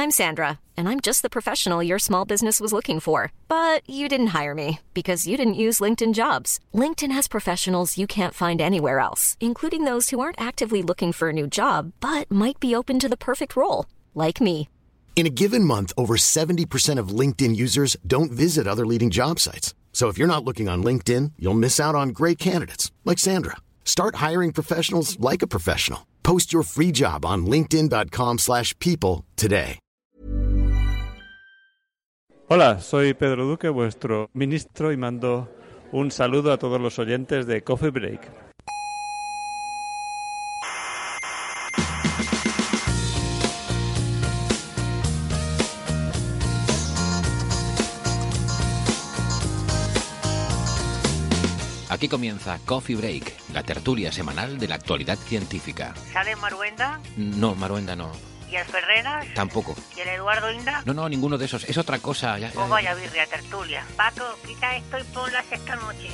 I'm Sandra, and I'm just the professional your small business was looking for. But you didn't hire me because you didn't use LinkedIn Jobs. LinkedIn has professionals you can't find anywhere else, including those who aren't actively looking for a new job, but might be open to the perfect role, like me. In a given month, over 70% of LinkedIn users don't visit other leading job sites. So if you're not looking on LinkedIn, you'll miss out on great candidates like Sandra. Start hiring professionals like a professional. Post your free job on linkedin.com/people today. Hola, soy Pedro Duque, vuestro ministro, y mando un saludo a todos los oyentes de Coffee Break. Aquí comienza Coffee Break, la tertulia semanal de la actualidad científica. ¿Sale Maruenda? No, Maruenda no. ¿Y el Ferreras? Tampoco. ¿Y el Eduardo Inda? No, ninguno de esos. Es otra cosa. Ya. Pues vaya birria, tertulia. Paco, quita esto y ponlas esta noche.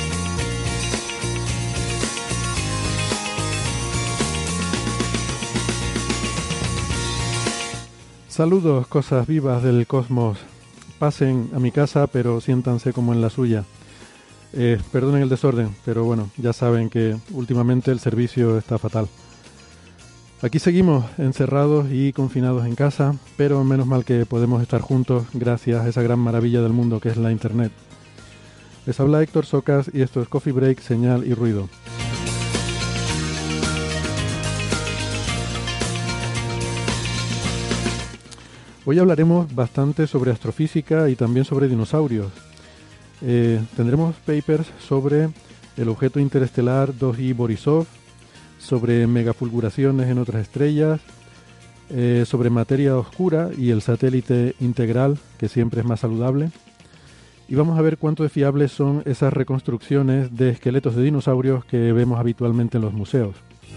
Saludos, cosas vivas del cosmos. Pasen a mi casa, pero siéntanse como en la suya. Perdonen el desorden, pero bueno, ya saben que últimamente el servicio está fatal. Aquí seguimos encerrados y confinados en casa, pero menos mal que podemos estar juntos gracias a esa gran maravilla del mundo que es la Internet. Les habla Héctor Socas y esto es Coffee Break, Señal y Ruido. Hoy hablaremos bastante sobre astrofísica y también sobre dinosaurios. Tendremos papers sobre el objeto interestelar 2I Borisov, sobre megafulguraciones en otras estrellas, sobre materia oscura y el satélite integral, que siempre es más saludable. Y vamos a ver cuánto de fiables son esas reconstrucciones de esqueletos de dinosaurios que vemos habitualmente en los museos.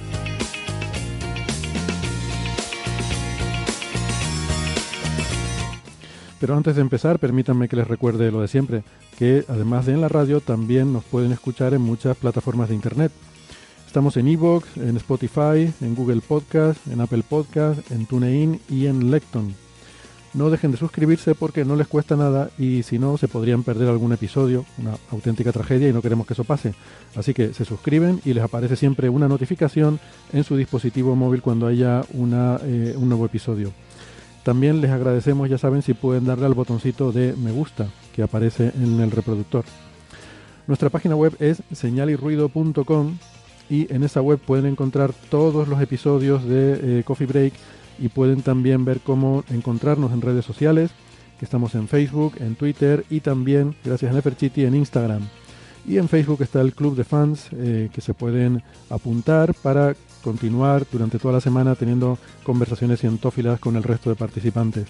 Pero antes de empezar, permítanme que les recuerde lo de siempre, que además de en la radio, también nos pueden escuchar en muchas plataformas de internet. Estamos en iVoox, en Spotify, en Google Podcast, en Apple Podcast, en TuneIn y en Lecton. No dejen de suscribirse porque no les cuesta nada y si no, se podrían perder algún episodio, una auténtica tragedia y no queremos que eso pase. Así que se suscriben y les aparece siempre una notificación en su dispositivo móvil cuando haya un nuevo episodio. También les agradecemos, ya saben, si pueden darle al botoncito de me gusta que aparece en el reproductor. Nuestra página web es señalirruido.com y en esa web pueden encontrar todos los episodios de Coffee Break y pueden también ver cómo encontrarnos en redes sociales, que estamos en Facebook, en Twitter y también, gracias a Neferchiti, en Instagram. Y en Facebook está el club de fans que se pueden apuntar para continuar durante toda la semana teniendo conversaciones cientófilas con el resto de participantes.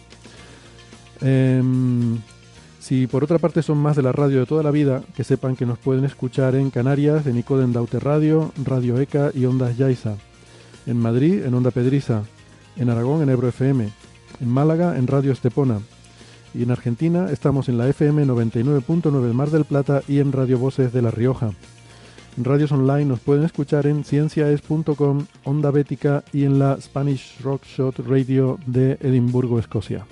Si por otra parte son más de la radio de toda la vida, que sepan que nos pueden escuchar en Canarias, en Icoden Daute Radio, Radio ECA y Ondas Yaiza. En Madrid, en Onda Pedriza. En Aragón, en Ebro FM. En Málaga, en Radio Estepona. Y en Argentina estamos en la FM 99.9 Mar del Plata y en Radio Voces de La Rioja. En radios online nos pueden escuchar en cienciaes.com, Onda Bética y en la Spanish Rock Shot Radio de Edimburgo, Escocia.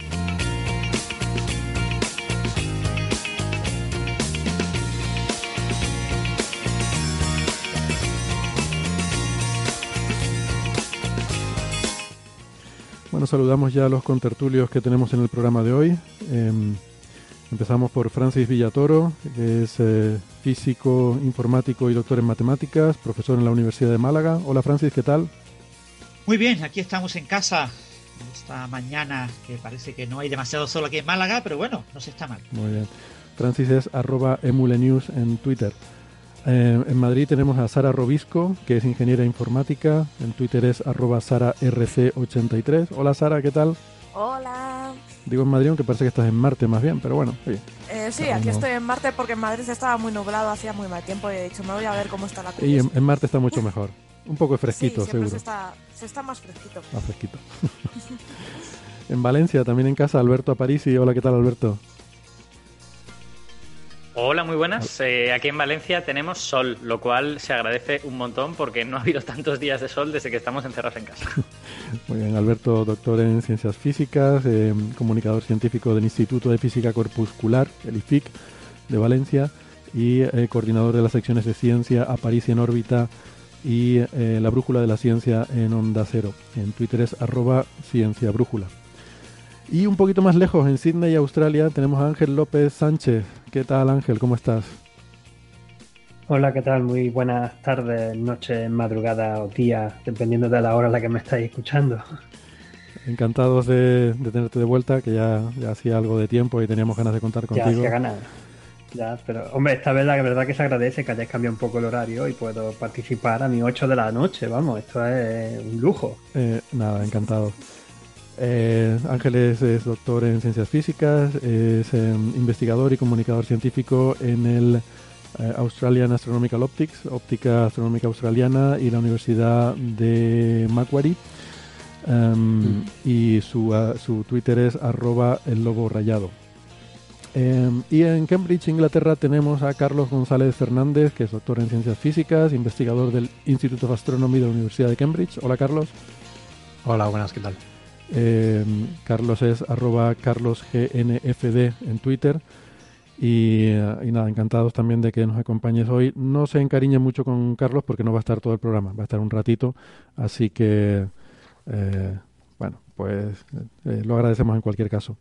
Bueno, saludamos ya a los contertulios que tenemos en el programa de hoy. Empezamos por Francis Villatoro, que es físico, informático y doctor en matemáticas, profesor en la Universidad de Málaga. Hola Francis, ¿qué tal? Muy bien, aquí estamos en casa esta mañana, que parece que no hay demasiado sol aquí en Málaga, pero bueno, no se está mal. Muy bien. Francis es @emulenews en Twitter. En Madrid tenemos a Sara Robisco, que es ingeniera informática. En Twitter es @sararc83. Hola Sara, ¿qué tal? Hola. Digo en Madrid, aunque parece que estás en Marte más bien, pero bueno. Oye, sí, aquí estoy en Marte porque en Madrid estaba muy nublado, hacía muy mal tiempo y he dicho, me voy a ver cómo está la cosa. Y en Marte está mucho mejor. Un poco fresquito, sí, seguro. Se está más fresquito. Más fresquito. En Valencia, también en casa, Alberto Aparici. Hola, ¿qué tal, Alberto? Hola, muy buenas. Aquí en Valencia tenemos sol, lo cual se agradece un montón porque no ha habido tantos días de sol desde que estamos encerrados en casa. Muy bien, Alberto, doctor en Ciencias Físicas, comunicador científico del Instituto de Física Corpuscular, el IFIC, de Valencia, y coordinador de las secciones de Ciencia, Aparici en órbita y La Brújula de la Ciencia en Onda Cero. En Twitter es @cienciabrújula. Y un poquito más lejos, en Sydney, Australia, tenemos a Ángel López Sánchez. ¿Qué tal, Ángel? ¿Cómo estás? Hola, ¿qué tal? Muy buenas tardes, noches, madrugada o día, dependiendo de la hora a la que me estáis escuchando. Encantados de tenerte de vuelta, que ya hacía algo de tiempo y teníamos ganas de contar contigo. Ya hacía ganas. Ya, pero hombre, esta vez la verdad que se agradece que hayáis cambiado un poco el horario y puedo participar a mis 8 de la noche, vamos, esto es un lujo. Nada, encantado. Ángel es doctor en Ciencias Físicas, es investigador y comunicador científico en el Australian Astronomical Optics, óptica astronómica australiana, y la Universidad de Macquarie. Y su Twitter es @elloborayado. Y en Cambridge, Inglaterra, tenemos a Carlos González Fernández, que es doctor en Ciencias Físicas, investigador del Institute of Astronomy de la Universidad de Cambridge. Hola, Carlos. Hola, buenas, ¿qué tal? Carlos es @carlosgnfd en Twitter. Y nada, encantados también de que nos acompañes hoy. No se encariñe mucho con Carlos porque no va a estar todo el programa, va a estar un ratito, así que bueno, pues lo agradecemos en cualquier caso.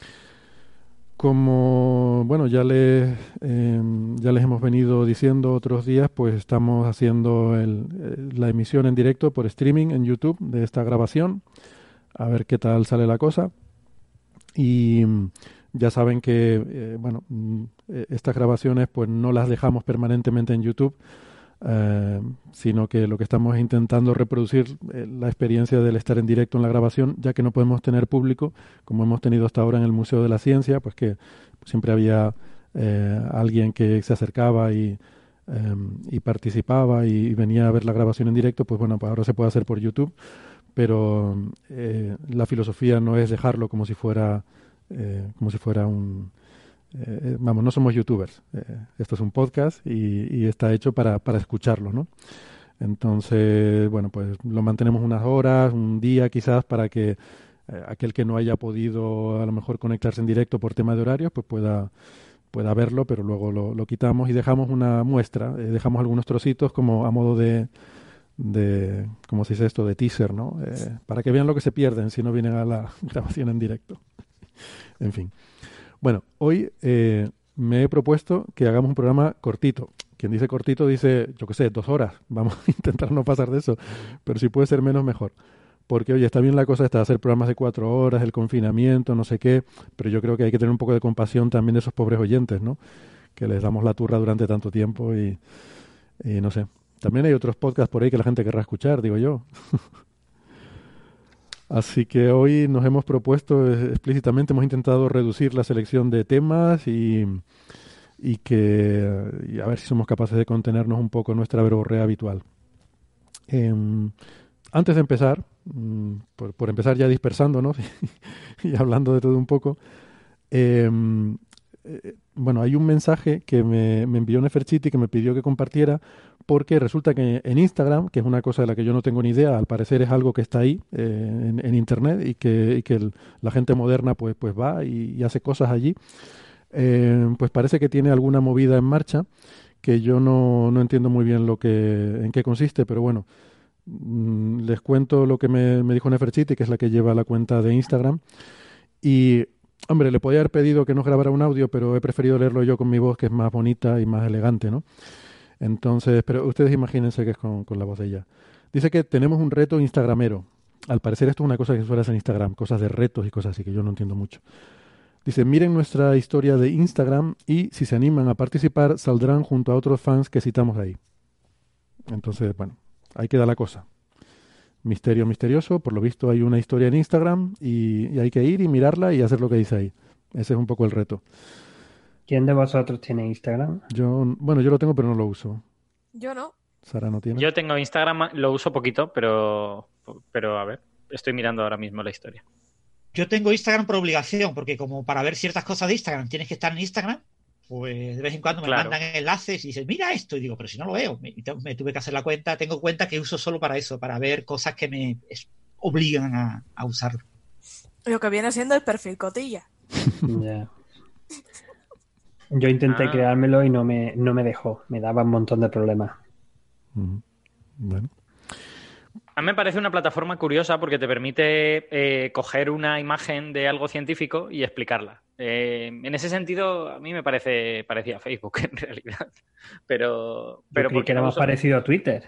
Como bueno, ya les hemos venido diciendo otros días, pues estamos haciendo la emisión en directo por streaming en YouTube de esta grabación, a ver qué tal sale la cosa. Y ya saben que estas grabaciones pues no las dejamos permanentemente en YouTube, sino que lo que estamos es intentando reproducir la experiencia del estar en directo en la grabación, ya que no podemos tener público, como hemos tenido hasta ahora en el Museo de la Ciencia, pues que siempre había alguien que se acercaba y participaba y venía a ver la grabación en directo. Pues bueno, pues ahora se puede hacer por YouTube, pero la filosofía no es dejarlo como si fuera un... vamos, no somos youtubers. Esto es un podcast y está hecho para escucharlo, ¿no? Entonces, bueno, pues lo mantenemos unas horas, un día quizás, para que aquel que no haya podido a lo mejor conectarse en directo por tema de horarios, pues pueda verlo, pero luego lo quitamos y dejamos una muestra, dejamos algunos trocitos como a modo de ¿cómo se dice esto? De teaser, ¿no? Para que vean lo que se pierden si no vienen a la grabación en directo. En fin. Bueno, hoy me he propuesto que hagamos un programa cortito. Quien dice cortito dice, yo qué sé, 2 horas. Vamos a intentar no pasar de eso, pero si puede ser menos, mejor. Porque, oye, está bien la cosa esta de hacer programas de 4 horas, el confinamiento, no sé qué, pero yo creo que hay que tener un poco de compasión también de esos pobres oyentes, ¿no? Que les damos la turra durante tanto tiempo y no sé. También hay otros podcasts por ahí que la gente querrá escuchar, digo yo. Así que hoy nos hemos propuesto explícitamente, hemos intentado reducir la selección de temas y a ver si somos capaces de contenernos un poco nuestra verborrea habitual. Antes de empezar, por empezar ya dispersándonos y hablando de todo un poco, bueno, hay un mensaje que me envió Neferchiti que me pidió que compartiera, porque resulta que en Instagram, que es una cosa de la que yo no tengo ni idea, al parecer es algo que está ahí en Internet y que la gente moderna pues va y hace cosas allí, pues parece que tiene alguna movida en marcha que yo no entiendo muy bien en qué consiste, pero bueno, les cuento lo que me dijo Neferchiti, que es la que lleva la cuenta de Instagram. Y hombre, le podía haber pedido que nos grabara un audio, pero he preferido leerlo yo con mi voz, que es más bonita y más elegante, ¿no? Entonces, pero ustedes imagínense que es con la voz de ella. Dice que tenemos un reto instagramero. Al parecer esto es una cosa que se suele hacer en Instagram, cosas de retos y cosas así que yo no entiendo mucho. Dice, miren nuestra historia de Instagram y si se animan a participar saldrán junto a otros fans que citamos ahí. Entonces, bueno, ahí queda la cosa. Misterio misterioso, por lo visto hay una historia en Instagram y hay que ir y mirarla y hacer lo que dice ahí. Ese es un poco el reto. ¿Quién de vosotros tiene Instagram? Yo lo tengo, pero no lo uso. Yo no. Sara no tiene. Yo tengo Instagram, lo uso poquito, pero a ver, estoy mirando ahora mismo la historia. Yo tengo Instagram por obligación, porque como para ver ciertas cosas de Instagram tienes que estar en Instagram, pues de vez en cuando me mandan enlaces y dicen, mira esto, y digo, pero si no lo veo. Me tuve que hacer la cuenta. Tengo cuenta que uso solo para eso, para ver cosas que me obligan a usarlo. Lo que viene siendo el perfil cotilla. Ya. Yo intenté creármelo y no me dejó. Me daba un montón de problemas. Bueno. A mí me parece una plataforma curiosa porque te permite coger una imagen de algo científico y explicarla. En ese sentido, a mí me parecía Facebook en realidad. Pero creí que era más parecido a Twitter.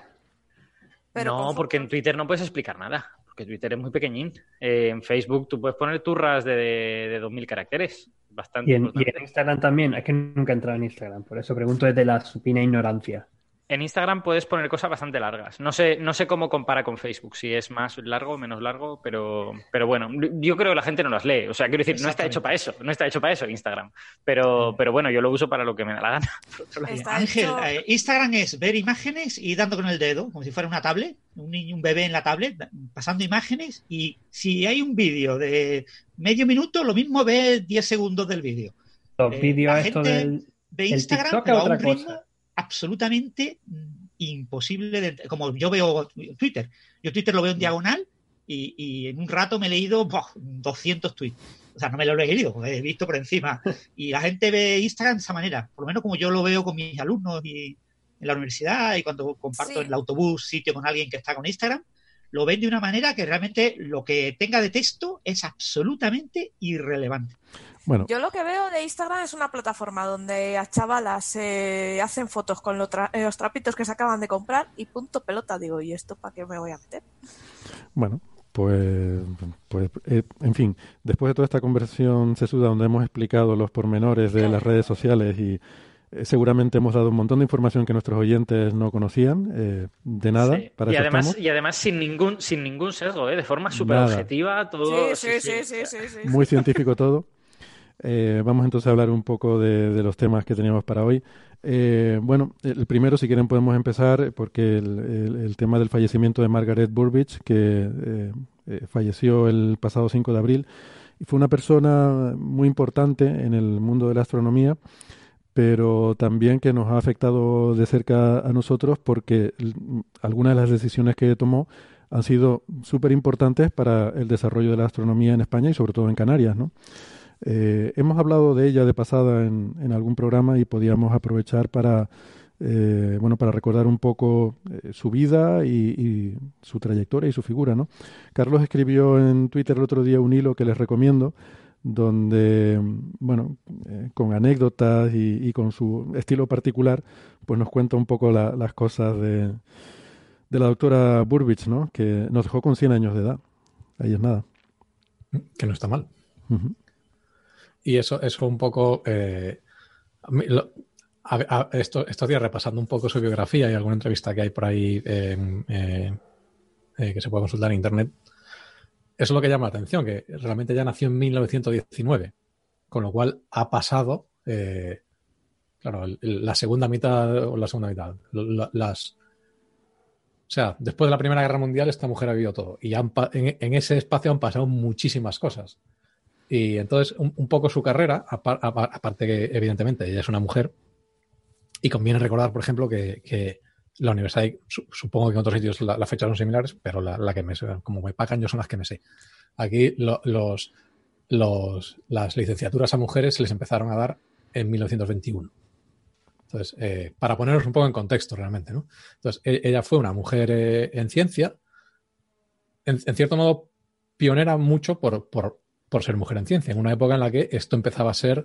No, porque en Twitter no puedes explicar nada. Porque Twitter es muy pequeñín. En Facebook tú puedes poner turras de 2000 caracteres. Bastante y en Instagram también. Es que nunca he entrado en Instagram. Por eso pregunto desde la supina ignorancia. En Instagram puedes poner cosas bastante largas. No sé cómo compara con Facebook, si es más largo o menos largo, pero bueno, yo creo que la gente no las lee. O sea, quiero decir, no está hecho para eso Instagram. Pero bueno, yo lo uso para lo que me da la gana. Ángel, Instagram es ver imágenes y dando con el dedo, como si fuera una tablet, un bebé en la tablet, pasando imágenes, y si hay un vídeo de medio minuto, lo mismo ve 10 segundos del vídeo. Los vídeos esto del Instagram, TikTok pero a a un otra ritmo cosa. Absolutamente imposible como yo veo Twitter. Yo Twitter lo veo en diagonal y en un rato me he leído 200 tweets. O sea, no me lo he leído, he visto por encima. Y la gente ve Instagram de esa manera, por lo menos como yo lo veo con mis alumnos y en la universidad y cuando comparto en el autobús sitio con alguien que está con Instagram, lo ven de una manera que realmente lo que tenga de texto es absolutamente irrelevante. Bueno. Yo lo que veo de Instagram es una plataforma donde a chavalas hacen fotos con los trapitos que se acaban de comprar y punto pelota. Digo, ¿y esto para qué me voy a meter? Bueno, pues en fin, después de toda esta conversación sesuda donde hemos explicado los pormenores de las redes sociales y seguramente hemos dado un montón de información que nuestros oyentes no conocían, de nada. Sí. Para y además sin ningún sesgo, de forma súper objetiva, todo. Sí. Muy científico todo. Vamos entonces a hablar un poco de los temas que teníamos para hoy. Bueno, el primero, si quieren, podemos empezar porque el tema del fallecimiento de Margaret Burbidge, que falleció el pasado 5 de abril, y fue una persona muy importante en el mundo de la astronomía, pero también que nos ha afectado de cerca a nosotros porque algunas de las decisiones que tomó han sido súper importantes para el desarrollo de la astronomía en España y sobre todo en Canarias, ¿no? Hemos hablado de ella de pasada en algún programa y podíamos aprovechar para recordar un poco su vida y su trayectoria y su figura, ¿no? Carlos escribió en Twitter el otro día un hilo que les recomiendo, donde, con anécdotas y con su estilo particular, pues nos cuenta un poco las cosas de la doctora Burbidge, ¿no? Que nos dejó con 100 años de edad. Ahí es nada. Que no está mal. Uh-huh. Y eso un poco... estos días repasando un poco su biografía y alguna entrevista que hay por ahí que se puede consultar en internet, eso es lo que llama la atención, que realmente ya nació en 1919, con lo cual ha pasado, la segunda mitad, o sea, después de la Primera Guerra Mundial esta mujer ha vivido todo y en ese espacio han pasado muchísimas cosas. Y entonces, un poco su carrera, aparte que evidentemente ella es una mujer, y conviene recordar, por ejemplo, que la universidad, supongo que en otros sitios las fechas son similares, pero la que me sé, como me pagan yo son las que me sé. Aquí las licenciaturas a mujeres se les empezaron a dar en 1921. Entonces, para ponernos un poco en contexto realmente, ¿no? Entonces, ella fue una mujer en ciencia, en cierto modo pionera mucho por ser mujer en ciencia, en una época en la que esto empezaba a ser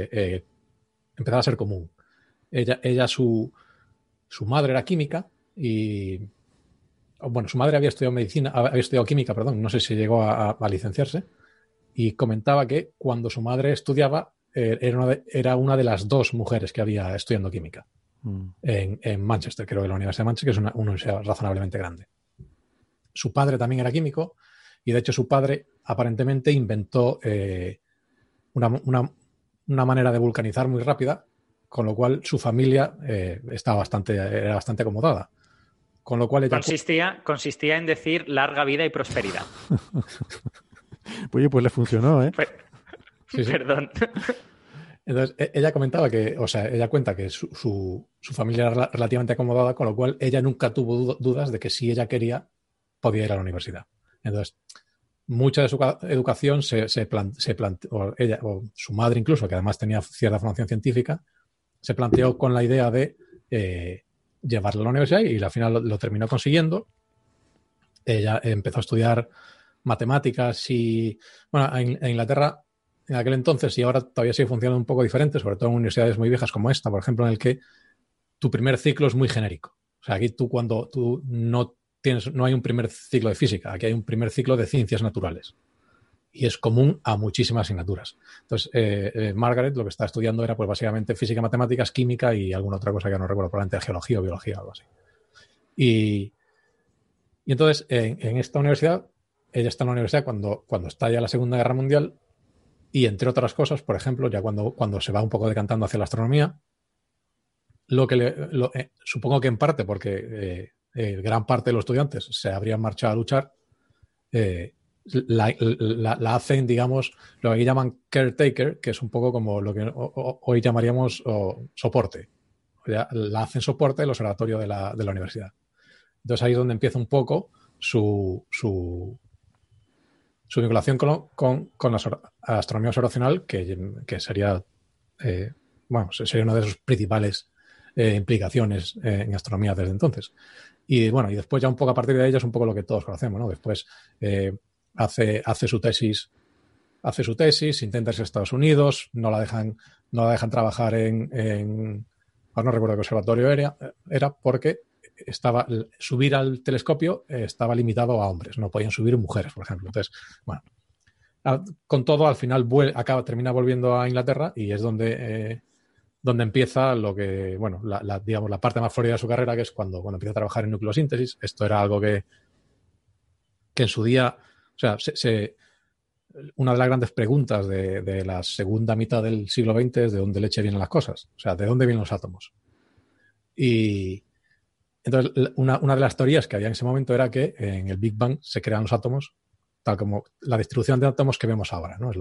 común. Su madre era química y... Bueno, su madre había estudiado química, no sé si llegó a licenciarse, y comentaba que cuando su madre estudiaba era una de las 2 mujeres que había estudiando química en Manchester, creo que la Universidad de Manchester, que es una universidad razonablemente grande. Su padre también era químico y de hecho su padre aparentemente inventó una manera de vulcanizar muy rápida, con lo cual su familia era bastante acomodada. Con lo cual consistía en decir larga vida y prosperidad. Oye, pues le funcionó, ¿eh? Sí. Perdón. Entonces, ella comentaba ella cuenta que su familia era relativamente acomodada, con lo cual ella nunca tuvo dudas de que si ella quería, podía ir a la universidad. Entonces, mucha de su educación o ella, o su madre incluso, que además tenía cierta formación científica, se planteó con la idea de llevarla a la universidad y al final lo terminó consiguiendo. Ella empezó a estudiar matemáticas y, bueno, en Inglaterra en aquel entonces, y ahora todavía sigue funcionando un poco diferente, sobre todo en universidades muy viejas como esta, por ejemplo, en el que tu primer ciclo es muy genérico. O sea, aquí cuando tú no hay un primer ciclo de física, aquí hay un primer ciclo de ciencias naturales. Y es común a muchísimas asignaturas. Entonces, Margaret lo que estaba estudiando era pues básicamente física, matemáticas, química y alguna otra cosa que no recuerdo, probablemente geología o biología o algo así. Y entonces, en esta universidad, ella está en la universidad cuando estalla la Segunda Guerra Mundial y, entre otras cosas, por ejemplo, ya cuando se va un poco decantando hacia la astronomía, supongo que en parte porque gran parte de los estudiantes se habrían marchado a luchar, la hacen, digamos, lo que aquí llaman caretaker, que es un poco como lo que hoy llamaríamos soporte. La hacen soporte del observatorio de la universidad. Entonces ahí es donde empieza un poco su vinculación con la astronomía observacional, que sería, sería una de sus principales implicaciones en astronomía desde entonces. Y bueno, y después ya un poco a partir de ella es un poco lo que todos conocemos, ¿no? Después hace su tesis, intenta irse a Estados Unidos, no la dejan trabajar ahora no recuerdo qué observatorio era porque subir al telescopio estaba limitado a hombres, no podían subir mujeres, por ejemplo. Entonces, bueno, con todo, al final termina volviendo a Inglaterra y es donde empieza lo que, bueno, digamos, la parte más florida de su carrera, que es cuando empieza a trabajar en nucleosíntesis. Esto era algo que en su día, o sea, una de las grandes preguntas de la segunda mitad del siglo XX es de dónde leche vienen las cosas, o sea, de dónde vienen los átomos. Y entonces, una de las teorías que había en ese momento era que en el Big Bang se crean los átomos, tal como la distribución de átomos que vemos ahora, ¿no? Es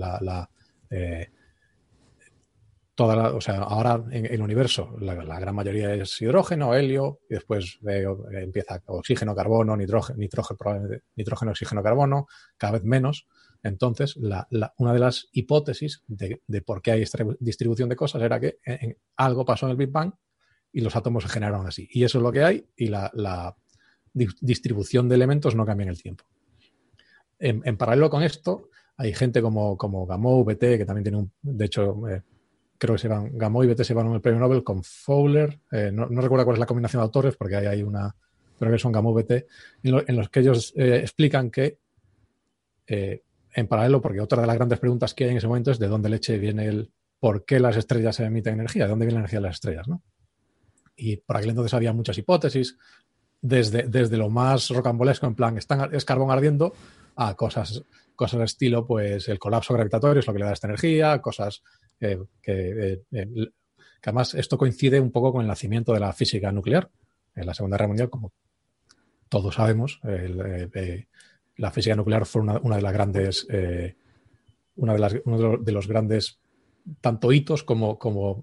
o sea, ahora en el universo la gran mayoría es hidrógeno, helio, y después empieza oxígeno, carbono, nitrógeno, oxígeno, carbono, cada vez menos. Entonces, una de las hipótesis de por qué hay esta distribución de cosas era que algo pasó en el Big Bang y los átomos se generaron así. Y eso es lo que hay, y la distribución de elementos no cambia en el tiempo. En paralelo con esto, hay gente como Gamow, BT, que también tiene de hecho, creo que Gamow y BT se van el premio Nobel con Fowler. No recuerdo cuál es la combinación de autores, porque hay una, creo que son Gamow y BT, en los que ellos explican que en paralelo, porque otra de las grandes preguntas que hay en ese momento es de dónde leche viene por qué las estrellas se emiten energía, de dónde viene la energía de las estrellas, ¿no? Y por aquel entonces había muchas hipótesis, desde lo más rocambolesco, en plan, es carbón ardiendo, a cosas de estilo, pues el colapso gravitatorio es lo que le da esta energía, cosas que además esto coincide un poco con el nacimiento de la física nuclear. En la Segunda Guerra Mundial, como todos sabemos, la física nuclear fue una de las grandes, uno de los grandes tanto hitos como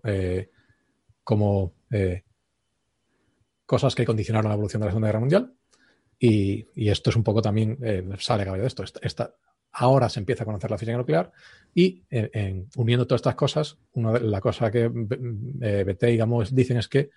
cosas que condicionaron la evolución de la Segunda Guerra Mundial, y esto es un poco también sale a cabeza de esto. Ahora se empieza a conocer la física nuclear y uniendo todas estas cosas, la cosa que BT y Gamow dicen es que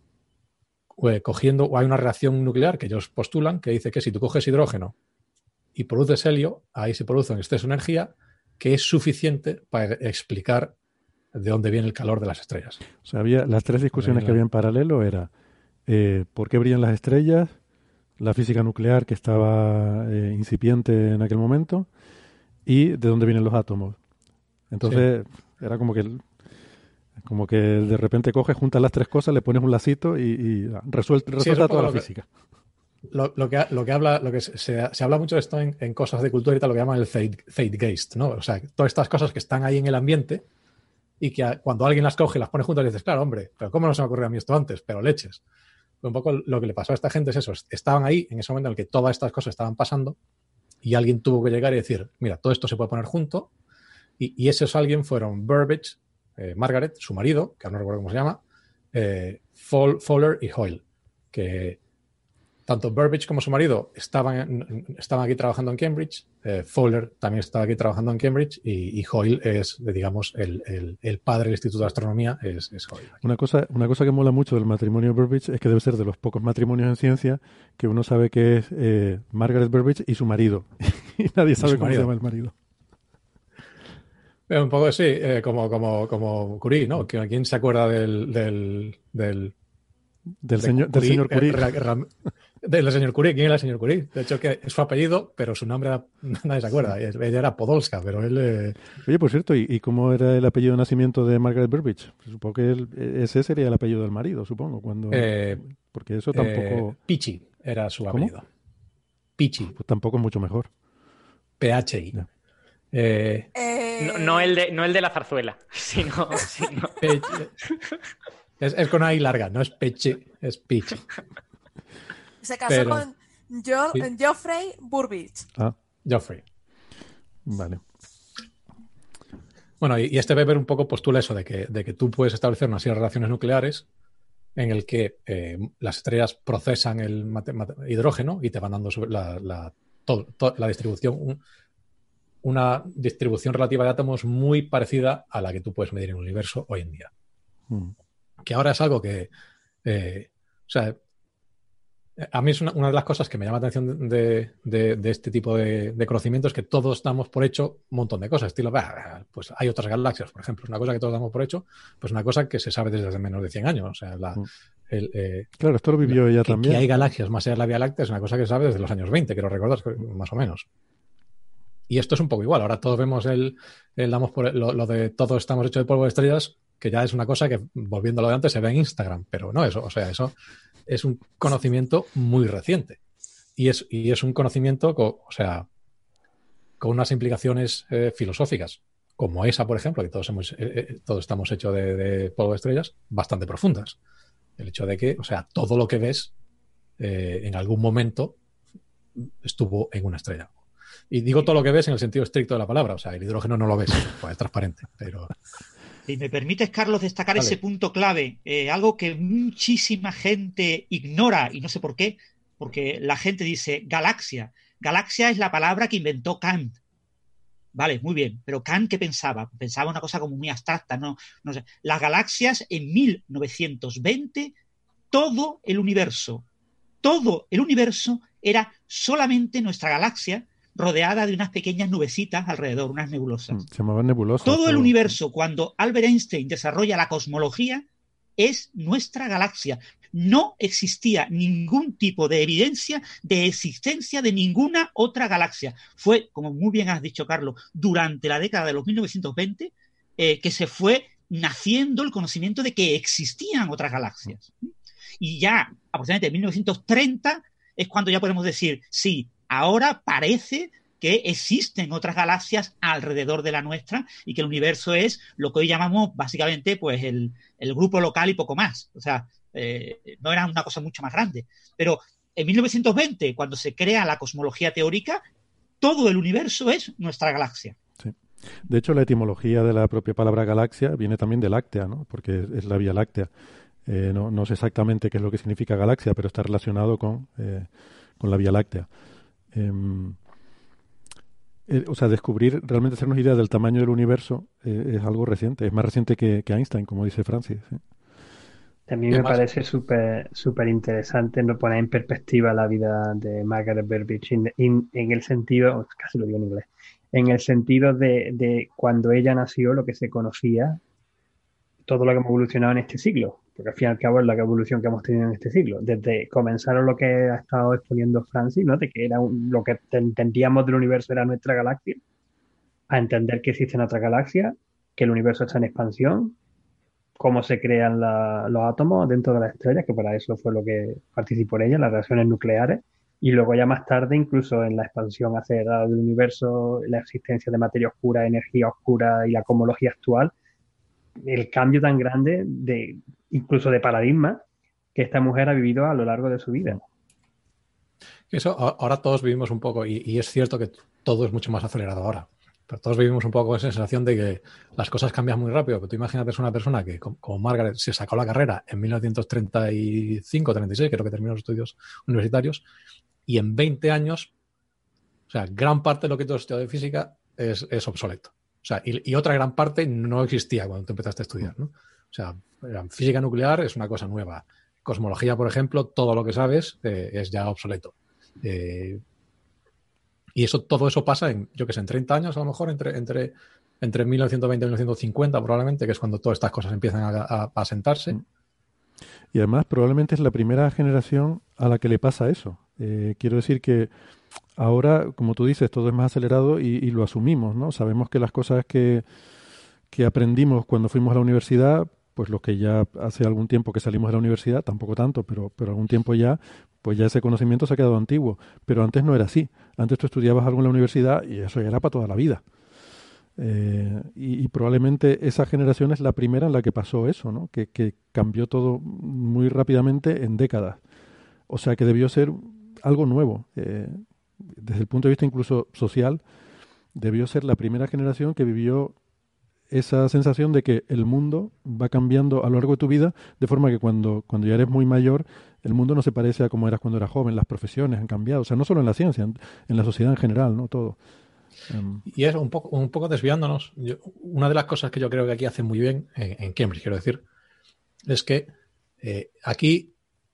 hay una reacción nuclear que ellos postulan que dice que si tú coges hidrógeno y produces helio, ahí se produce un exceso de energía que es suficiente para explicar de dónde viene el calor de las estrellas. O sea, las tres discusiones que había en paralelo era por qué brillan las estrellas, la física nuclear que estaba incipiente en aquel momento y de dónde vienen los átomos. Entonces era como que de repente coges, juntas las tres cosas, le pones un lacito y resuelta toda la física. Lo que se habla mucho de esto en cosas de cultura y tal, lo que llaman el Zeitgeist, ¿no? O sea, todas estas cosas que están ahí en el ambiente y que cuando alguien las coge y las pone juntas dices, claro, hombre, pero ¿cómo no se me ocurrió a mí esto antes? Pero leches. Un poco lo que le pasó a esta gente es eso, estaban ahí en ese momento en el que todas estas cosas estaban pasando y alguien tuvo que llegar y decir, mira, todo esto se puede poner junto, y esos alguien fueron Burbage, Margaret, su marido, que ahora no recuerdo cómo se llama, Fowler y Hoyle, que tanto Burbage como su marido estaban aquí trabajando en Cambridge, Fowler también estaba aquí trabajando en Cambridge y Hoyle es, digamos, el padre del Instituto de Astronomía, es Hoyle. Una cosa que mola mucho del matrimonio Burbage es que debe ser de los pocos matrimonios en ciencia que uno sabe que es Margaret Burbage y su marido. Y nadie sabe cómo se llama el marido. Un poco sí, como Curie, ¿no? ¿Quién se acuerda del señor Curie? Del señor Curie. ¿Quién era el señor Curie? De hecho, que es su apellido, pero su nombre nadie se acuerda. Ella era Podolska, pero él... Oye, por cierto, ¿y cómo era el apellido de nacimiento de Margaret Burbage? Supongo que ese sería el apellido del marido, supongo. Porque eso tampoco... Pichi era su apellido. Pichi. Pues tampoco es mucho mejor. PHI. No. No el de la zarzuela, sino... Es con A y larga, no es Pechi, es Pichi. Se casó con Geoffrey Burbage. Geoffrey. Vale. Bueno, y este paper un poco postula eso de que tú puedes establecer una serie de relaciones nucleares en el que las estrellas procesan el hidrógeno y te van dando la distribución, una distribución relativa de átomos muy parecida a la que tú puedes medir en el universo hoy en día. Que ahora es algo que... a mí es una de las cosas que me llama la atención de este tipo de conocimientos, que todos damos por hecho un montón de cosas. Estilo, pues hay otras galaxias, por ejemplo. Es una cosa que todos damos por hecho, pues una cosa que se sabe desde hace menos de 100 años. O sea, claro, esto lo vivió ella también. Que hay galaxias más allá de la Vía Láctea es una cosa que se sabe desde los años 20, quiero recordar, más o menos. Y esto es un poco igual. Ahora todos vemos damos por lo de todos estamos hechos de polvo de estrellas, que ya es una cosa que, volviendo a lo de antes, se ve en Instagram. Pero no, eso es un conocimiento muy reciente. Y es un conocimiento con unas implicaciones filosóficas, como esa, por ejemplo, que todos estamos hechos de polvo de estrellas, bastante profundas. El hecho de que, todo lo que ves en algún momento estuvo en una estrella. Y digo todo lo que ves en el sentido estricto de la palabra. El hidrógeno no lo ves, pues es transparente, pero... Si me permites, Carlos, destacar ese punto clave, algo que muchísima gente ignora, y no sé por qué, porque la gente dice galaxia. Galaxia es la palabra que inventó Kant. Vale, muy bien, pero Kant, ¿qué pensaba? Pensaba una cosa como muy abstracta, no sé. Las galaxias, en 1920, todo el universo era solamente nuestra galaxia, rodeada de unas pequeñas nubecitas alrededor, unas nebulosas. Se llamaban nebulosas. Todo el universo, cuando Albert Einstein desarrolla la cosmología, es nuestra galaxia. No existía ningún tipo de evidencia de existencia de ninguna otra galaxia. Fue, como muy bien has dicho, Carlos, durante la década de los 1920 que se fue naciendo el conocimiento de que existían otras galaxias. Y ya aproximadamente en 1930 es cuando ya podemos decir, sí, ahora parece que existen otras galaxias alrededor de la nuestra y que el universo es lo que hoy llamamos básicamente pues el grupo local y poco más. No era una cosa mucho más grande. Pero en 1920, cuando se crea la cosmología teórica, todo el universo es nuestra galaxia. Sí. De hecho, la etimología de la propia palabra galaxia viene también de láctea, ¿no? Porque es la Vía Láctea. No sé exactamente qué es lo que significa galaxia, pero está relacionado con la Vía Láctea. Descubrir, realmente hacernos idea del tamaño del universo es algo reciente, es más reciente que Einstein, como dice Francis. ¿Sí? También me parece súper interesante no poner en perspectiva la vida de Margaret Burbage en el sentido, casi lo digo en inglés, en el sentido de cuando ella nació, lo que se conocía, todo lo que hemos evolucionado en este siglo, porque al fin y al cabo es la evolución que hemos tenido en este siglo. Desde comenzar lo que ha estado exponiendo Francis, ¿no? De que era lo que entendíamos del universo era nuestra galaxia, a entender que existen otras galaxias, que el universo está en expansión, cómo se crean los átomos dentro de las estrellas, que para eso fue lo que participó en ella, las reacciones nucleares, y luego ya más tarde, incluso en la expansión acelerada del universo, la existencia de materia oscura, energía oscura y la cosmología actual, el cambio tan grande incluso de paradigma que esta mujer ha vivido a lo largo de su vida. Eso ahora todos vivimos un poco y es cierto que todo es mucho más acelerado ahora, pero todos vivimos un poco con esa sensación de que las cosas cambian muy rápido. Pero tú imagínate, es una persona que, como Margaret, se sacó la carrera en 1935, 36, creo que terminó los estudios universitarios, y en 20 años, o sea, gran parte de lo que tú has estudiado de física es obsoleto. O sea, y otra gran parte no existía cuando tú empezaste a estudiar, ¿no? O sea, física nuclear es una cosa nueva. Cosmología, por ejemplo, todo lo que sabes es ya obsoleto. Y todo eso pasa en 30 años, a lo mejor, entre 1920 y 1950, probablemente, que es cuando todas estas cosas empiezan a sentarse. Y además, probablemente es la primera generación a la que le pasa eso. Quiero decir que ahora, como tú dices, todo es más acelerado y lo asumimos, ¿no? Sabemos que las cosas que aprendimos cuando fuimos a la universidad, pues los que ya hace algún tiempo que salimos de la universidad, tampoco tanto, pero algún tiempo ya, pues ya ese conocimiento se ha quedado antiguo. Pero antes no era así. Antes tú estudiabas algo en la universidad y eso ya era para toda la vida. Y probablemente esa generación es la primera en la que pasó eso, ¿no? Que cambió todo muy rápidamente en décadas. O sea que debió ser algo nuevo. Desde el punto de vista incluso social, debió ser la primera generación que vivió esa sensación de que el mundo va cambiando a lo largo de tu vida, de forma que cuando ya eres muy mayor, el mundo no se parece a como eras cuando eras joven, las profesiones han cambiado, o sea, no solo en la ciencia, en la sociedad en general, ¿no? Todo. Y es un poco desviándonos. Una de las cosas que yo creo que aquí hacen muy bien, en Cambridge, quiero decir, es que aquí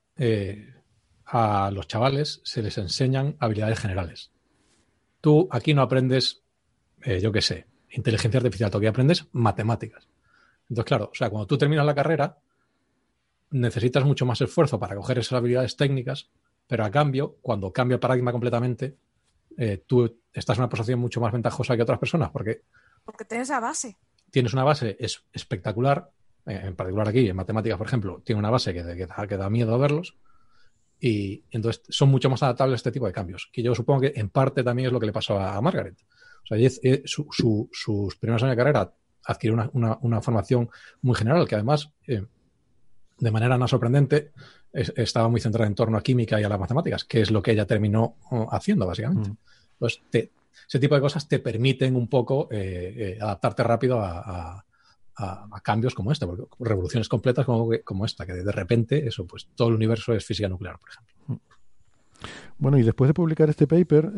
a los chavales se les enseñan habilidades generales. Tú aquí no aprendes, yo qué sé, inteligencia artificial, tú aquí aprendes matemáticas. Entonces, claro, o sea, cuando tú terminas la carrera, necesitas mucho más esfuerzo para coger esas habilidades técnicas, pero a cambio, cuando cambia el paradigma completamente, tú estás en una posición mucho más ventajosa que otras personas, porque tienes esa base. Tienes una base espectacular, en particular aquí, en matemáticas, por ejemplo, tiene una base que da miedo verlos, y entonces son mucho más adaptables a este tipo de cambios, que yo supongo que en parte también es lo que le pasó a Margaret. O sea, sus primeros años de carrera adquirió una formación muy general, que además, de manera no sorprendente, estaba muy centrada en torno a química y a las matemáticas, que es lo que ella terminó haciendo, básicamente. Entonces, ese tipo de cosas te permiten un poco adaptarte rápido a cambios como este, porque revoluciones completas como esta, que de repente, eso, pues todo el universo es física nuclear, por ejemplo. Bueno, y después de publicar este paper,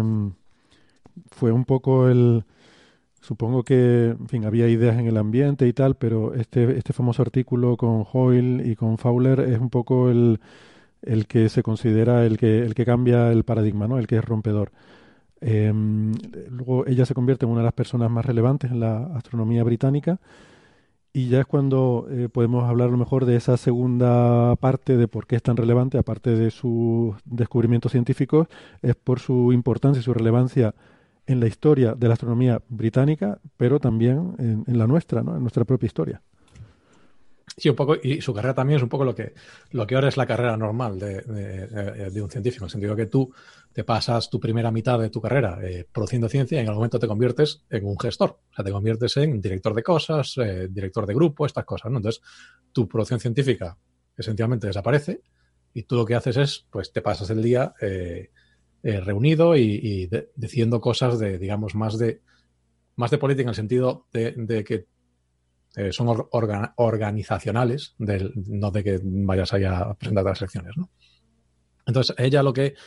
fue un poco supongo que, en fin, había ideas en el ambiente y tal, pero este famoso artículo con Hoyle y con Fowler es un poco el que se considera el que cambia el paradigma, ¿no? El que es rompedor. Luego ella se convierte en una de las personas más relevantes en la astronomía británica y ya es cuando podemos hablar a lo mejor de esa segunda parte de por qué es tan relevante, aparte de sus descubrimientos científicos, es por su importancia y su relevancia en la historia de la astronomía británica, pero también en la nuestra, ¿no? En nuestra propia historia. Sí, un poco, y su carrera también es un poco lo que ahora es la carrera normal de un científico, en el sentido que tú te pasas tu primera mitad de tu carrera produciendo ciencia y en algún momento te conviertes en un gestor. O sea, te conviertes en director de cosas, director de grupo, estas cosas, ¿no? Entonces, tu producción científica esencialmente desaparece y tú lo que haces es, pues te pasas el día reunido y decidiendo cosas de, digamos, más de política en el sentido de que son organizacionales, no de que vayas ahí a presentar las elecciones, ¿no? Entonces, ella lo que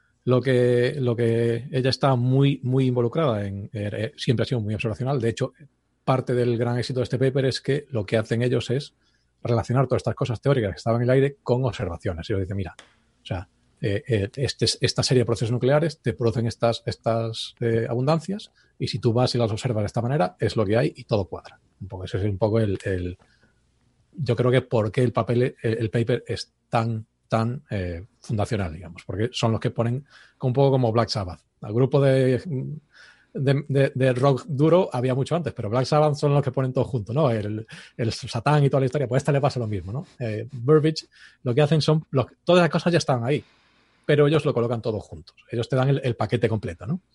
ella está muy, muy involucrada siempre ha sido muy observacional. De hecho, parte del gran éxito de este paper es que lo que hacen ellos es relacionar todas estas cosas teóricas que estaban en el aire con observaciones. Y ellos dicen, mira, o sea, esta serie de procesos nucleares te producen estas abundancias y si tú vas y las observas de esta manera es lo que hay y todo cuadra. Un poco, ese es un poco yo creo que por qué el paper es tan fundacional, digamos, porque son los que ponen un poco como Black Sabbath. Al grupo de rock duro había mucho antes, pero Black Sabbath son los que ponen todo junto, ¿no? El Satán y toda la historia, pues a esta le pasa lo mismo, ¿no? Burbage lo que hacen son, todas las cosas ya están ahí, pero ellos lo colocan todos juntos. Ellos te dan el paquete completo, ¿no?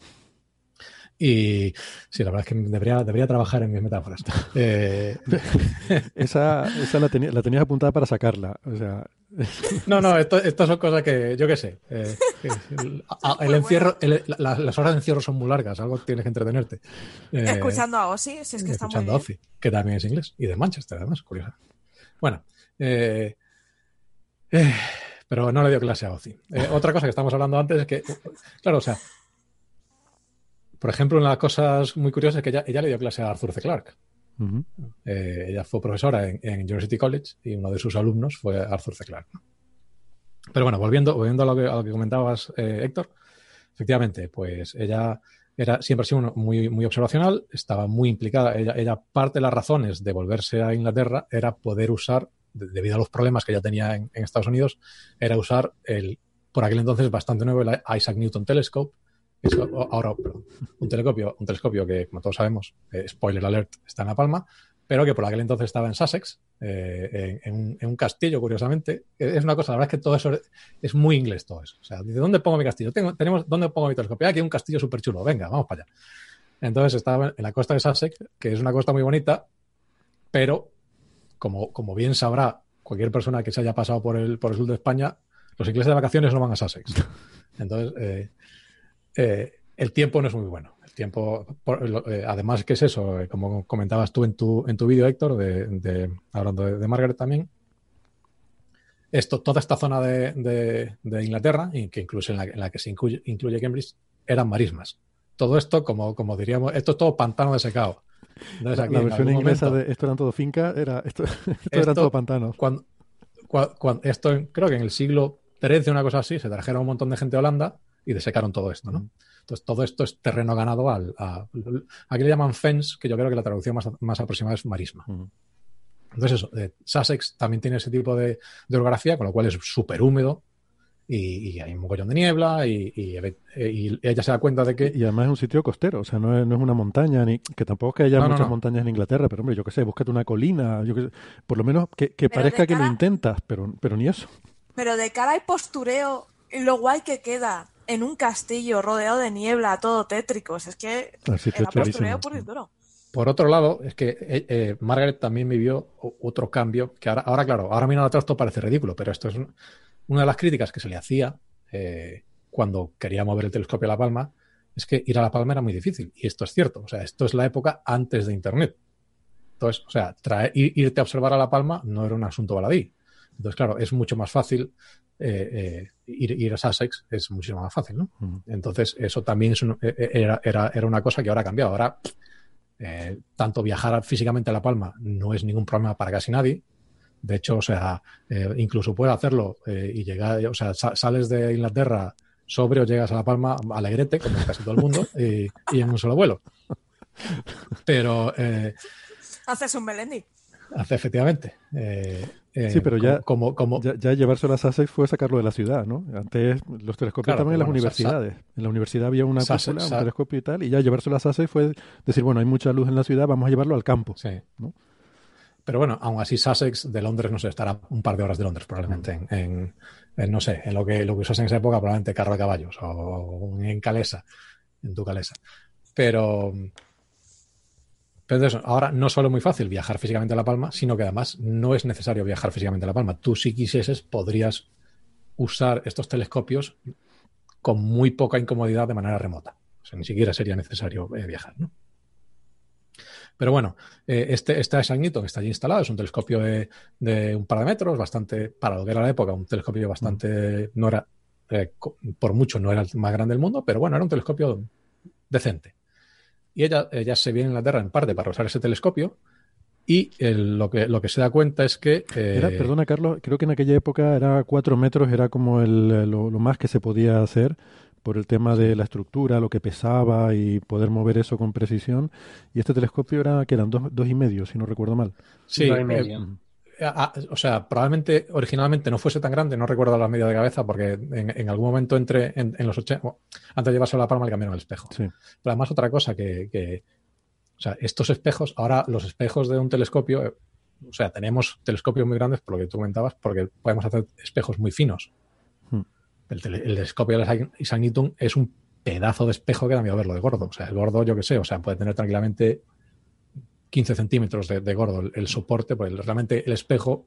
Y sí, la verdad es que debería trabajar en mis metáforas. Esa la tenías apuntada para sacarla. O sea, No, esto son cosas que yo qué sé. El encierro, las horas de encierro son muy largas, algo tienes que entretenerte. Escuchando a Ozzy, si es que está muy bien. Escuchando a Ozzy, que también es inglés, y de Manchester, además, curioso. Bueno, pero no le dio clase a Ozzy. Otra cosa que estamos hablando antes es que, claro, o sea, por ejemplo, una de las cosas muy curiosas es que ella le dio clase a Arthur C. Clarke. Uh-huh. Ella fue profesora en University College y uno de sus alumnos fue Arthur C. Clarke, ¿no? Pero bueno, volviendo a lo que comentabas, Héctor, efectivamente, pues ella siempre ha sido muy, muy observacional, estaba muy implicada. Ella parte de las razones de volverse a Inglaterra era poder usar, debido a los problemas que ella tenía en Estados Unidos, era usar por aquel entonces bastante nuevo, el Isaac Newton Telescope. Ahora, perdón, un telescopio que, como todos sabemos, spoiler alert, está en La Palma, pero que por aquel entonces estaba en Sussex, en un castillo, curiosamente. Es una cosa, la verdad es que todo eso es muy inglés, todo eso. O sea, ¿de dónde pongo mi castillo? ¿Dónde pongo mi telescopio? Aquí hay un castillo súper chulo, venga, vamos para allá. Entonces estaba en la costa de Sussex, que es una costa muy bonita, pero como bien sabrá cualquier persona que se haya pasado por el sur de España, los ingleses de vacaciones no van a Sussex. Entonces, el tiempo no es muy bueno. El tiempo, además, ¿qué es eso? Como comentabas tú en tu vídeo, Héctor, hablando de Margaret también, toda esta zona de Inglaterra, y que incluso en la que se incluye Cambridge, eran marismas. Todo esto, como diríamos, esto es todo pantano de secado. Entonces, aquí, la versión inglesa de esto eran todo finca, esto eran todo pantanos. Cuando creo que en el siglo XIII, una cosa así, se trajeron un montón de gente a Holanda y desecaron todo esto, ¿no? Entonces, todo esto es terreno ganado aquí le llaman fens, que yo creo que la traducción más aproximada es marisma. Entonces, eso, Sussex también tiene ese tipo de orografía, con lo cual es súper húmedo y hay un mogollón de niebla y ella se da cuenta de que... Y además es un sitio costero, o sea, no es una montaña, ni que tampoco es que haya muchas montañas en Inglaterra, pero hombre, yo qué sé, búscate una colina, por lo menos que parezca que lo intentas, pero ni eso. Pero de cara al postureo y lo guay que queda en un castillo rodeado de niebla, todo tétricos, es que era postureo puro y duro. Por otro lado, es que Margaret también vivió otro cambio, que ahora claro, ahora mirando atrás todo parece ridículo, pero esto es una de las críticas que se le hacía cuando quería mover el telescopio a La Palma, es que ir a La Palma era muy difícil, y esto es cierto, o sea, esto es la época antes de Internet. Entonces, o sea, irte a observar a La Palma no era un asunto baladí. Entonces, claro, es mucho más fácil ir a Sussex, es muchísimo más fácil, ¿no? Entonces, eso también era una cosa que ahora ha cambiado. Ahora, tanto viajar físicamente a La Palma no es ningún problema para casi nadie. De hecho, o sea, incluso puedes hacerlo y llegar, o sea, sales de Inglaterra sobrio, llegas a La Palma alegrete, como casi todo el mundo, y en un solo vuelo. Pero... haces un Melendi. Efectivamente. Sí, pero ya llevárselo a Sussex fue sacarlo de la ciudad, ¿no? Antes los telescopios también en las universidades. En la universidad había una cúpula, un telescopio y tal, y ya llevárselo a Sussex fue decir, bueno, hay mucha luz en la ciudad, vamos a llevarlo al campo. Sí. ¿No? Pero bueno, aún así Sussex de Londres, no sé, estará un par de horas de Londres probablemente en no sé, en lo que usas en esa época, probablemente carro de caballos o en Calesa, en tu Calesa. Pero eso, ahora no solo es muy fácil viajar físicamente a La Palma, sino que además no es necesario viajar físicamente a La Palma. Tú, si quisieses, podrías usar estos telescopios con muy poca incomodidad de manera remota. O sea, ni siquiera sería necesario viajar, ¿no? Pero bueno, este Isaac Newton que está allí instalado, es un telescopio de un par de metros, bastante, para lo que era la época, un telescopio bastante, no era, por mucho no era el más grande del mundo, pero bueno, era un telescopio decente. Y ella se viene a Inglaterra en parte para usar ese telescopio y lo que se da cuenta es que... Perdona, Carlos, creo que en aquella época era 4 metros, era como lo más que se podía hacer por el tema de la estructura, lo que pesaba y poder mover eso con precisión. Y este telescopio eran 2,5, si no recuerdo mal. Sí, 2,5. O sea, probablemente originalmente no fuese tan grande, no recuerdo la medida de cabeza, porque en algún momento en los 80, antes de llevarse a La Palma le cambiaron el espejo. Sí. Pero además otra cosa que o sea, estos espejos, ahora los espejos de un telescopio, o sea, tenemos telescopios muy grandes, por lo que tú comentabas, porque podemos hacer espejos muy finos. El telescopio de Isaac Newton es un pedazo de espejo que da miedo verlo de gordo. O sea, el gordo, yo qué sé, o sea, puede tener tranquilamente 15 centímetros de gordo el soporte, porque realmente el espejo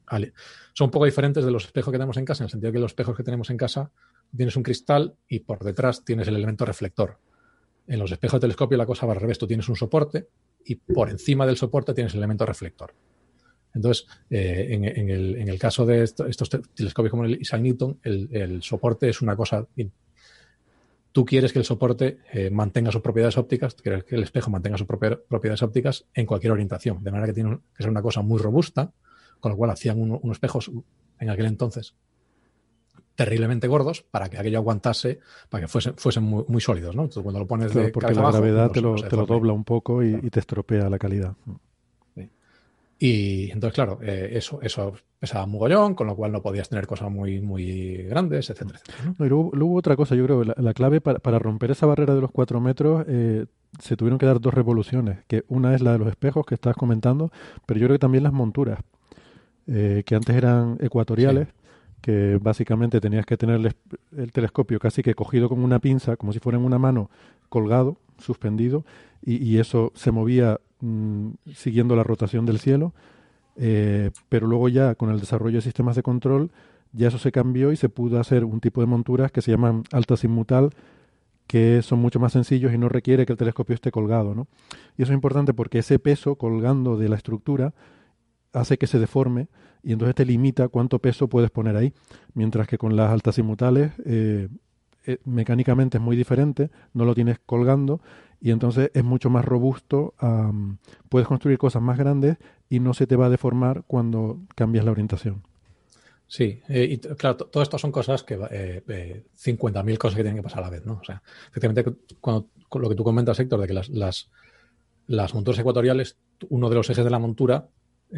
son un poco diferentes de los espejos que tenemos en casa, en el sentido de que los espejos que tenemos en casa tienes un cristal y por detrás tienes el elemento reflector. En los espejos de telescopio la cosa va al revés. Tú tienes un soporte y por encima del soporte tienes el elemento reflector. Entonces, en el caso de estos telescopios como el Isaac Newton, el soporte es una cosa... Tú quieres que el soporte mantenga sus propiedades ópticas, quieres que el espejo mantenga sus propiedades ópticas en cualquier orientación. De manera que tiene que ser una cosa muy robusta, con lo cual hacían unos espejos en aquel entonces terriblemente gordos para que aquello aguantase, para que fuesen muy, muy sólidos, ¿no? Entonces, cuando lo pones claro, de porque cabeza la abajo, gravedad pues, te lo dobla un poco y te estropea la calidad. Sí. Y entonces, claro, eso pesaba mogollón, con lo cual no podías tener cosas muy, muy grandes, etcétera, etcétera, ¿no? No, y luego hubo otra cosa, yo creo, la clave para romper esa barrera de los 4 metros, se tuvieron que dar 2 revoluciones, que una es la de los espejos que estabas comentando, pero yo creo que también las monturas, que antes eran ecuatoriales, sí, que básicamente tenías que tener el telescopio casi que cogido con una pinza, como si fuera en una mano, colgado, suspendido, y eso se movía siguiendo la rotación del cielo, pero luego ya con el desarrollo de sistemas de control, ya eso se cambió y se pudo hacer un tipo de monturas que se llaman alta-azimutal, que son mucho más sencillos y no requiere que el telescopio esté colgado, ¿no? Y eso es importante porque ese peso colgando de la estructura hace que se deforme y entonces te limita cuánto peso puedes poner ahí, mientras que con las alta-azimutales mecánicamente es muy diferente, no lo tienes colgando y entonces es mucho más robusto, puedes construir cosas más grandes y no se te va a deformar cuando cambias la orientación. Sí, y claro, todo esto son cosas que 50.000 cosas que tienen que pasar a la vez, ¿no? O sea, efectivamente, con lo que tú comentas, Héctor, de que las monturas ecuatoriales, uno de los ejes de la montura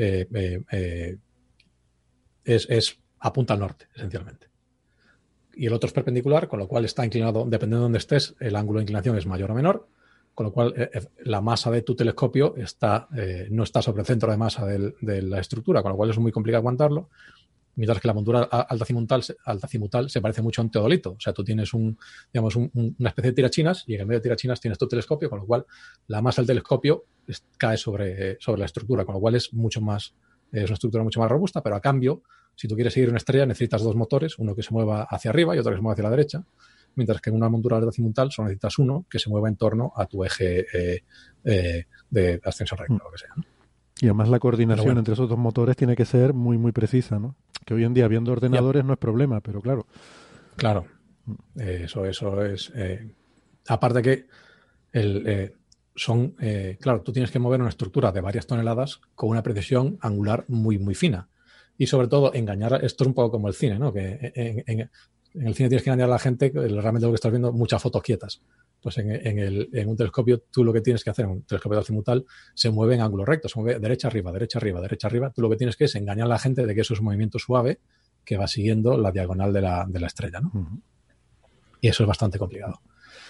apunta al norte, esencialmente. Y el otro es perpendicular, con lo cual está inclinado, dependiendo de dónde estés, el ángulo de inclinación es mayor o menor, con lo cual la masa de tu telescopio no está sobre el centro de masa de la estructura, con lo cual es muy complicado aguantarlo, mientras que la montura altazimutal se parece mucho a un teodolito. O sea, tú tienes una especie de tirachinas y en el medio de tirachinas tienes tu telescopio, con lo cual la masa del telescopio cae sobre la estructura, con lo cual es una estructura mucho más robusta, pero a cambio, si tú quieres seguir una estrella, necesitas 2 motores, uno que se mueva hacia arriba y otro que se mueva hacia la derecha, mientras que en una montura altazimutal solo necesitas uno que se mueva en torno a tu eje de ascenso recto, lo que sea, ¿no? Y además la coordinación entre esos 2 motores tiene que ser muy, muy precisa, ¿no? Que hoy en día, viendo ordenadores, no es problema, pero claro. Claro. Eso es... aparte que claro, tú tienes que mover una estructura de varias toneladas con una precisión angular muy, muy fina. Y sobre todo, esto es un poco como el cine, ¿no? Que en el cine tienes que engañar a la gente, realmente lo que estás viendo, muchas fotos quietas. Pues en un telescopio, tú lo que tienes que hacer, en un telescopio de azimutal, se mueve en ángulo recto, se mueve derecha, arriba, derecha, arriba, derecha, arriba. Tú lo que tienes que es engañar a la gente de que eso es un movimiento suave que va siguiendo la diagonal de la estrella, ¿no? Uh-huh. Y eso es bastante complicado.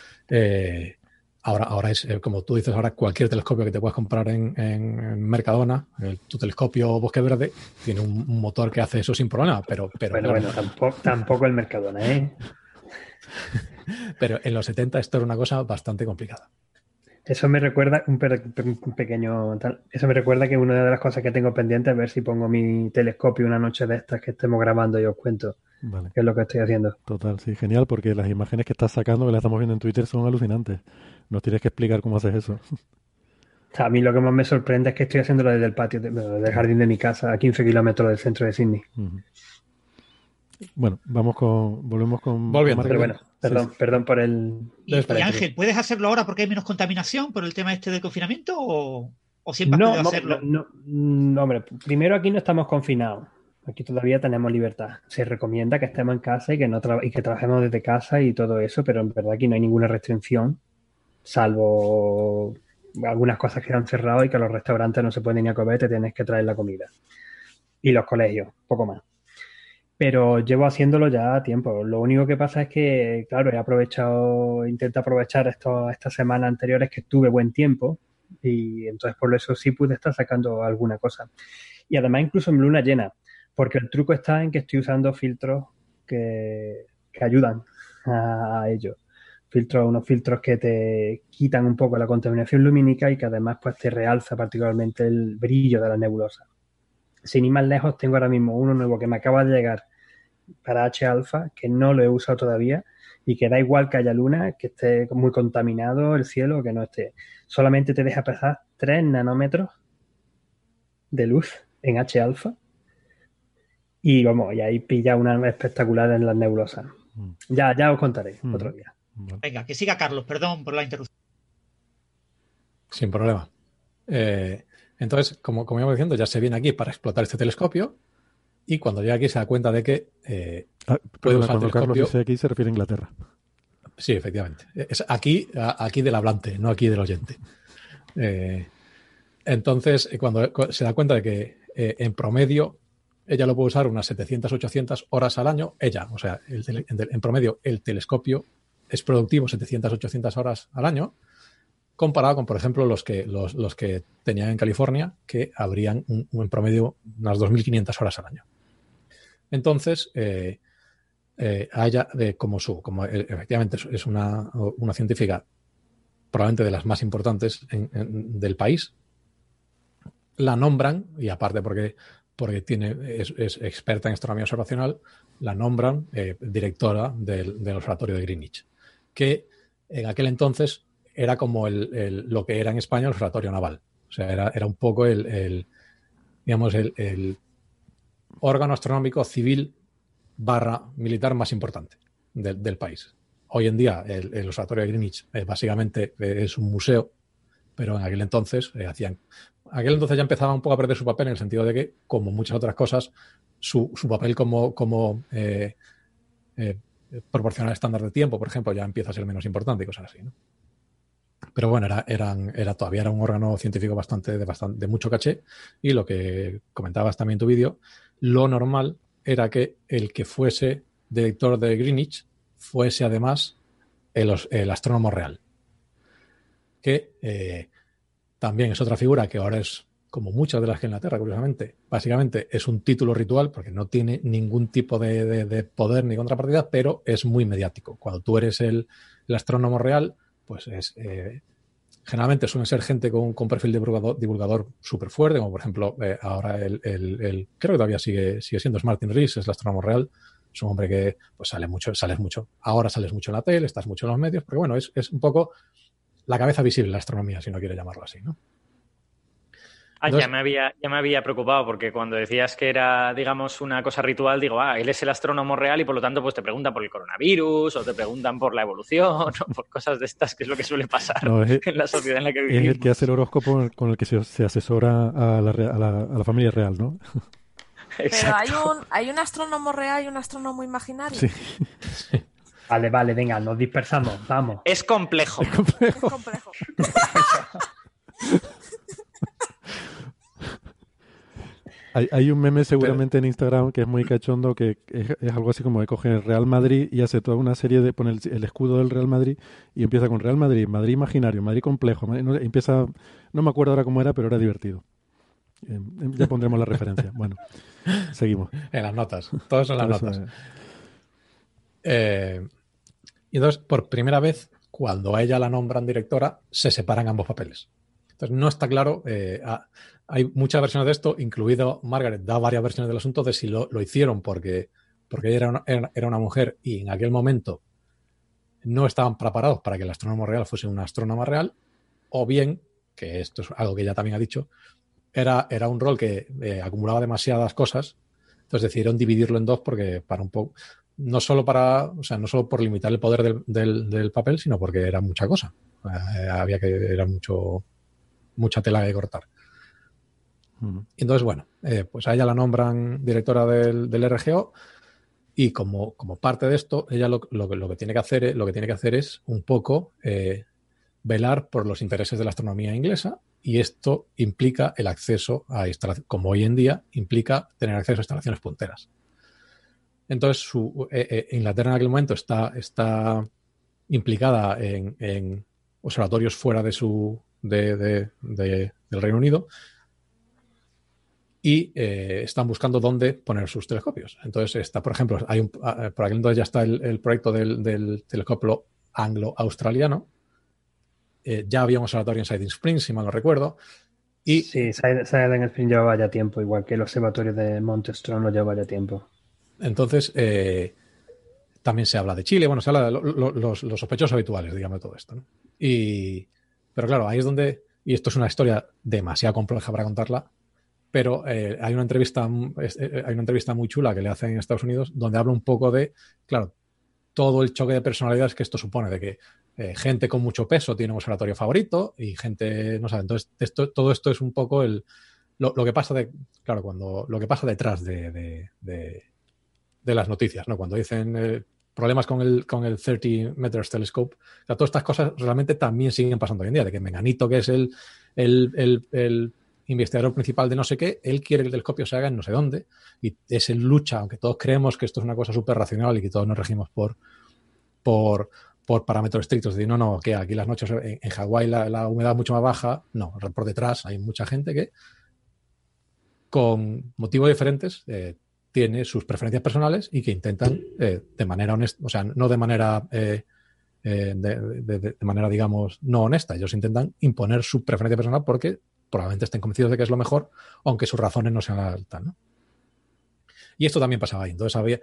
Ahora es, como tú dices, ahora cualquier telescopio que te puedas comprar en Mercadona, tu telescopio Bosque Verde, tiene un motor que hace eso sin problema, pero bueno, tampoco el Mercadona, ¿eh? Pero en los 70 esto era una cosa bastante complicada. Eso me recuerda eso me recuerda que una de las cosas que tengo pendiente es ver si pongo mi telescopio una noche de estas que estemos grabando y os cuento qué es lo que estoy haciendo. Total, sí, genial, porque las imágenes que estás sacando, que las estamos viendo en Twitter, son alucinantes. Nos tienes que explicar cómo haces eso. A mí lo que más me sorprende es que estoy haciéndolo desde el patio del jardín de mi casa, a 15 kilómetros del centro de Sydney. Uh-huh. Bueno, volvemos con... Volviendo, pero bueno, perdón por el... Y Ángel, ¿puedes hacerlo ahora porque hay menos contaminación por el tema del confinamiento o siempre has podido hacerlo? No, hombre, primero aquí no estamos confinados. Aquí todavía tenemos libertad. Se recomienda que estemos en casa y que trabajemos desde casa y todo eso, pero en verdad aquí no hay ninguna restricción, salvo algunas cosas que han cerrado y que los restaurantes no se pueden ir a comer, te tienes que traer la comida. Y los colegios, poco más. Pero llevo haciéndolo ya a tiempo. Lo único que pasa es que, claro, intento aprovechar estas semanas anteriores que tuve buen tiempo y entonces por eso sí pude estar sacando alguna cosa. Y además incluso en luna llena, porque el truco está en que estoy usando filtros que ayudan a ello. Unos filtros que te quitan un poco la contaminación lumínica y que además pues te realza particularmente el brillo de la nebulosa. sin ir más lejos, tengo ahora mismo uno nuevo que me acaba de llegar para H-Alpha, que no lo he usado todavía y que da igual que haya luna, que esté muy contaminado el cielo o que no esté. Solamente te deja pasar 3 nanómetros de luz en H-Alpha y vamos, y ahí pilla una espectacular en las nebulosas. Ya os contaré otro día. Venga, que siga Carlos, perdón por la interrupción. Sin problema. Entonces, como íbamos diciendo, ya se viene aquí para explotar este telescopio y cuando llega aquí se da cuenta de que puede usar el telescopio. Carlos dice aquí se refiere a Inglaterra. Sí, efectivamente. Es aquí del hablante, no aquí del oyente. Entonces, cuando se da cuenta de que en promedio ella lo puede usar unas 700-800 horas al año, o sea, en promedio el telescopio es productivo 700-800 horas al año, comparado con, por ejemplo, los que tenían en California, que habrían en promedio unas 2.500 horas al año. Entonces, a ella, como efectivamente es una científica probablemente de las más importantes del país, la nombran, y aparte porque es experta en astronomía observacional, la nombran directora del Observatorio de Greenwich, que en aquel entonces era como lo que era en España el Observatorio Naval. O sea, era un poco el órgano astronómico civil / militar más importante del país. Hoy en día el Observatorio de Greenwich básicamente es un museo, pero en aquel entonces ya empezaba un poco a perder su papel en el sentido de que, como muchas otras cosas, su papel como proporcionar estándar de tiempo, por ejemplo, ya empieza a ser menos importante y cosas así, ¿no? Pero bueno, todavía era un órgano científico de mucho caché, y lo que comentabas también en tu vídeo, lo normal era que el que fuese director de Greenwich fuese además el astrónomo real, que también es otra figura que ahora es, como muchas de las que en Inglaterra, curiosamente, básicamente es un título ritual porque no tiene ningún tipo de poder ni contrapartida, pero es muy mediático. Cuando tú eres el astrónomo real, pues generalmente suelen ser gente con perfil divulgador súper fuerte, como por ejemplo ahora creo que todavía sigue siendo Martin Rees, es el astrónomo real. Es un hombre que pues sales mucho. Ahora sales mucho en la tele, estás mucho en los medios, porque bueno, es un poco la cabeza visible de la astronomía, si no quiere llamarlo así, ¿no? Entonces, ya me había preocupado, porque cuando decías que era, digamos, una cosa ritual, digo, él es el astrónomo real y por lo tanto pues te preguntan por el coronavirus o te preguntan por la evolución o por cosas de estas, que es lo que suele pasar en la sociedad en la que vivimos. Es el que hace el horóscopo con el que se asesora a la familia real, ¿no? Pero hay un astrónomo real y un astrónomo imaginario. Sí. Vale, venga, nos dispersamos, vamos. Es complejo. Es complejo. Hay un meme seguramente en Instagram que es muy cachondo, que es algo así como que coge el Real Madrid y hace toda una serie pone el escudo del Real Madrid y empieza con Real Madrid, Madrid imaginario, Madrid complejo, no me acuerdo ahora cómo era, pero era divertido. Ya pondremos la referencia. Bueno, seguimos. En las notas, todos en las notas. Y entonces, por primera vez, cuando a ella la nombran directora, se separan ambos papeles. Entonces, no está claro. Hay muchas versiones de esto, incluido Margaret da varias versiones del asunto de si lo hicieron porque ella era una mujer y en aquel momento no estaban preparados para que el astrónomo real fuese una astrónoma real, o bien, que esto es algo que ella también ha dicho, era un rol que acumulaba demasiadas cosas, entonces decidieron dividirlo en dos porque para un poco, no solo por limitar el poder del papel, sino porque era mucha cosa. Era mucha tela que cortar. Entonces, bueno, pues a ella la nombran directora del RGO y como parte de esto, ella lo que tiene que hacer es un poco velar por los intereses de la astronomía inglesa, y esto implica el acceso a instalaciones, como hoy en día implica tener acceso a instalaciones punteras. Entonces, Inglaterra en aquel momento está implicada en observatorios fuera del Reino Unido, y están buscando dónde poner sus telescopios. Entonces, por ejemplo, por aquel entonces ya está el proyecto del telescopio anglo-australiano. Ya había un observatorio en Siding Spring, si mal no recuerdo, Y sí, Silent Spring llevaba ya tiempo, igual que el observatorio de Montestrón lo llevaba ya tiempo. Entonces, también se habla de Chile, bueno, se habla de los sospechosos habituales, digamos, de todo esto, ¿no? Pero claro, ahí es donde, y esto es una historia demasiado compleja para contarla, pero hay una entrevista muy chula que le hacen en Estados Unidos donde habla un poco de, claro, todo el choque de personalidades que esto supone, de que gente con mucho peso tiene un observatorio favorito y gente no sabe. Entonces, todo esto es un poco lo que pasa lo que pasa detrás de las noticias, ¿no? Cuando dicen problemas con el 30 Meters Telescope, o sea, todas estas cosas realmente también siguen pasando hoy en día, de que Menganito, que es el investigador principal de no sé qué, él quiere que el telescopio se haga en no sé dónde, y es en lucha, aunque todos creemos que esto es una cosa súper racional y que todos nos regimos por parámetros estrictos, de no, que aquí las noches en Hawái la humedad es mucho más baja. No, por detrás hay mucha gente que con motivos diferentes tiene sus preferencias personales y que intentan de manera honesta, o sea, no de manera de manera, digamos, no honesta. Ellos intentan imponer su preferencia personal porque probablemente estén convencidos de que es lo mejor, aunque sus razones no sean las tal, ¿no? Y esto también pasaba ahí. Entonces había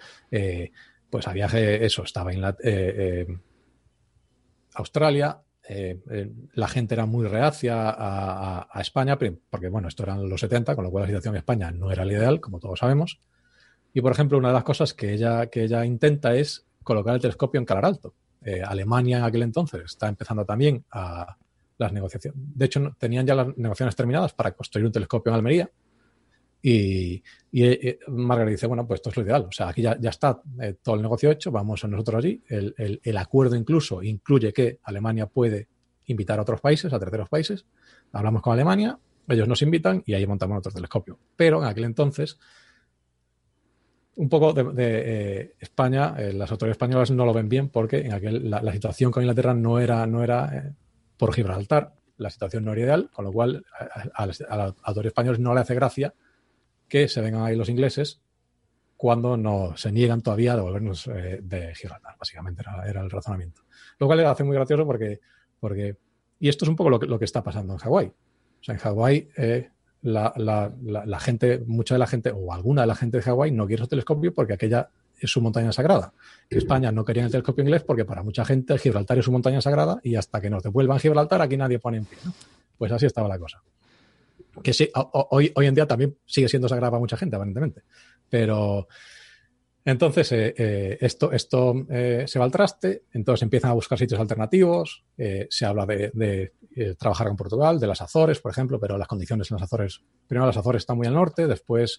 estaba en Australia, la gente era muy reacia a España, porque bueno, esto eran los 70, con lo cual la situación en España no era la ideal, como todos sabemos. Y por ejemplo, una de las cosas que ella intenta es colocar el telescopio en Calar Alto. Alemania en aquel entonces está empezando también a las negociaciones. De hecho, tenían ya las negociaciones terminadas para construir un telescopio en Almería. Y Margaret dice, bueno, pues esto es lo ideal. O sea, aquí ya está todo el negocio hecho, vamos a nosotros allí. El acuerdo incluso incluye que Alemania puede invitar a otros países, a terceros países. Hablamos con Alemania, ellos nos invitan y ahí montamos otro telescopio. Pero en aquel entonces, un poco de España, las autoridades españolas no lo ven bien porque en la situación con Inglaterra no era por Gibraltar, la situación no era ideal, con lo cual a los autores españoles no le hace gracia que se vengan ahí los ingleses cuando no se niegan todavía a devolvernos de Gibraltar. Básicamente era el razonamiento. Lo cual le hace muy gracioso porque y esto es un poco lo que está pasando en Hawái. O sea, en Hawái la gente, mucha de la gente o alguna de la gente de Hawái no quiere su telescopio porque aquella es su montaña sagrada. En España no querían el telescopio inglés porque para mucha gente Gibraltar es su montaña sagrada y hasta que nos devuelvan Gibraltar aquí nadie pone en pie, ¿no? Pues así estaba la cosa. Que sí, hoy en día también sigue siendo sagrada para mucha gente, aparentemente. Pero entonces esto se va al traste, entonces empiezan a buscar sitios alternativos, se habla de trabajar con Portugal, de las Azores, por ejemplo, pero las condiciones en las Azores, primero las Azores están muy al norte, después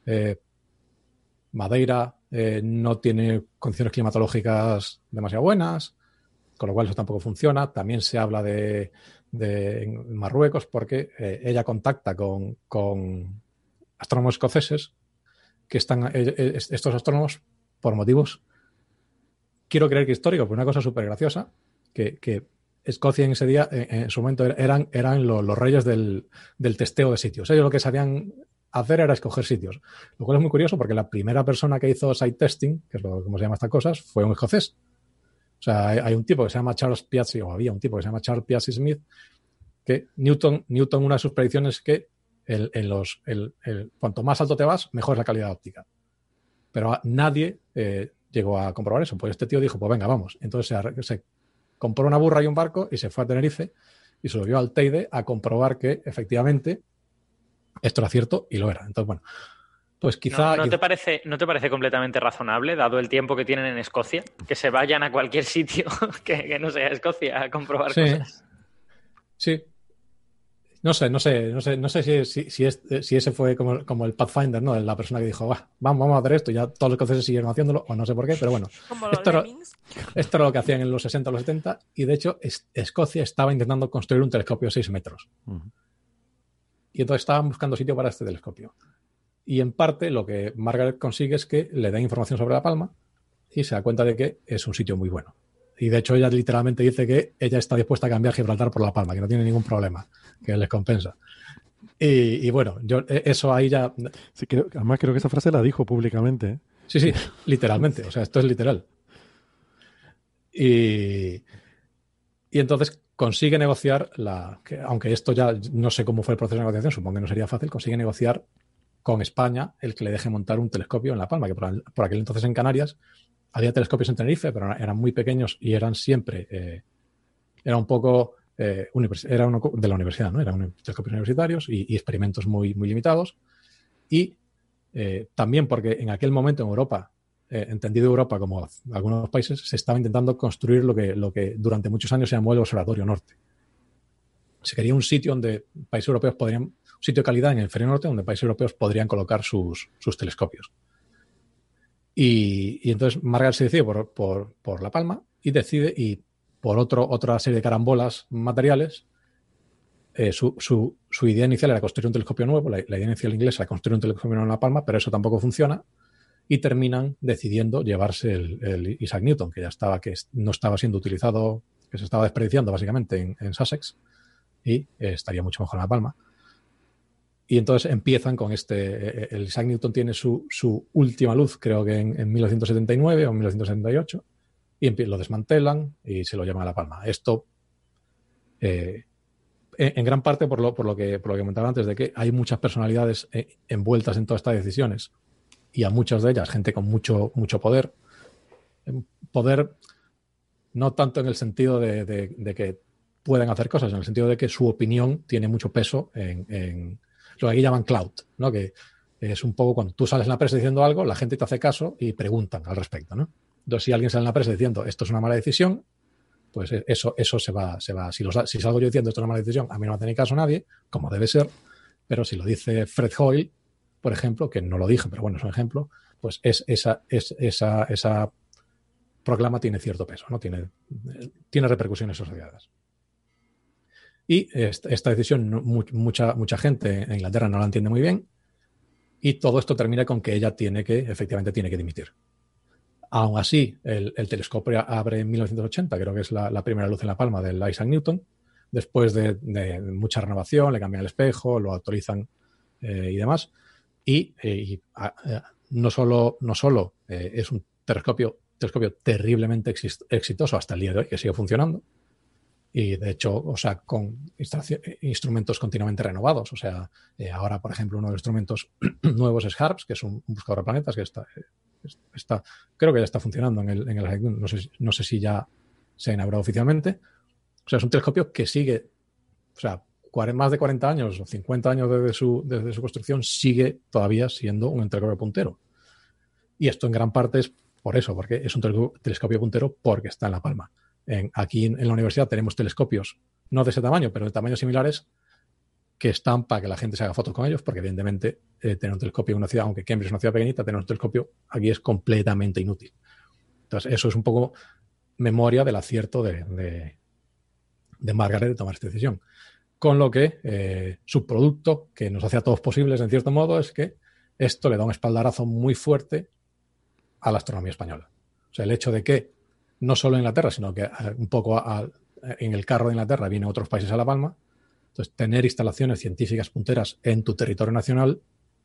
Madeira no tiene condiciones climatológicas demasiado buenas, con lo cual eso tampoco funciona. También se habla de Marruecos porque ella contacta con astrónomos escoceses que están, estos astrónomos, por motivos, quiero creer que históricos, pero una cosa súper graciosa, que Escocia en ese día, en su momento, eran los reyes del testeo de sitios. Ellos lo que sabían hacer era escoger sitios, lo cual es muy curioso porque la primera persona que hizo site testing, que es como se llama estas cosas, fue un escocés. O sea, hay un tipo que se llama Charles Piazzi, o había un tipo que se llama Charles Piazzi Smith, que Newton, una de sus predicciones es que cuanto más alto te vas, mejor es la calidad óptica. Pero nadie llegó a comprobar eso. Pues este tío dijo, pues venga, vamos. Entonces se compró una burra y un barco y se fue a Tenerife y se subió al Teide a comprobar que efectivamente esto era cierto y lo era. Entonces, bueno, pues quizá... ¿No te parece completamente razonable, dado el tiempo que tienen en Escocia, que se vayan a cualquier sitio que no sea Escocia a comprobar cosas? Sí. No sé si ese fue como el Pathfinder, ¿no? La persona que dijo, vamos a hacer esto, y ya todos los escoceses siguieron haciéndolo, o no sé por qué, pero bueno. Esto era lo que hacían en los 60 o los 70, y de hecho Escocia estaba intentando construir un telescopio de 6 metros. Uh-huh. Y entonces estaban buscando sitio para este telescopio. Y en parte lo que Margaret consigue es que le den información sobre La Palma y se da cuenta de que es un sitio muy bueno. Y de hecho ella literalmente dice que ella está dispuesta a cambiar Gibraltar por La Palma, que no tiene ningún problema, que les compensa. Y bueno, yo eso ahí ya... Sí, además creo que esa frase la dijo públicamente, ¿eh? Sí, literalmente. O sea, esto es literal. Y entonces, consigue negociar aunque esto ya no sé cómo fue el proceso de negociación, supongo que no sería fácil, consigue negociar con España el que le deje montar un telescopio en La Palma, que por aquel entonces en Canarias había telescopios en Tenerife, pero eran muy pequeños y eran siempre, era un poco, era uno de la universidad, ¿no? Eran telescopios universitarios y experimentos muy, muy limitados. Y también porque en aquel momento en Europa, entendido Europa como algunos países, se estaba intentando construir lo que durante muchos años se llamó el Observatorio Norte. Se quería un sitio donde países europeos un sitio de calidad en el hemisferio norte donde países europeos podrían colocar sus telescopios. Y entonces Margaret se decide por La Palma y por otra serie de carambolas materiales, su idea inicial era construir un telescopio nuevo, la idea inicial inglesa era construir un telescopio nuevo en La Palma, pero eso tampoco funciona y terminan decidiendo llevarse el Isaac Newton, que no estaba siendo utilizado, que se estaba desperdiciando básicamente en Sussex y estaría mucho mejor en La Palma. Y entonces empiezan con el Isaac Newton tiene su última luz, creo que en 1979 o 1978, y lo desmantelan y se lo llevan a La Palma. Esto, en gran parte por lo que comentaba antes, de que hay muchas personalidades envueltas en todas estas decisiones y a muchas de ellas gente con mucho poder. Poder no tanto en el sentido de que pueden hacer cosas, en el sentido de que su opinión tiene mucho peso en lo que aquí llaman clout, ¿no? Que es un poco cuando tú sales en la prensa diciendo algo, la gente te hace caso y preguntan al respecto, ¿no? Entonces, si alguien sale en la prensa diciendo esto es una mala decisión, pues eso se va. Si salgo yo diciendo esto es una mala decisión, a mí no me hace ni caso nadie, como debe ser, pero si lo dice Fred Hoyle, por ejemplo, que no lo dije, pero bueno, es un ejemplo, pues esa proclama tiene cierto peso, ¿no? Tiene repercusiones asociadas. Y esta decisión mucha gente en Inglaterra no la entiende muy bien y todo esto termina con que ella efectivamente tiene que dimitir. Aún así, el telescopio abre en 1980, creo que es la primera luz en La Palma del Isaac Newton. Después de mucha renovación, le cambian el espejo, lo actualizan y demás. Y no solo es un telescopio terriblemente exitoso hasta el día de hoy, que sigue funcionando. Y de hecho, o sea, con instrumentos continuamente renovados. O sea, ahora, por ejemplo, uno de los instrumentos nuevos es HARPS, que es un buscador de planetas que creo que ya está funcionando en el no sé si ya se ha inaugurado oficialmente. O sea, es un telescopio que sigue, o sea, más de 40 años o 50 años desde su construcción, sigue todavía siendo un telescopio puntero. Y esto en gran parte es por eso, porque es un telescopio puntero porque está en La Palma. Aquí en la universidad tenemos telescopios, no de ese tamaño, pero de tamaños similares, que están para que la gente se haga fotos con ellos, porque evidentemente tener un telescopio en una ciudad, aunque Cambridge es una ciudad pequeñita, tener un telescopio aquí es completamente inútil. Entonces, eso es un poco memoria del acierto de Margaret de tomar esta decisión. Con lo que su producto, que nos hace a todos posibles en cierto modo, es que esto le da un espaldarazo muy fuerte a la astronomía española. O sea, el hecho de que no solo en Inglaterra, sino que un poco en el carro de Inglaterra vienen otros países a La Palma. Entonces, tener instalaciones científicas punteras en tu territorio nacional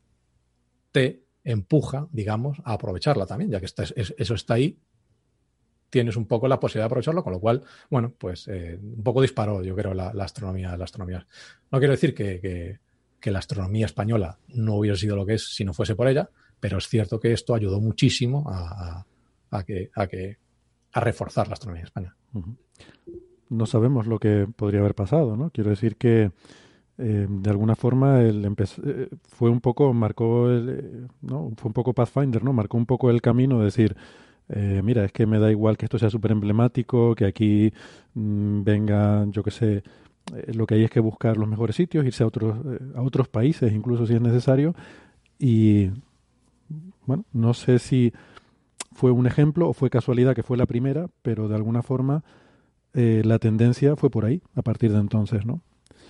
te empuja, digamos, a aprovecharla también, ya que eso está ahí, tienes un poco la posibilidad de aprovecharlo, con lo cual, bueno, pues un poco disparó, yo creo, la astronomía. No quiero decir que la astronomía española no hubiera sido lo que es si no fuese por ella, pero es cierto que esto ayudó muchísimo a reforzar la astronomía en España. Uh-huh. No sabemos lo que podría haber pasado, ¿no? Quiero decir que de alguna forma fue un poco Pathfinder, ¿no? Marcó un poco el camino de decir, mira, es que me da igual que esto sea súper emblemático, que aquí venga, yo qué sé, lo que hay es que buscar los mejores sitios, irse a otros países, incluso si es necesario. Y bueno, no sé si fue un ejemplo o fue casualidad que fue la primera, pero de alguna forma la tendencia fue por ahí a partir de entonces, ¿no?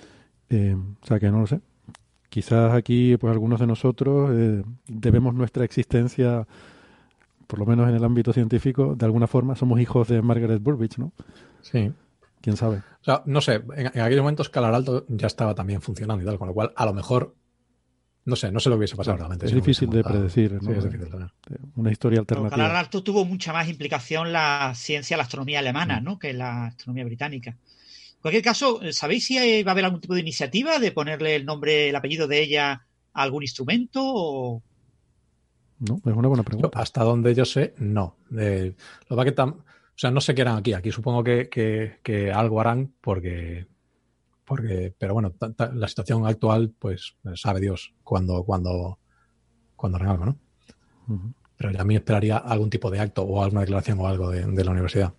O sea que no lo sé. Quizás aquí, pues algunos de nosotros debemos nuestra existencia, por lo menos en el ámbito científico, de alguna forma somos hijos de Margaret Burbidge, ¿no? Sí. ¿Quién sabe? O sea, no sé, en aquellos momentos Calar Alto ya estaba también funcionando y tal, con lo cual a lo mejor no sé lo que hubiese pasado realmente. Es difícil de predecir, ¿no? Sí, es difícil también. Una historia alternativa. Calar Alto tuvo mucha más implicación la ciencia, la astronomía alemana, ¿no? Que la astronomía británica. En cualquier caso, ¿sabéis si va a haber algún tipo de iniciativa de ponerle el nombre, el apellido de ella a algún instrumento? O... No, es una buena pregunta. Hasta donde yo sé, no. Lo que o sea, no sé qué harán aquí. Aquí supongo que algo harán porque pero bueno, la situación actual, pues sabe Dios cuando harán algo, ¿no? Uh-huh. Pero a mí esperaría algún tipo de acto o alguna declaración o algo de la universidad.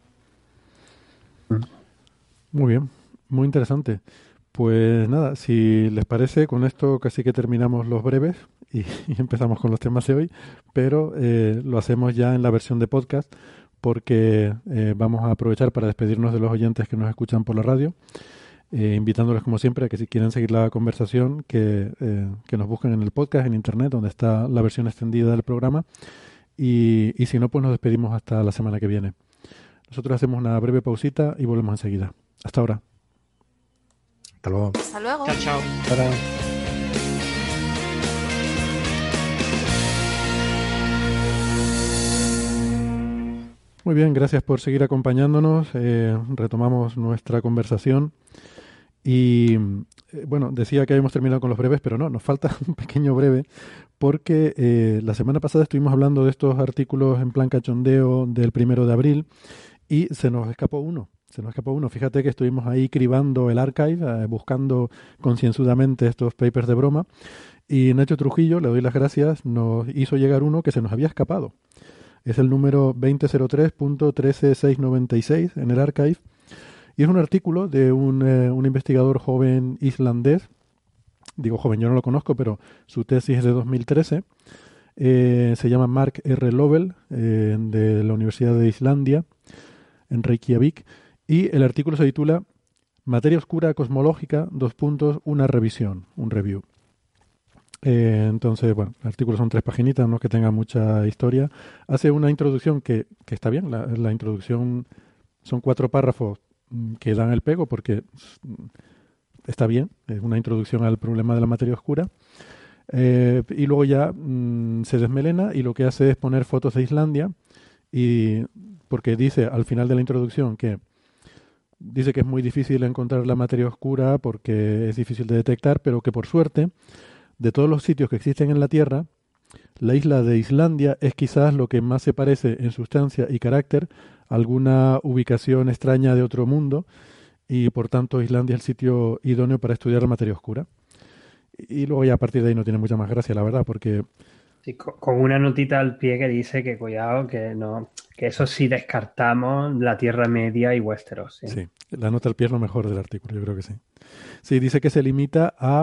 Muy bien, muy interesante. Pues nada, si les parece, con esto casi que terminamos los breves y empezamos con los temas de hoy, pero lo hacemos ya en la versión de podcast porque vamos a aprovechar para despedirnos de los oyentes que nos escuchan por la radio, invitándoles como siempre a que si quieren seguir la conversación, que nos busquen en el podcast, en internet, donde está la versión extendida del programa, y si no, pues nos despedimos hasta la semana que viene. Nosotros hacemos una breve pausita y volvemos enseguida. Hasta ahora. Hasta luego. Hasta luego. Chao, chao. Para. Muy bien, gracias por seguir acompañándonos. Retomamos nuestra conversación y bueno, decía que habíamos terminado con los breves, pero no, nos falta un pequeño breve porque la semana pasada estuvimos hablando de estos artículos en plan cachondeo del 1 de abril y se nos escapó uno. Fíjate que estuvimos ahí cribando el archive, buscando concienzudamente estos papers de broma, y Nacho Trujillo, le doy las gracias, nos hizo llegar uno que se nos había escapado. Es el número 2003.13696 en el archive, y es un artículo de un investigador joven islandés. Digo joven, yo no lo conozco, pero su tesis es de 2013. Se llama Mark R. Lovell, de la Universidad de Islandia, en Reykjavik, y el artículo se titula Materia oscura cosmológica, una revisión, un review. Entonces, bueno, el artículo son 3 paginitas, no es que tenga mucha historia. Hace una introducción que está bien, la introducción son 4 párrafos que dan el pego porque está bien, es una introducción al problema de la materia oscura. Y luego ya se desmelena y lo que hace es poner fotos de Islandia, y porque dice al final de la introducción que dice que es muy difícil encontrar la materia oscura porque es difícil de detectar, pero que por suerte, de todos los sitios que existen en la Tierra, la isla de Islandia es quizás lo que más se parece en sustancia y carácter a alguna ubicación extraña de otro mundo, y por tanto Islandia es el sitio idóneo para estudiar la materia oscura. Y luego ya a partir de ahí no tiene mucha más gracia, la verdad, porque... Sí, con una notita al pie que dice que cuidado, que no, que eso sí descartamos la Tierra Media y Westeros. Sí, la nota al pie es lo mejor del artículo, yo creo que sí. Sí, dice que se limita a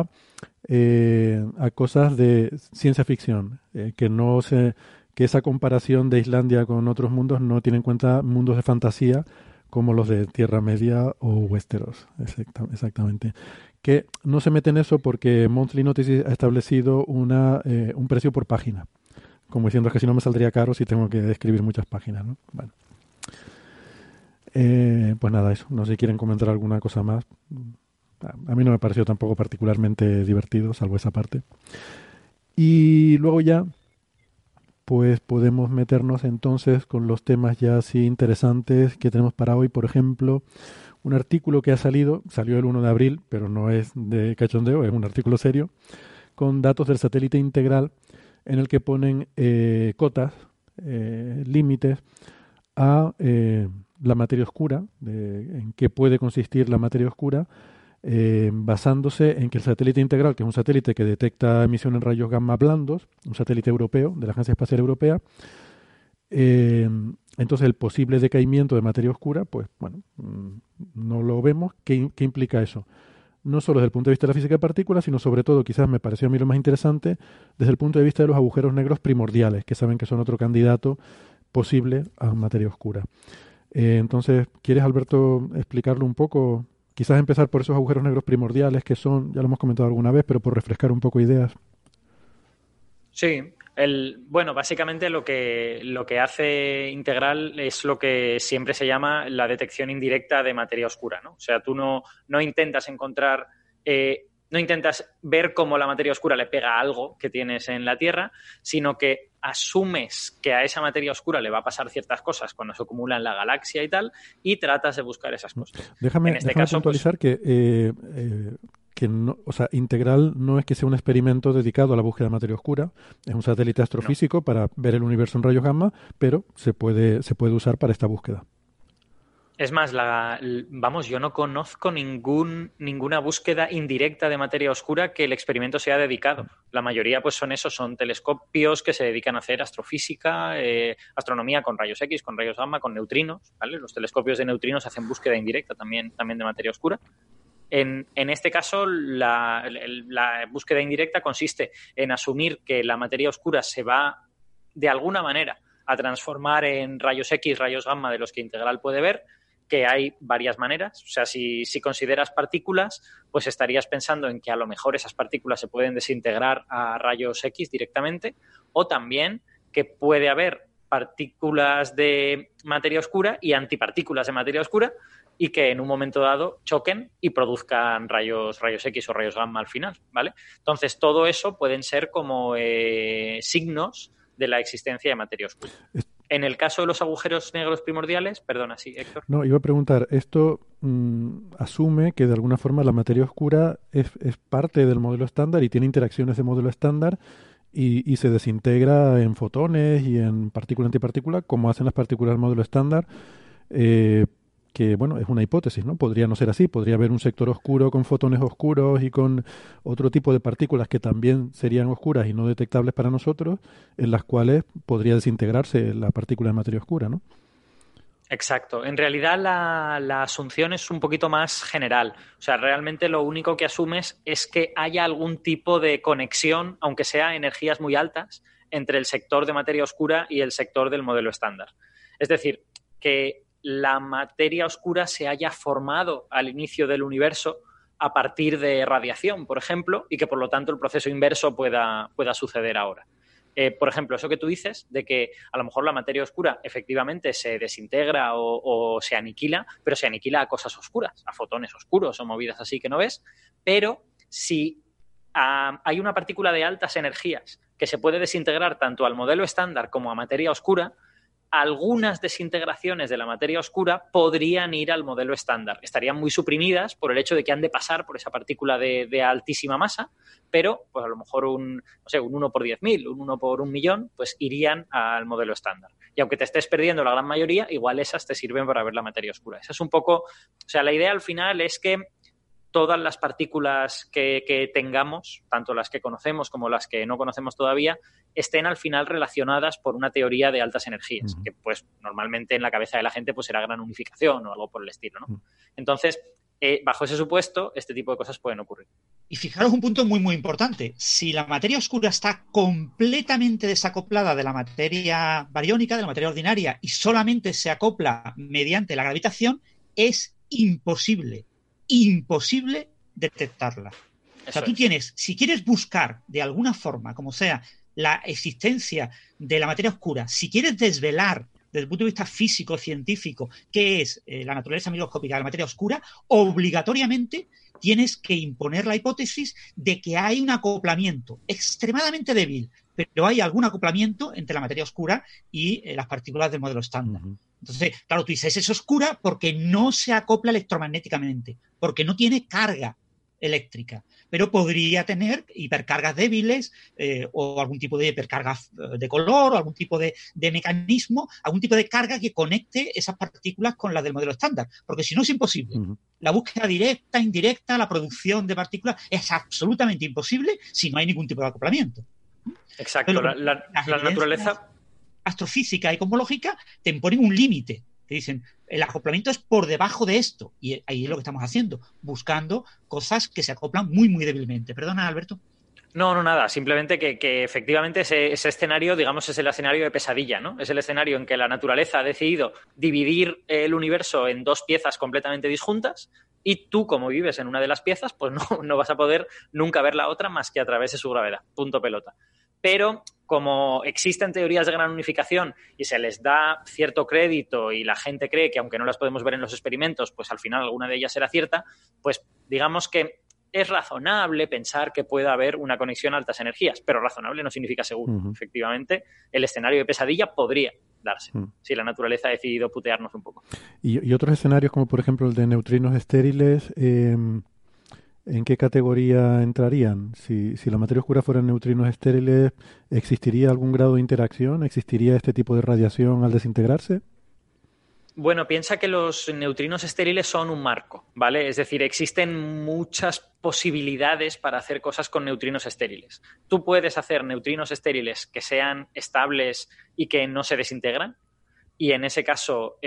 cosas de ciencia ficción, que esa comparación de Islandia con otros mundos no tiene en cuenta mundos de fantasía como los de Tierra Media o Westeros, exactamente. Que no se mete en eso porque Monthly Notices ha establecido un precio por página, como diciendo que si no me saldría caro si tengo que escribir muchas páginas, ¿no? Bueno. Pues nada, eso. No sé si quieren comentar alguna cosa más. A mí no me pareció tampoco particularmente divertido, salvo esa parte. Y luego ya, pues podemos meternos entonces con los temas ya así interesantes que tenemos para hoy. Por ejemplo, un artículo que salió el 1 de abril, pero no es de cachondeo, es un artículo serio, con datos del satélite integral en el que ponen cotas, límites a la materia oscura, en qué puede consistir la materia oscura, basándose en que el satélite integral, que es un satélite que detecta emisión en rayos gamma blandos, un satélite europeo de la Agencia Espacial Europea, entonces el posible decaimiento de materia oscura, pues bueno, no lo vemos. ¿Qué implica eso? No solo desde el punto de vista de la física de partículas, sino sobre todo, quizás me pareció a mí lo más interesante, desde el punto de vista de los agujeros negros primordiales, que saben que son otro candidato posible a materia oscura. Entonces, ¿quieres, Alberto, explicarlo un poco? Quizás empezar por esos agujeros negros primordiales que son, ya lo hemos comentado alguna vez, pero por refrescar un poco ideas. Sí, bueno, básicamente lo que hace Integral es lo que siempre se llama la detección indirecta de materia oscura, ¿no? O sea, tú no intentas encontrar, no intentas ver cómo la materia oscura le pega a algo que tienes en la Tierra, sino que asumes que a esa materia oscura le va a pasar ciertas cosas cuando se acumula en la galaxia y tal, y tratas de buscar esas cosas. Déjame puntualizar que no, o sea, Integral no es que sea un experimento dedicado a la búsqueda de materia oscura, es un satélite astrofísico para ver el universo en rayos gamma, pero se puede usar para esta búsqueda. Es más, yo no conozco ninguna búsqueda indirecta de materia oscura que el experimento sea dedicado. La mayoría pues son telescopios que se dedican a hacer astrofísica, astronomía con rayos X, con rayos gamma, con neutrinos, ¿vale? Los telescopios de neutrinos hacen búsqueda indirecta también de materia oscura. En este caso, la búsqueda indirecta consiste en asumir que la materia oscura se va, de alguna manera, a transformar en rayos X, rayos gamma de los que Integral puede ver, que hay varias maneras. O sea, si consideras partículas, pues estarías pensando en que a lo mejor esas partículas se pueden desintegrar a rayos X directamente, o también que puede haber partículas de materia oscura y antipartículas de materia oscura, y que en un momento dado choquen y produzcan rayos X o rayos gamma al final, ¿vale? Entonces, todo eso pueden ser como signos de la existencia de materia oscura. En el caso de los agujeros negros primordiales, perdona, sí, Héctor. No, iba a preguntar, esto asume que de alguna forma la materia oscura es parte del modelo estándar y tiene interacciones de modelo estándar y se desintegra en fotones y en partícula-antipartícula, como hacen las partículas del modelo estándar, que, bueno, es una hipótesis, ¿no? Podría no ser así, podría haber un sector oscuro con fotones oscuros y con otro tipo de partículas que también serían oscuras y no detectables para nosotros, en las cuales podría desintegrarse la partícula de materia oscura, ¿no? Exacto. En realidad la asunción es un poquito más general. O sea, realmente lo único que asumes es que haya algún tipo de conexión, aunque sea energías muy altas, entre el sector de materia oscura y el sector del modelo estándar. Es decir, que la materia oscura se haya formado al inicio del universo a partir de radiación, por ejemplo, y que por lo tanto el proceso inverso pueda suceder ahora. Por ejemplo, eso que tú dices, de que a lo mejor la materia oscura efectivamente se desintegra o se aniquila, pero se aniquila a cosas oscuras, a fotones oscuros o movidas así que no ves, pero si hay una partícula de altas energías que se puede desintegrar tanto al modelo estándar como a materia oscura, algunas desintegraciones de la materia oscura podrían ir al modelo estándar. Estarían muy suprimidas por el hecho de que han de pasar por esa partícula de altísima masa, pero pues a lo mejor un 1 por 10.000, un 1 por 1.000.000, pues irían al modelo estándar. Y aunque te estés perdiendo la gran mayoría, igual esas te sirven para ver la materia oscura. Esa es un poco... O sea, la idea al final es que todas las partículas que tengamos, tanto las que conocemos como las que no conocemos todavía, estén al final relacionadas por una teoría de altas energías, que pues normalmente en la cabeza de la gente pues será gran unificación o algo por el estilo, ¿no? Entonces, bajo ese supuesto, este tipo de cosas pueden ocurrir. Y fijaros un punto muy, muy importante. Si la materia oscura está completamente desacoplada de la materia bariónica, de la materia ordinaria, y solamente se acopla mediante la gravitación, es imposible detectarla. O sea, tú tienes, si quieres buscar de alguna forma, como sea, la existencia de la materia oscura, si quieres desvelar desde el punto de vista físico, científico, qué es la naturaleza microscópica de la materia oscura, obligatoriamente tienes que imponer la hipótesis de que hay un acoplamiento extremadamente débil, pero hay algún acoplamiento entre la materia oscura y las partículas del modelo estándar. Entonces, claro, tú dices, es oscura porque no se acopla electromagnéticamente, porque no tiene carga eléctrica, pero podría tener hipercargas débiles o algún tipo de hipercargas de color o algún tipo de mecanismo, algún tipo de carga que conecte esas partículas con las del modelo estándar, porque si no es imposible. La búsqueda directa, indirecta, la producción de partículas es absolutamente imposible si no hay ningún tipo de acoplamiento. Exacto, pero la naturaleza astrofísica y cosmológica te imponen un límite. Te dicen, el acoplamiento es por debajo de esto. Y ahí es lo que estamos haciendo, buscando cosas que se acoplan muy, muy débilmente. Perdona, Alberto. No, nada. Simplemente que efectivamente ese escenario, digamos, es el escenario de pesadilla, ¿no? Es el escenario en que la naturaleza ha decidido dividir el universo en dos piezas completamente disjuntas y tú, como vives en una de las piezas, pues no vas a poder nunca ver la otra más que a través de su gravedad. Punto pelota. Pero como existen teorías de gran unificación y se les da cierto crédito y la gente cree que aunque no las podemos ver en los experimentos, pues al final alguna de ellas será cierta, pues digamos que es razonable pensar que pueda haber una conexión a altas energías, pero razonable no significa seguro. Efectivamente, el escenario de pesadilla podría darse si la naturaleza ha decidido putearnos un poco. Y otros escenarios, como por ejemplo el de neutrinos estériles, ¿en qué categoría entrarían? Si la materia oscura fueran neutrinos estériles, ¿existiría algún grado de interacción? ¿Existiría este tipo de radiación al desintegrarse? Bueno, piensa que los neutrinos estériles son un marco, ¿vale? Es decir, existen muchas posibilidades para hacer cosas con neutrinos estériles. Tú puedes hacer neutrinos estériles que sean estables y que no se desintegran, y en ese caso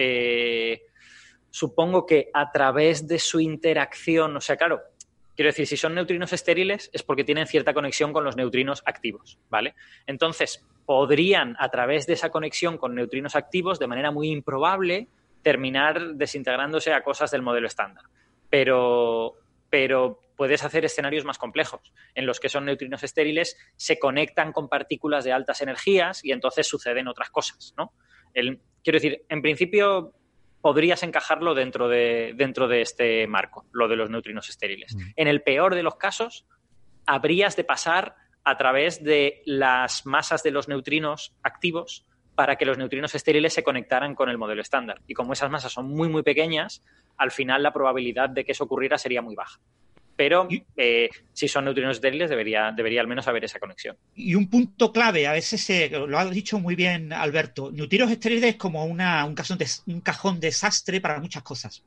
supongo que a través de su interacción, o sea, claro, quiero decir, si son neutrinos estériles es porque tienen cierta conexión con los neutrinos activos, ¿vale? Entonces, podrían, a través de esa conexión con neutrinos activos, de manera muy improbable, terminar desintegrándose a cosas del modelo estándar. Pero puedes hacer escenarios más complejos, en los que son neutrinos estériles, se conectan con partículas de altas energías y entonces suceden otras cosas, ¿no? Quiero decir, en principio podrías encajarlo dentro de este marco, lo de los neutrinos estériles. En el peor de los casos, habrías de pasar a través de las masas de los neutrinos activos para que los neutrinos estériles se conectaran con el modelo estándar. Y como esas masas son muy, muy pequeñas, al final la probabilidad de que eso ocurriera sería muy baja. Pero si son neutrinos estériles, debería al menos haber esa conexión. Y un punto clave, a veces lo ha dicho muy bien Alberto, neutrinos estériles es como un cajón desastre para muchas cosas.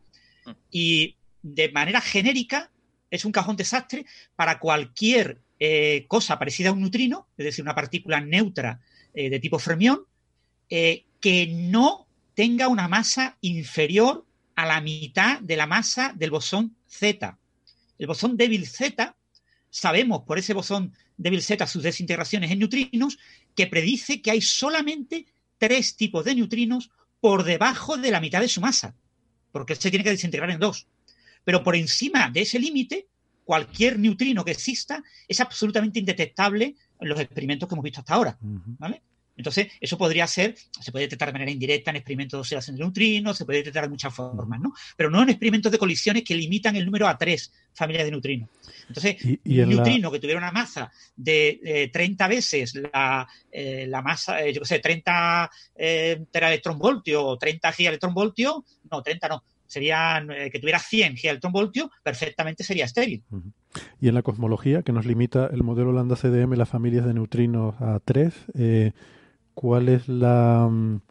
Y de manera genérica es un cajón desastre para cualquier cosa parecida a un neutrino, es decir, una partícula neutra de tipo fermión, que no tenga una masa inferior a la mitad de la masa del bosón Z. El bosón débil Z, sabemos por ese bosón débil Z sus desintegraciones en neutrinos, que predice que hay solamente 3 tipos de neutrinos por debajo de la mitad de su masa, porque se tiene que desintegrar en 2. Pero por encima de ese límite, cualquier neutrino que exista es absolutamente indetectable en los experimentos que hemos visto hasta ahora, ¿vale? Entonces, eso podría ser, se puede detectar de manera indirecta en experimentos de oxidación de neutrinos, se puede detectar de muchas formas, ¿no? Pero no en experimentos de colisiones que limitan el número a 3 familias de neutrinos. Entonces, un neutrino que tuviera una masa de 30 veces la masa, 30 teraelectronvoltios o 30 gigaelectronvoltios, no, 30 no, serían que tuviera 100 gigaelectronvoltios, perfectamente sería estéril. Y en la cosmología, que nos limita el modelo Lambda CDM, las familias de neutrinos a 3, ¿cuál es la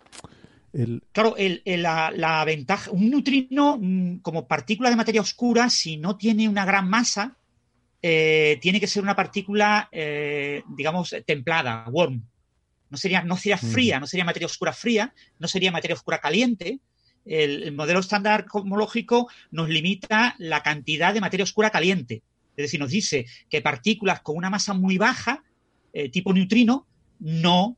ventaja? Un neutrino como partícula de materia oscura, si no tiene una gran masa, tiene que ser una partícula, digamos, templada, warm. No sería fría, no sería materia oscura fría, no sería materia oscura caliente. El modelo estándar cosmológico nos limita la cantidad de materia oscura caliente. Es decir, nos dice que partículas con una masa muy baja, tipo neutrino, no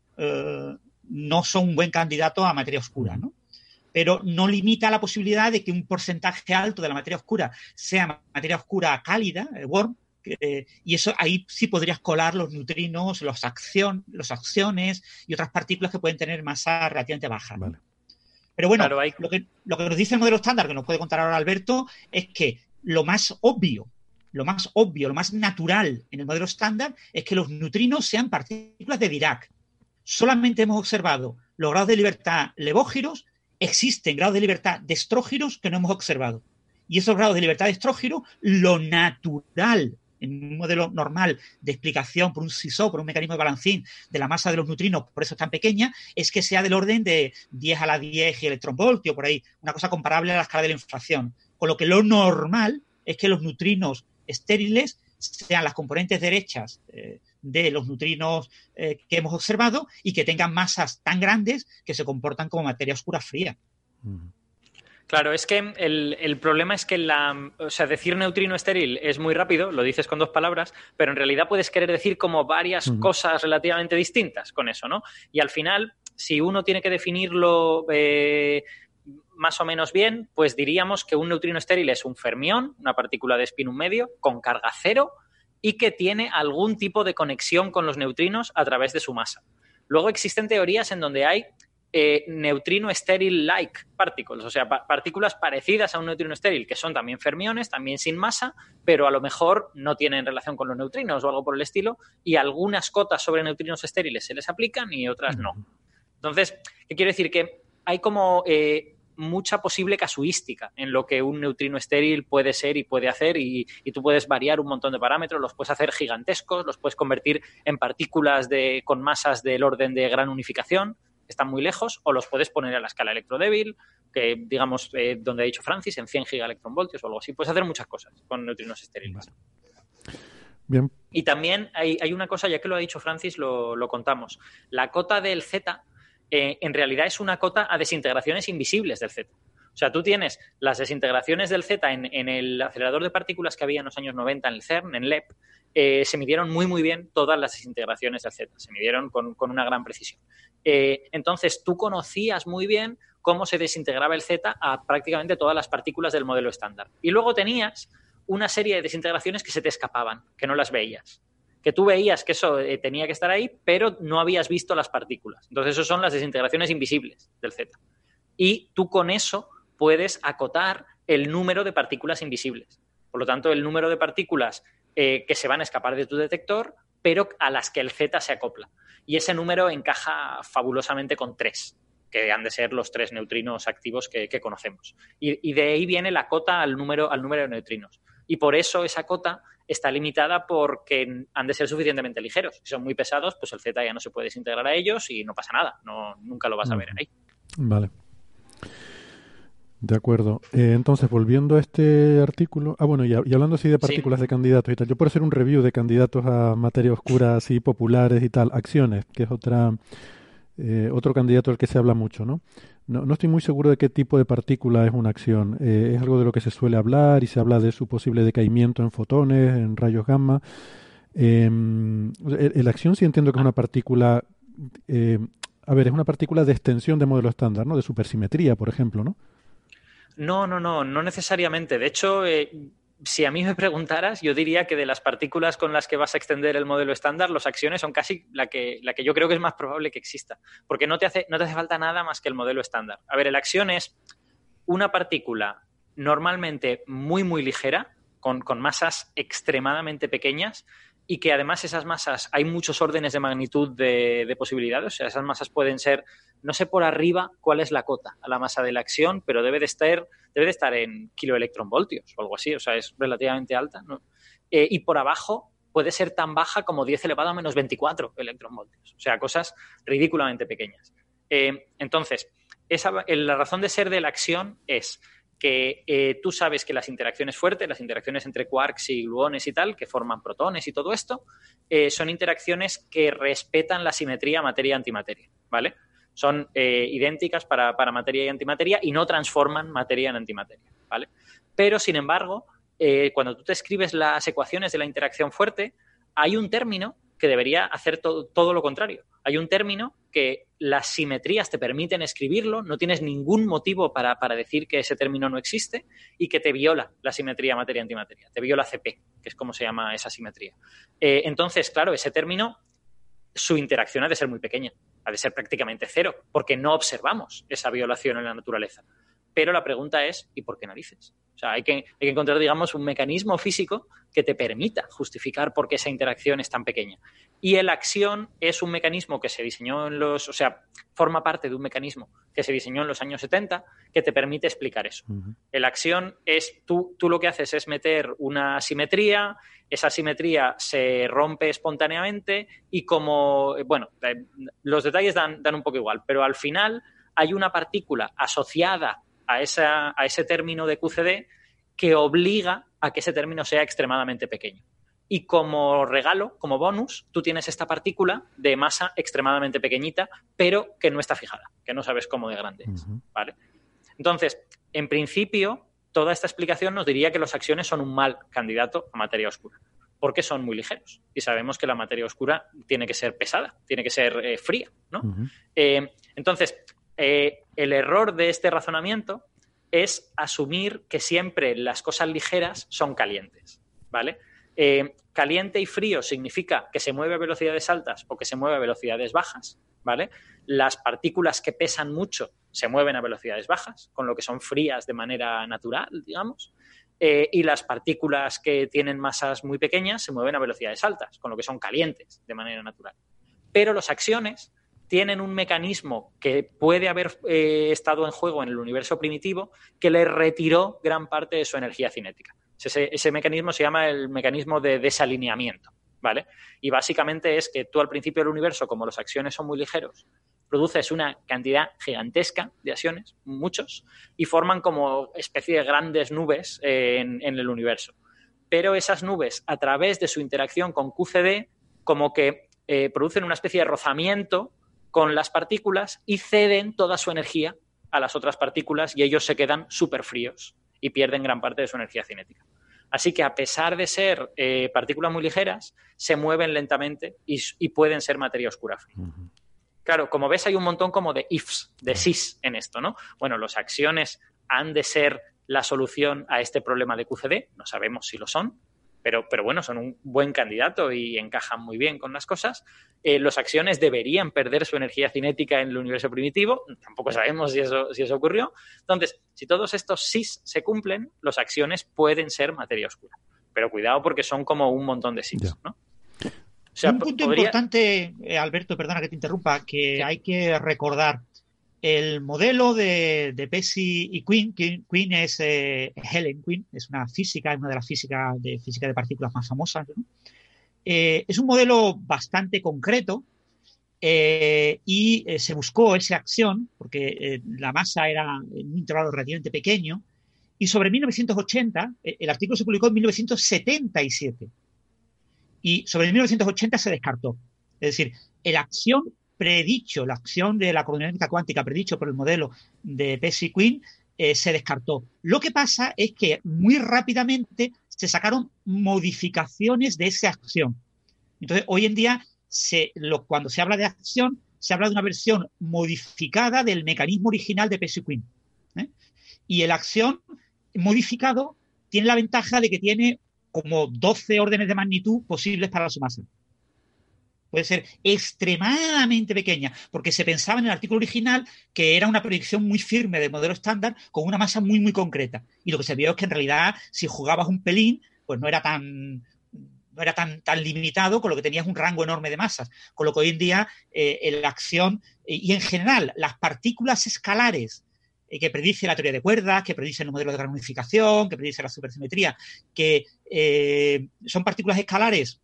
son un buen candidato a materia oscura, ¿no? Pero no limita la posibilidad de que un porcentaje alto de la materia oscura sea materia oscura cálida, warm, y eso ahí sí podrías colar los neutrinos, los acciones y otras partículas que pueden tener masa relativamente baja. Vale. Pero bueno, claro, lo que nos dice el modelo estándar, que nos puede contar ahora Alberto, es que lo más obvio, lo más natural en el modelo estándar es que los neutrinos sean partículas de Dirac. Solamente hemos observado los grados de libertad levógiros, existen grados de libertad de estrógiros que no hemos observado. Y esos grados de libertad de estrógiro, lo natural en un modelo normal de explicación por un SISO, por un mecanismo de Balancín de la masa de los neutrinos, por eso es tan pequeña, es que sea del orden de 10 a la 10 electronvoltio, por ahí, una cosa comparable a la escala de la inflación. Con lo que lo normal es que los neutrinos estériles sean las componentes derechas de los neutrinos que hemos observado y que tengan masas tan grandes que se comportan como materia oscura fría. Claro, es que el problema es que decir neutrino estéril es muy rápido, lo dices con 2 palabras, pero en realidad puedes querer decir como varias cosas relativamente distintas con eso, ¿no? Y al final, si uno tiene que definirlo más o menos bien, pues diríamos que un neutrino estéril es un fermión, una partícula de spin 1 medio, con carga 0 y que tiene algún tipo de conexión con los neutrinos a través de su masa. Luego existen teorías en donde hay neutrino estéril-like particles, o sea, partículas parecidas a un neutrino estéril, que son también fermiones, también sin masa, pero a lo mejor no tienen relación con los neutrinos o algo por el estilo, y algunas cotas sobre neutrinos estériles se les aplican y otras no. Entonces, ¿qué quiero decir? Que hay como mucha posible casuística en lo que un neutrino estéril puede ser y puede hacer, y tú puedes variar un montón de parámetros, los puedes hacer gigantescos, los puedes convertir en partículas con masas del orden de gran unificación, están muy lejos, o los puedes poner a la escala electrodébil, que digamos, donde ha dicho Francis, en 100 gigaelectronvoltios o algo así. Puedes hacer muchas cosas con neutrinos estériles. Bien. Y también hay una cosa, ya que lo ha dicho Francis, lo contamos. La cota del Z en realidad es una cota a desintegraciones invisibles del Z. O sea, tú tienes las desintegraciones del Z en el acelerador de partículas que había en los años 90 en el CERN, en LEP, se midieron muy, muy bien todas las desintegraciones del Z. Se midieron con una gran precisión. Entonces, tú conocías muy bien cómo se desintegraba el Z a prácticamente todas las partículas del modelo estándar. Y luego tenías una serie de desintegraciones que se te escapaban, que no las veías. Que tú veías que eso tenía que estar ahí, pero no habías visto las partículas. Entonces, eso son las desintegraciones invisibles del Z. Y tú con eso puedes acotar el número de partículas invisibles. Por lo tanto, el número de partículas que se van a escapar de tu detector, pero a las que el Z se acopla. Y ese número encaja fabulosamente con 3, que han de ser los 3 neutrinos activos que conocemos. Y de ahí viene la cota al número de neutrinos. Y por eso esa cota está limitada porque han de ser suficientemente ligeros. Si son muy pesados, pues el Z ya no se puede desintegrar a ellos y no pasa nada. Nunca lo vas a ver ahí. Vale. De acuerdo. Entonces, volviendo a este artículo... bueno, y hablando así de partículas de candidatos y tal, yo puedo hacer un review de candidatos a materia oscura así populares y tal, acciones, que es otro candidato del que se habla mucho, ¿no? No estoy muy seguro de qué tipo de partícula es una acción. Es algo de lo que se suele hablar y se habla de su posible decaimiento en fotones, en rayos gamma. La acción sí entiendo que es una partícula... es una partícula de extensión de modelo estándar, ¿no? De supersimetría, por ejemplo, ¿no? No necesariamente. De hecho, si a mí me preguntaras, yo diría que de las partículas con las que vas a extender el modelo estándar, las acciones son casi la que yo creo que es más probable que exista, porque no te hace falta nada más que el modelo estándar. A ver, el acción es una partícula normalmente muy, muy ligera, con masas extremadamente pequeñas, y que además esas masas, hay muchos órdenes de magnitud de posibilidades. O sea, esas masas pueden ser, no sé por arriba cuál es la cota a la masa de la acción, pero debe de estar en kiloelectronvoltios o algo así. O sea, es relativamente alta, ¿no? Y por abajo puede ser tan baja como 10 elevado a menos 24 electronvoltios. O sea, cosas ridículamente pequeñas. Entonces, la razón de ser de la acción es que tú sabes que las interacciones fuertes, las interacciones entre quarks y gluones y tal, que forman protones y todo esto, son interacciones que respetan la simetría materia-antimateria, ¿vale? Son idénticas para materia y antimateria y no transforman materia en antimateria, ¿vale? Pero, sin embargo, cuando tú te escribes las ecuaciones de la interacción fuerte, hay un término que debería hacer todo lo contrario. Hay un término que las simetrías te permiten escribirlo, no tienes ningún motivo para decir que ese término no existe, y que te viola la simetría materia-antimateria, te viola CP, que es como se llama esa simetría. Entonces, claro, ese término, su interacción ha de ser muy pequeña, ha de ser prácticamente cero, porque no observamos esa violación en la naturaleza. Pero la pregunta es, ¿y por qué narices? O sea, hay que encontrar, digamos, un mecanismo físico que te permita justificar por qué esa interacción es tan pequeña. Y el acción es un mecanismo que se diseñó forma parte de un mecanismo que se diseñó en los años 70 que te permite explicar eso. Uh-huh. El acción es, tú lo que haces es meter una simetría, esa simetría se rompe espontáneamente y los detalles dan un poco igual, pero al final hay una partícula asociada a ese término de QCD que obliga a que ese término sea extremadamente pequeño. Y como regalo, como bonus, tú tienes esta partícula de masa extremadamente pequeñita, pero que no está fijada, que no sabes cómo de grande es, ¿vale? Entonces, en principio, toda esta explicación nos diría que los acciones son un mal candidato a materia oscura, porque son muy ligeros. Y sabemos que la materia oscura tiene que ser pesada, tiene que ser fría, ¿no? Uh-huh. Entonces, el error de este razonamiento es asumir que siempre las cosas ligeras son calientes, ¿vale? Caliente y frío significa que se mueve a velocidades altas o que se mueve a velocidades bajas, ¿vale? Las partículas que pesan mucho se mueven a velocidades bajas, con lo que son frías de manera natural, digamos. Y las partículas que tienen masas muy pequeñas se mueven a velocidades altas, con lo que son calientes de manera natural. Pero los axiones tienen un mecanismo que puede haber estado en juego en el universo primitivo que le retiró gran parte de su energía cinética. Ese mecanismo se llama el mecanismo de desalineamiento, ¿vale? Y básicamente es que tú al principio del universo, como los axiones son muy ligeros, produces una cantidad gigantesca de axiones, muchos, y forman como especie de grandes nubes en el universo. Pero esas nubes, a través de su interacción con QCD, como que producen una especie de rozamiento con las partículas y ceden toda su energía a las otras partículas y ellos se quedan súper fríos y pierden gran parte de su energía cinética. Así que a pesar de ser partículas muy ligeras, se mueven lentamente y pueden ser materia oscura fría. Uh-huh. Claro, como ves, hay un montón como de ifs, de sís en esto, ¿no? Bueno, los axiones han de ser la solución a este problema de QCD, no sabemos si lo son, pero bueno, son un buen candidato y encajan muy bien con las cosas. Los axiones deberían perder su energía cinética en el universo primitivo, tampoco sabemos si eso ocurrió. Entonces, si todos estos sís se cumplen, los axiones pueden ser materia oscura. Pero cuidado porque son como un montón de sís, ¿no? O sea, un punto importante, Alberto, perdona que te interrumpa, que hay que recordar. El modelo de Pesci y Quinn, Quinn es Helen Quinn, es una de las físicas de partículas más famosas, ¿no? Es un modelo bastante concreto y se buscó esa acción porque la masa era en un intervalo relativamente pequeño y sobre 1980, el artículo se publicó en 1977 y sobre 1980 se descartó. Es decir, la acción de la cosmodinámica cuántica predicho por el modelo de Pesci y Quinn se descartó. Lo que pasa es que muy rápidamente se sacaron modificaciones de esa acción. Entonces, hoy en día, cuando se habla de acción, se habla de una versión modificada del mecanismo original de Pesci y Quinn. Y el acción modificado tiene la ventaja de que tiene como 12 órdenes de magnitud posibles para su masa. Puede ser extremadamente pequeña, porque se pensaba en el artículo original que era una predicción muy firme del modelo estándar con una masa muy, muy concreta. Y lo que se vio es que en realidad, si jugabas un pelín, pues no era tan limitado, con lo que tenías un rango enorme de masas. Con lo que hoy en día la acción y en general las partículas escalares que predice la teoría de cuerdas, que predice el modelo de gran unificación, que predice la supersimetría, que son partículas escalares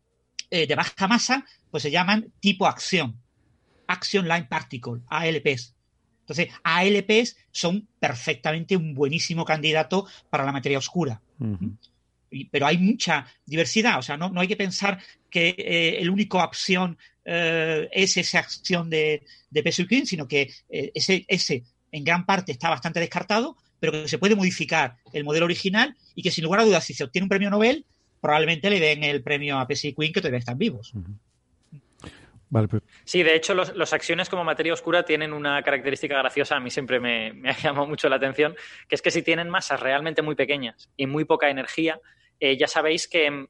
de baja masa, pues se llaman tipo acción. Action Line Particle, ALPs. Entonces, ALPs son perfectamente un buenísimo candidato para la materia oscura. Uh-huh. Pero hay mucha diversidad. O sea, no hay que pensar que el único acción es esa acción de Pesci y Quinn, sino que ese en gran parte está bastante descartado, pero que se puede modificar el modelo original y que sin lugar a dudas, si se obtiene un premio Nobel, probablemente le den el premio a Pesci y Quinn, que todavía están vivos. Uh-huh. Vale, pues. Sí, de hecho, los axiones como materia oscura tienen una característica graciosa, a mí siempre me ha llamado mucho la atención, que es que si tienen masas realmente muy pequeñas y muy poca energía, ya sabéis que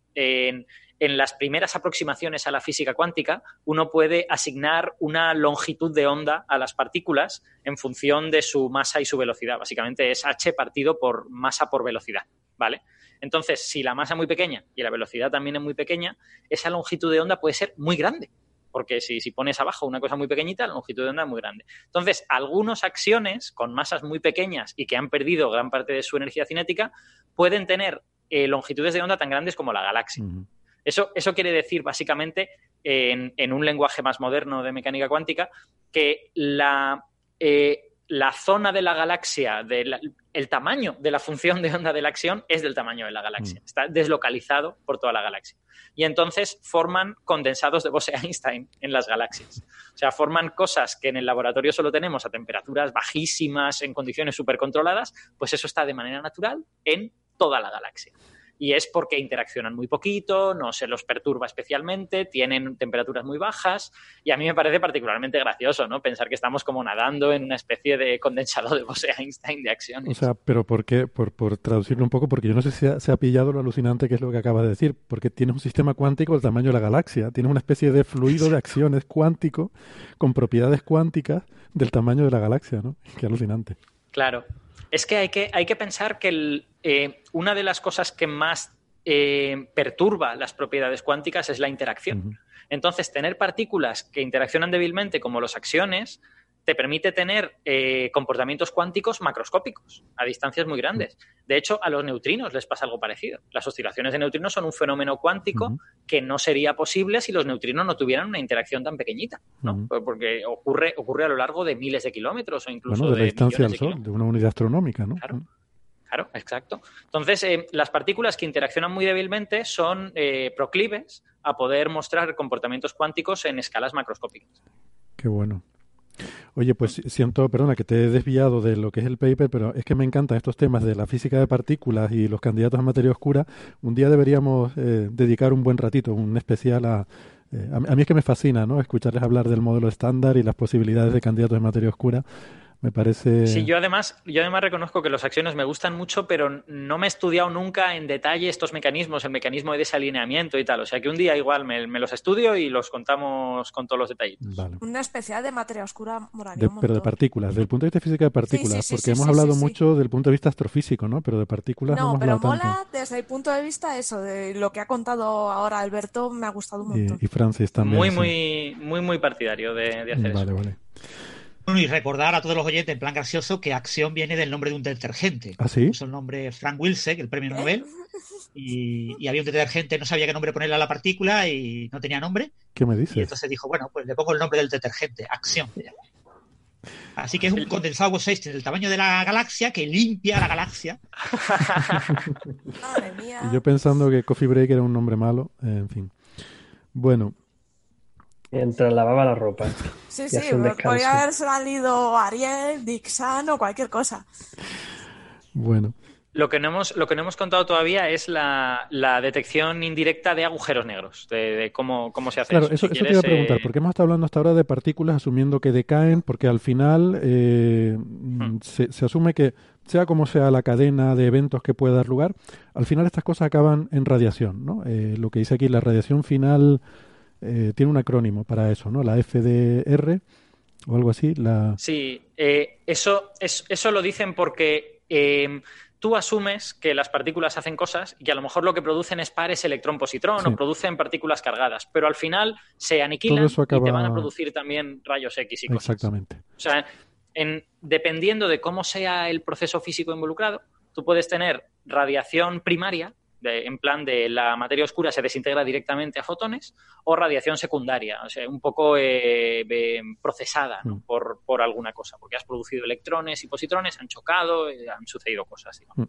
en las primeras aproximaciones a la física cuántica uno puede asignar una longitud de onda a las partículas en función de su masa y su velocidad. Básicamente es h partido por masa por velocidad, ¿vale? Entonces, si la masa es muy pequeña y la velocidad también es muy pequeña, esa longitud de onda puede ser muy grande. Porque si pones abajo una cosa muy pequeñita, la longitud de onda es muy grande. Entonces, algunos axiones con masas muy pequeñas y que han perdido gran parte de su energía cinética pueden tener longitudes de onda tan grandes como la galaxia. Uh-huh. Eso quiere decir, básicamente, en un lenguaje más moderno de mecánica cuántica, que la zona de la galaxia, el tamaño de la función de onda de la acción es del tamaño de la galaxia. Está deslocalizado por toda la galaxia. Y entonces forman condensados de Bose-Einstein en las galaxias. O sea, forman cosas que en el laboratorio solo tenemos a temperaturas bajísimas, en condiciones súper controladas, pues eso está de manera natural en toda la galaxia. y es porque interaccionan muy poquito, no se los perturba especialmente, tienen temperaturas muy bajas, y a mí me parece particularmente gracioso, ¿no? Pensar que estamos como nadando en una especie de condensado de Bose-Einstein de acciones. O sea, pero ¿por qué? Por traducirlo un poco, porque yo no sé si se ha pillado lo alucinante que es lo que acaba de decir, porque tienes un sistema cuántico del tamaño de la galaxia, tienes una especie de fluido de acciones cuántico con propiedades cuánticas del tamaño de la galaxia, ¿no? Qué alucinante. Claro. Es que hay que pensar que una de las cosas que más perturba las propiedades cuánticas es la interacción. Uh-huh. Entonces, tener partículas que interaccionan débilmente, como los axiones, te permite tener comportamientos cuánticos macroscópicos a distancias muy grandes. De hecho, a los neutrinos les pasa algo parecido. Las oscilaciones de neutrinos son un fenómeno cuántico que no sería posible si los neutrinos no tuvieran una interacción tan pequeñita, ¿no? Porque ocurre a lo largo de miles de kilómetros o incluso de la distancia al de Sol, de una unidad astronómica, ¿no? Claro, exacto. Entonces, las partículas que interaccionan muy débilmente son proclives a poder mostrar comportamientos cuánticos en escalas macroscópicas. Qué bueno. Oye, pues siento, perdona, que te he desviado de lo que es el paper, pero es que me encantan estos temas de la física de partículas y los candidatos a materia oscura. Un día deberíamos dedicar un buen ratito, un especial a mí es que me fascina, ¿no? Escucharles hablar del modelo estándar y las posibilidades de candidatos de materia oscura. Me parece... Sí, yo además reconozco que los axiones me gustan mucho, pero no me he estudiado nunca en detalle estos mecanismos, el mecanismo de desalineamiento y tal. O sea que un día igual me los estudio y los contamos con todos los detallitos. Vale. Una especial de materia oscura moraría un montón. Pero de partículas, desde el punto de vista de física de partículas, porque hemos hablado mucho del punto de vista astrofísico, ¿no? Pero de partículas no hemos hablado tanto. No, pero mola desde el punto de vista eso, de lo que ha contado ahora Alberto, me ha gustado un montón. Y Francis también. Muy partidario de hacer eso. Vale. Y recordar a todos los oyentes, en plan gracioso, que acción viene del nombre de un detergente. ¿Ah, sí? Puso el nombre Frank Wilczek, el premio Nobel, y había un detergente, no sabía qué nombre ponerle a la partícula y no tenía nombre. ¿Qué me dices? Y entonces dijo, bueno, pues le pongo el nombre del detergente, acción. Así que es un condensado Bose-Einstein del tamaño de la galaxia que limpia la galaxia. Madre mía. Y yo pensando que Coffee Break era un nombre malo, en fin. Bueno. Mientras lavaba la ropa. Sí, podría haber salido Ariel, Dixon o cualquier cosa. Bueno. Lo que no hemos contado todavía es la detección indirecta de agujeros negros, de cómo se hace claro, eso. Eso te iba a preguntar, porque hemos estado hablando hasta ahora de partículas asumiendo que decaen, porque al final se asume que, sea como sea la cadena de eventos que puede dar lugar, al final estas cosas acaban en radiación, ¿no? Lo que dice aquí, la radiación final... tiene un acrónimo para eso, ¿no? La FDR o algo así. Sí, eso lo dicen porque tú asumes que las partículas hacen cosas y que a lo mejor lo que producen es pares electrón-positrón o producen partículas cargadas, pero al final se aniquilan y te van a producir también rayos X y cosas. Exactamente. O sea, dependiendo de cómo sea el proceso físico involucrado, tú puedes tener radiación primaria, en plan de la materia oscura se desintegra directamente a fotones, o radiación secundaria, o sea, un poco procesada, ¿no? por alguna cosa, porque has producido electrones y positrones, han chocado, han sucedido cosas, digamos.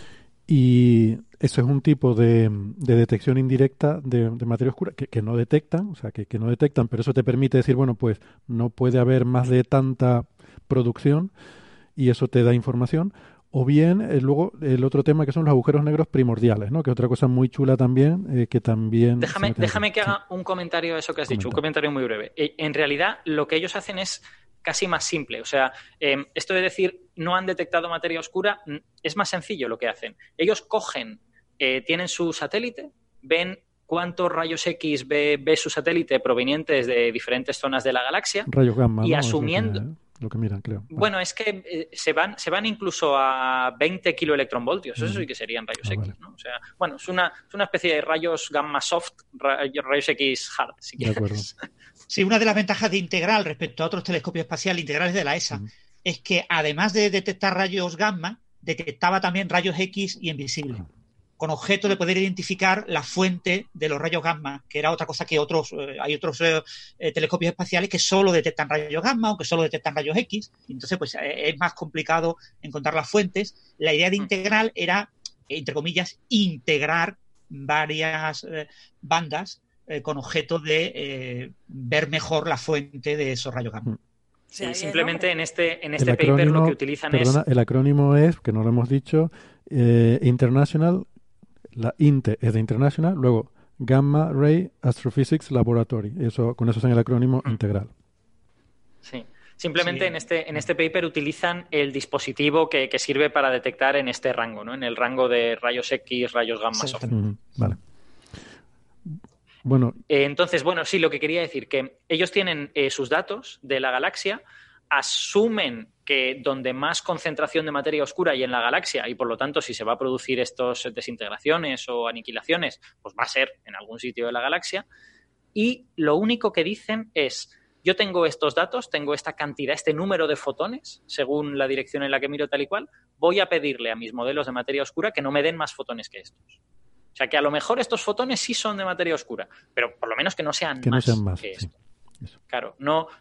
Y eso es un tipo de detección indirecta de materia oscura que no detectan, o sea, que no detectan, pero eso te permite decir, bueno, pues no puede haber más de tanta producción y eso te da información. O bien, luego, el otro tema que son los agujeros negros primordiales, ¿no? Que es otra cosa muy chula también, que también... Déjame que haga un comentario a eso que has dicho, un comentario muy breve. En realidad, lo que ellos hacen es casi más simple. O sea, esto de decir no han detectado materia oscura es más sencillo lo que hacen. Ellos cogen, tienen su satélite, ven cuántos rayos X ve su satélite provenientes de diferentes zonas de la galaxia. Rayos gamma, y ¿no? Asumiendo... Lo que miran, creo. Bueno, es que se van incluso a 20 kiloelectronvoltios. Eso sí que serían rayos X, vale. ¿no? O sea, bueno, es una especie de rayos gamma soft, rayos X hard, si quieres. De acuerdo. Sí, una de las ventajas de Integral respecto a otros telescopios espaciales integrales de la ESA es que además de detectar rayos gamma, detectaba también rayos X y invisibles, con objeto de poder identificar la fuente de los rayos gamma, que era otra cosa que hay otros telescopios espaciales que solo detectan rayos gamma o que solo detectan rayos X. Entonces, pues es más complicado encontrar las fuentes. La idea de Integral era, entre comillas, integrar varias bandas con objeto de ver mejor la fuente de esos rayos gamma. Sí, simplemente en este paper lo que utilizan el acrónimo es, que no lo hemos dicho, International la INTE es de International, luego Gamma Ray Astrophysics Laboratory. Con eso es en el acrónimo integral. Sí. Simplemente en este paper utilizan el dispositivo que sirve para detectar en este rango, ¿no? En el rango de rayos X, rayos gamma soft. Vale. Bueno. Entonces, sí, lo que quería decir, que ellos tienen sus datos de la galaxia, asumen que donde más concentración de materia oscura hay en la galaxia, y por lo tanto, si se va a producir estos desintegraciones o aniquilaciones, pues va a ser en algún sitio de la galaxia, y lo único que dicen es: yo tengo estos datos, tengo esta cantidad, este número de fotones, según la dirección en la que miro tal y cual, voy a pedirle a mis modelos de materia oscura que no me den más fotones que estos. O sea, que a lo mejor estos fotones sí son de materia oscura, pero por lo menos que no sean más que esto. Sí. Claro,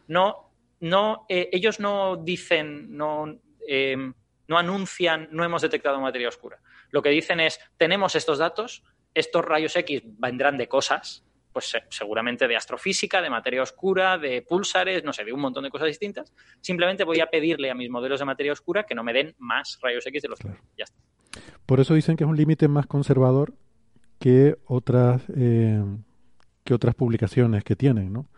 ellos no dicen, no anuncian, no hemos detectado materia oscura. Lo que dicen es, tenemos estos datos, estos rayos X vendrán de cosas, pues seguramente de astrofísica, de materia oscura, de púlsares, no sé, de un montón de cosas distintas. Simplemente voy a pedirle a mis modelos de materia oscura que no me den más rayos X de los que ya está. Por eso dicen que es un límite más conservador que otras publicaciones que tienen, ¿no?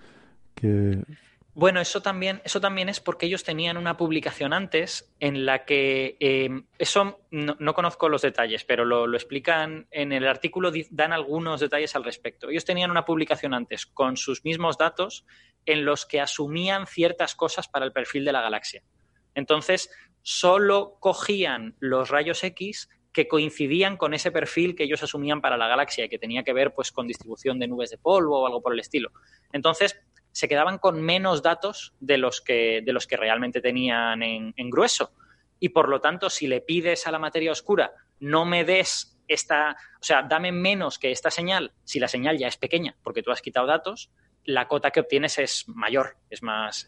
Bueno, eso también es porque ellos tenían una publicación antes en la que eso no conozco los detalles, pero lo explican en el artículo, dan algunos detalles al respecto. Ellos tenían una publicación antes con sus mismos datos en los que asumían ciertas cosas para el perfil de la galaxia. Entonces, solo cogían los rayos X que coincidían con ese perfil que ellos asumían para la galaxia y que tenía que ver pues con distribución de nubes de polvo o algo por el estilo. Entonces, se quedaban con menos datos de los que realmente tenían en grueso. Y por lo tanto, si le pides a la materia oscura, no me des dame menos que esta señal, si la señal ya es pequeña, porque tú has quitado datos, la cota que obtienes es mayor, es más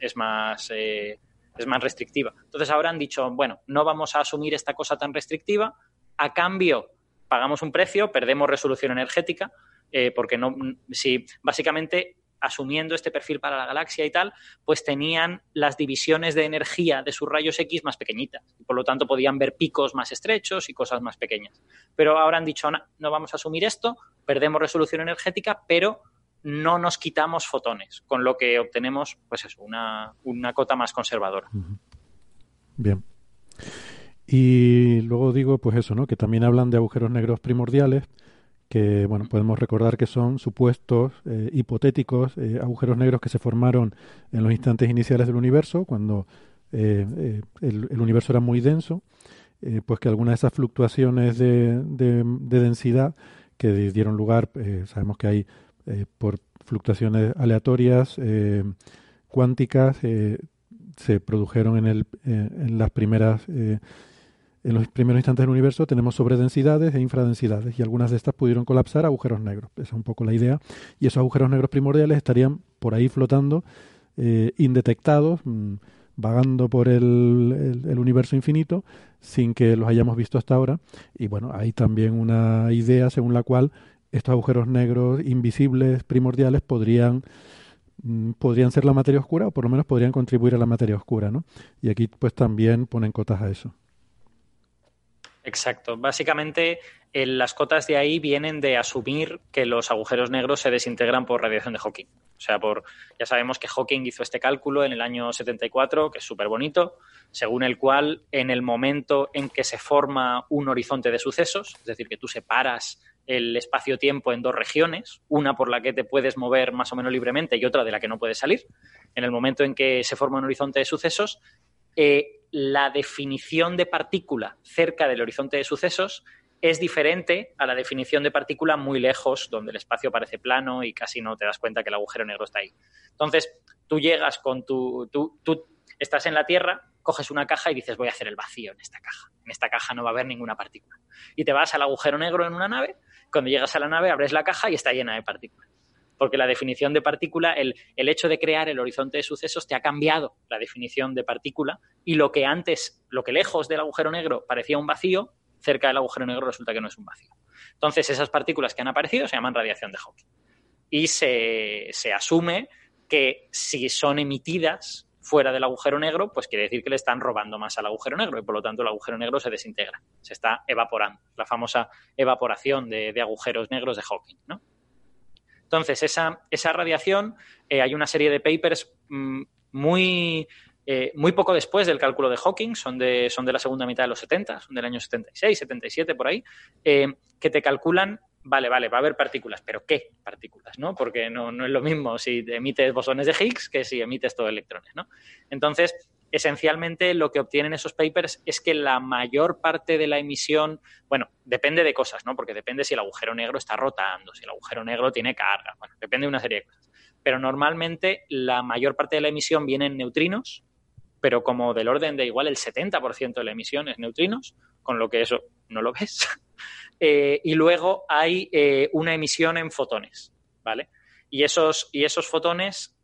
restrictiva. Entonces ahora han dicho, bueno, no vamos a asumir esta cosa tan restrictiva, a cambio pagamos un precio, perdemos resolución energética, porque básicamente asumiendo este perfil para la galaxia y tal, pues tenían las divisiones de energía de sus rayos X más pequeñitas y por lo tanto podían ver picos más estrechos y cosas más pequeñas. Pero ahora han dicho, no vamos a asumir esto, perdemos resolución energética, pero no nos quitamos fotones, con lo que obtenemos pues eso, una cota más conservadora. Bien. Y luego digo, pues eso, ¿no? Que también hablan de agujeros negros primordiales, que, bueno, podemos recordar que son supuestos hipotéticos agujeros negros que se formaron en los instantes iniciales del universo, cuando el universo era muy denso, pues que algunas de esas fluctuaciones de densidad que dieron lugar, sabemos que hay por fluctuaciones aleatorias, cuánticas, se produjeron en los primeros instantes del universo. Tenemos sobredensidades e infradensidades y algunas de estas pudieron colapsar a agujeros negros. Esa es un poco la idea. Y esos agujeros negros primordiales estarían por ahí flotando, indetectados, vagando por el universo infinito sin que los hayamos visto hasta ahora. Y bueno, hay también una idea según la cual estos agujeros negros invisibles primordiales podrían ser la materia oscura, o por lo menos podrían contribuir a la materia oscura, ¿no? Y aquí pues también ponen cotas a eso. Exacto. Básicamente, las cotas de ahí vienen de asumir que los agujeros negros se desintegran por radiación de Hawking. O sea, ya sabemos que Hawking hizo este cálculo en el año 74, que es súper bonito, según el cual, en el momento en que se forma un horizonte de sucesos, es decir, que tú separas el espacio-tiempo en dos regiones, una por la que te puedes mover más o menos libremente y otra de la que no puedes salir, en el momento en que se forma un horizonte de sucesos, la definición de partícula cerca del horizonte de sucesos es diferente a la definición de partícula muy lejos, donde el espacio parece plano y casi no te das cuenta que el agujero negro está ahí. Entonces, tú llegas con tú estás en la Tierra, coges una caja y dices, voy a hacer el vacío en esta caja. En esta caja no va a haber ninguna partícula. Y te vas al agujero negro en una nave, cuando llegas a la nave abres la caja y está llena de partículas. Porque la definición de partícula, el hecho de crear el horizonte de sucesos te ha cambiado la definición de partícula y lo que lejos del agujero negro parecía un vacío, cerca del agujero negro resulta que no es un vacío. Entonces, esas partículas que han aparecido se llaman radiación de Hawking. Y se asume que si son emitidas fuera del agujero negro, pues quiere decir que le están robando masa al agujero negro y por lo tanto el agujero negro se desintegra, se está evaporando, la famosa evaporación de agujeros negros de Hawking, ¿no? Entonces, esa radiación, hay una serie de papers muy poco después del cálculo de Hawking, son de la segunda mitad de los 70, son del año 76, 77, por ahí, que te calculan, vale, va a haber partículas, pero ¿qué partículas? ¿No? Porque no es lo mismo si emites bosones de Higgs que si emites todo electrones, ¿no? Entonces, esencialmente lo que obtienen esos papers es que la mayor parte de la emisión, bueno, depende de cosas, ¿no? Porque depende si el agujero negro está rotando, si el agujero negro tiene carga, bueno, depende de una serie de cosas. Pero normalmente la mayor parte de la emisión viene en neutrinos, pero como del orden de igual el 70% de la emisión es neutrinos, con lo que eso no lo ves. Y luego hay una emisión en fotones, ¿vale? Y esos fotones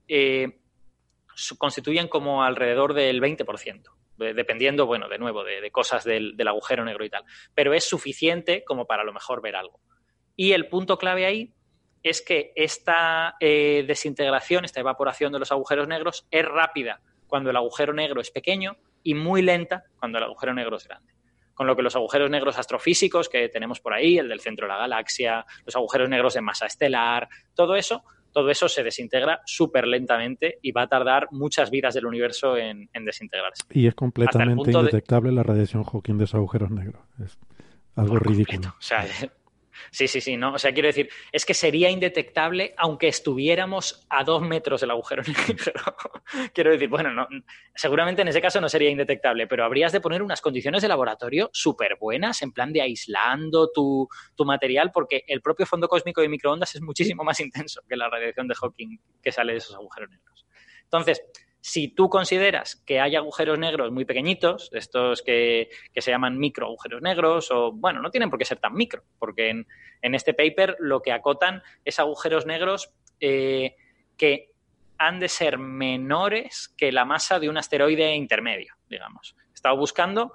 constituyen como alrededor del 20%, dependiendo, bueno, de nuevo, de cosas del agujero negro y tal. Pero es suficiente como para a lo mejor ver algo. Y el punto clave ahí es que esta desintegración, esta evaporación de los agujeros negros es rápida cuando el agujero negro es pequeño y muy lenta cuando el agujero negro es grande. Con lo que los agujeros negros astrofísicos que tenemos por ahí, el del centro de la galaxia, los agujeros negros de masa estelar, todo eso se desintegra súper lentamente y va a tardar muchas vidas del universo en desintegrarse. Y es completamente indetectable la radiación Hawking de esos agujeros negros. Es algo ridículo. O sea, sí, ¿no? O sea, quiero decir, es que sería indetectable aunque estuviéramos a 2 metros del agujero negro. Quiero decir, bueno, no, seguramente en ese caso no sería indetectable, pero habrías de poner unas condiciones de laboratorio súper buenas, en plan de aislando tu material, porque el propio fondo cósmico de microondas es muchísimo más intenso que la radiación de Hawking que sale de esos agujeros negros. Entonces, si tú consideras que hay agujeros negros muy pequeñitos, estos que se llaman microagujeros negros, o bueno, no tienen por qué ser tan micro, porque en este paper lo que acotan es agujeros negros que han de ser menores que la masa de un asteroide intermedio, digamos. He estado buscando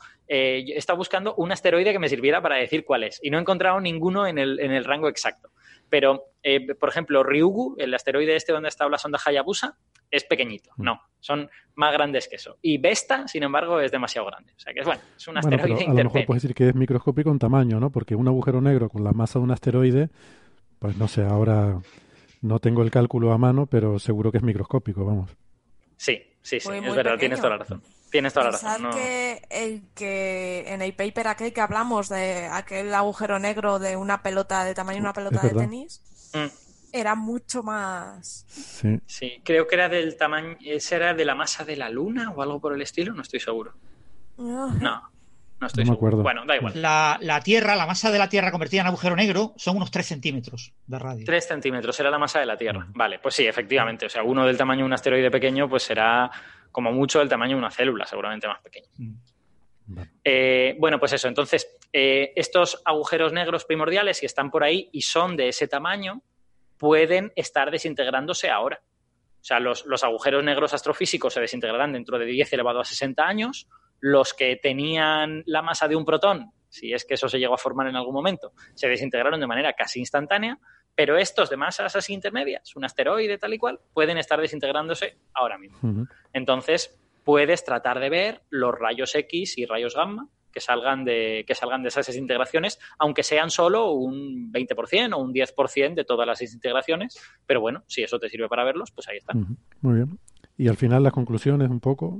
un asteroide que me sirviera para decir cuál es y no he encontrado ninguno en el rango exacto. Pero, por ejemplo, Ryugu, el asteroide este donde está la sonda Hayabusa, es pequeñito. No, son más grandes que eso. Y Vesta, sin embargo, es demasiado grande. O sea que es un asteroide intermedio. A lo mejor puedes decir que es microscópico en tamaño, ¿no? Porque un agujero negro con la masa de un asteroide, pues no sé, ahora no tengo el cálculo a mano, pero seguro que es microscópico, vamos. Sí, es muy verdad, pequeño. tienes toda la razón. Tienes toda la razón. No. que en el paper aquel que hablamos de aquel agujero negro de una pelota de tamaño de una pelota de tenis era mucho más. Sí, creo que era del tamaño, ese era de la masa de la Luna o algo por el estilo, no estoy seguro. No estoy seguro. Acuerdo. Bueno, da igual. La Tierra, la masa de la Tierra convertida en agujero negro son unos 3 centímetros de radio. 3 centímetros era la masa de la Tierra. Vale, pues sí, efectivamente. O sea, uno del tamaño de un asteroide pequeño pues será como mucho del tamaño de una célula, seguramente más pequeño. Bueno, pues eso. Entonces, estos agujeros negros primordiales, si están por ahí y son de ese tamaño, pueden estar desintegrándose ahora. O sea, los agujeros negros astrofísicos se desintegrarán dentro de 10 elevado a 60 años. Los que tenían la masa de un protón, si es que eso se llegó a formar en algún momento, se desintegraron de manera casi instantánea, pero estos de masas así intermedias, un asteroide tal y cual, pueden estar desintegrándose ahora mismo. Entonces, puedes tratar de ver los rayos X y rayos gamma que salgan de esas desintegraciones, aunque sean solo un 20% o un 10% de todas las desintegraciones, pero bueno, si eso te sirve para verlos, pues ahí están. Muy bien. Y al final las conclusiones un poco...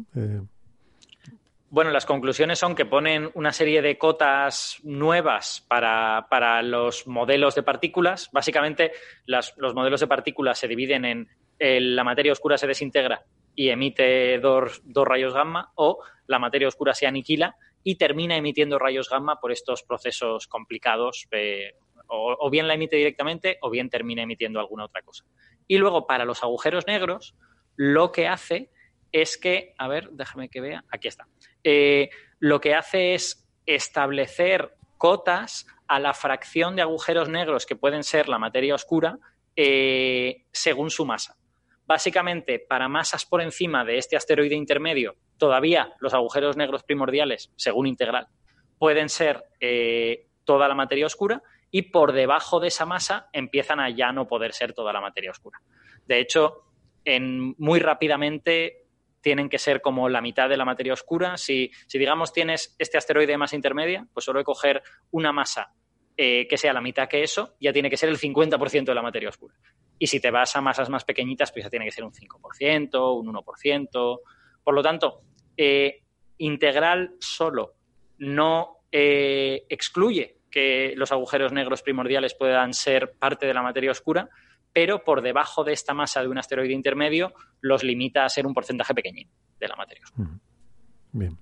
Bueno, las conclusiones son que ponen una serie de cotas nuevas para los modelos de partículas. Básicamente, los modelos de partículas se dividen en la materia oscura se desintegra y emite dos rayos gamma, o la materia oscura se aniquila y termina emitiendo rayos gamma por estos procesos complicados. O bien la emite directamente o bien termina emitiendo alguna otra cosa. Y luego, para los agujeros negros, lo que hace es que, a ver, déjame que vea, aquí está. Lo que hace es establecer cotas a la fracción de agujeros negros que pueden ser la materia oscura según su masa. Básicamente, para masas por encima de este asteroide intermedio, todavía los agujeros negros primordiales, según integral, pueden ser toda la materia oscura, y por debajo de esa masa empiezan a ya no poder ser toda la materia oscura. De hecho, muy rápidamente tienen que ser como la mitad de la materia oscura. Si digamos tienes este asteroide de masa intermedia, pues solo hay que coger una masa que sea la mitad que eso, ya tiene que ser el 50% de la materia oscura. Y si te vas a masas más pequeñitas, pues ya tiene que ser un 5%, un 1%. Por lo tanto, integral solo no excluye que los agujeros negros primordiales puedan ser parte de la materia oscura, pero por debajo de esta masa de un asteroide intermedio los limita a ser un porcentaje pequeñín de la materia oscura. Bien.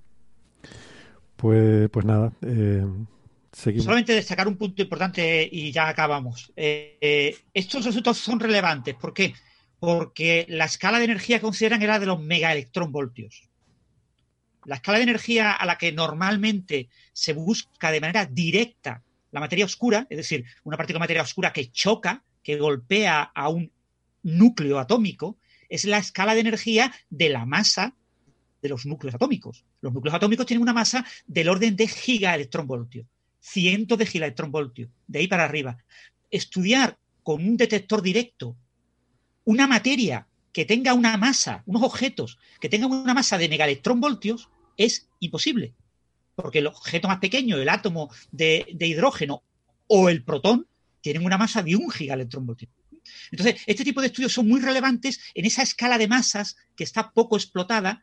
Pues nada, seguimos. Solamente destacar un punto importante y ya acabamos. Estos resultados son relevantes. ¿Por qué? Porque la escala de energía que consideran era de los megaelectronvoltios. La escala de energía a la que normalmente se busca de manera directa la materia oscura, es decir, una partícula de materia oscura que choca, que golpea a un núcleo atómico, es la escala de energía de la masa de los núcleos atómicos. Los núcleos atómicos tienen una masa del orden de gigaelectronvoltios, cientos de gigaelectronvoltios, de ahí para arriba. Estudiar con un detector directo una materia que tenga una masa, unos objetos que tengan una masa de megaelectronvoltios es imposible, porque el objeto más pequeño, el átomo de hidrógeno o el protón, tienen una masa de 1 gigaelectronvoltio. Entonces, este tipo de estudios son muy relevantes en esa escala de masas que está poco explorada,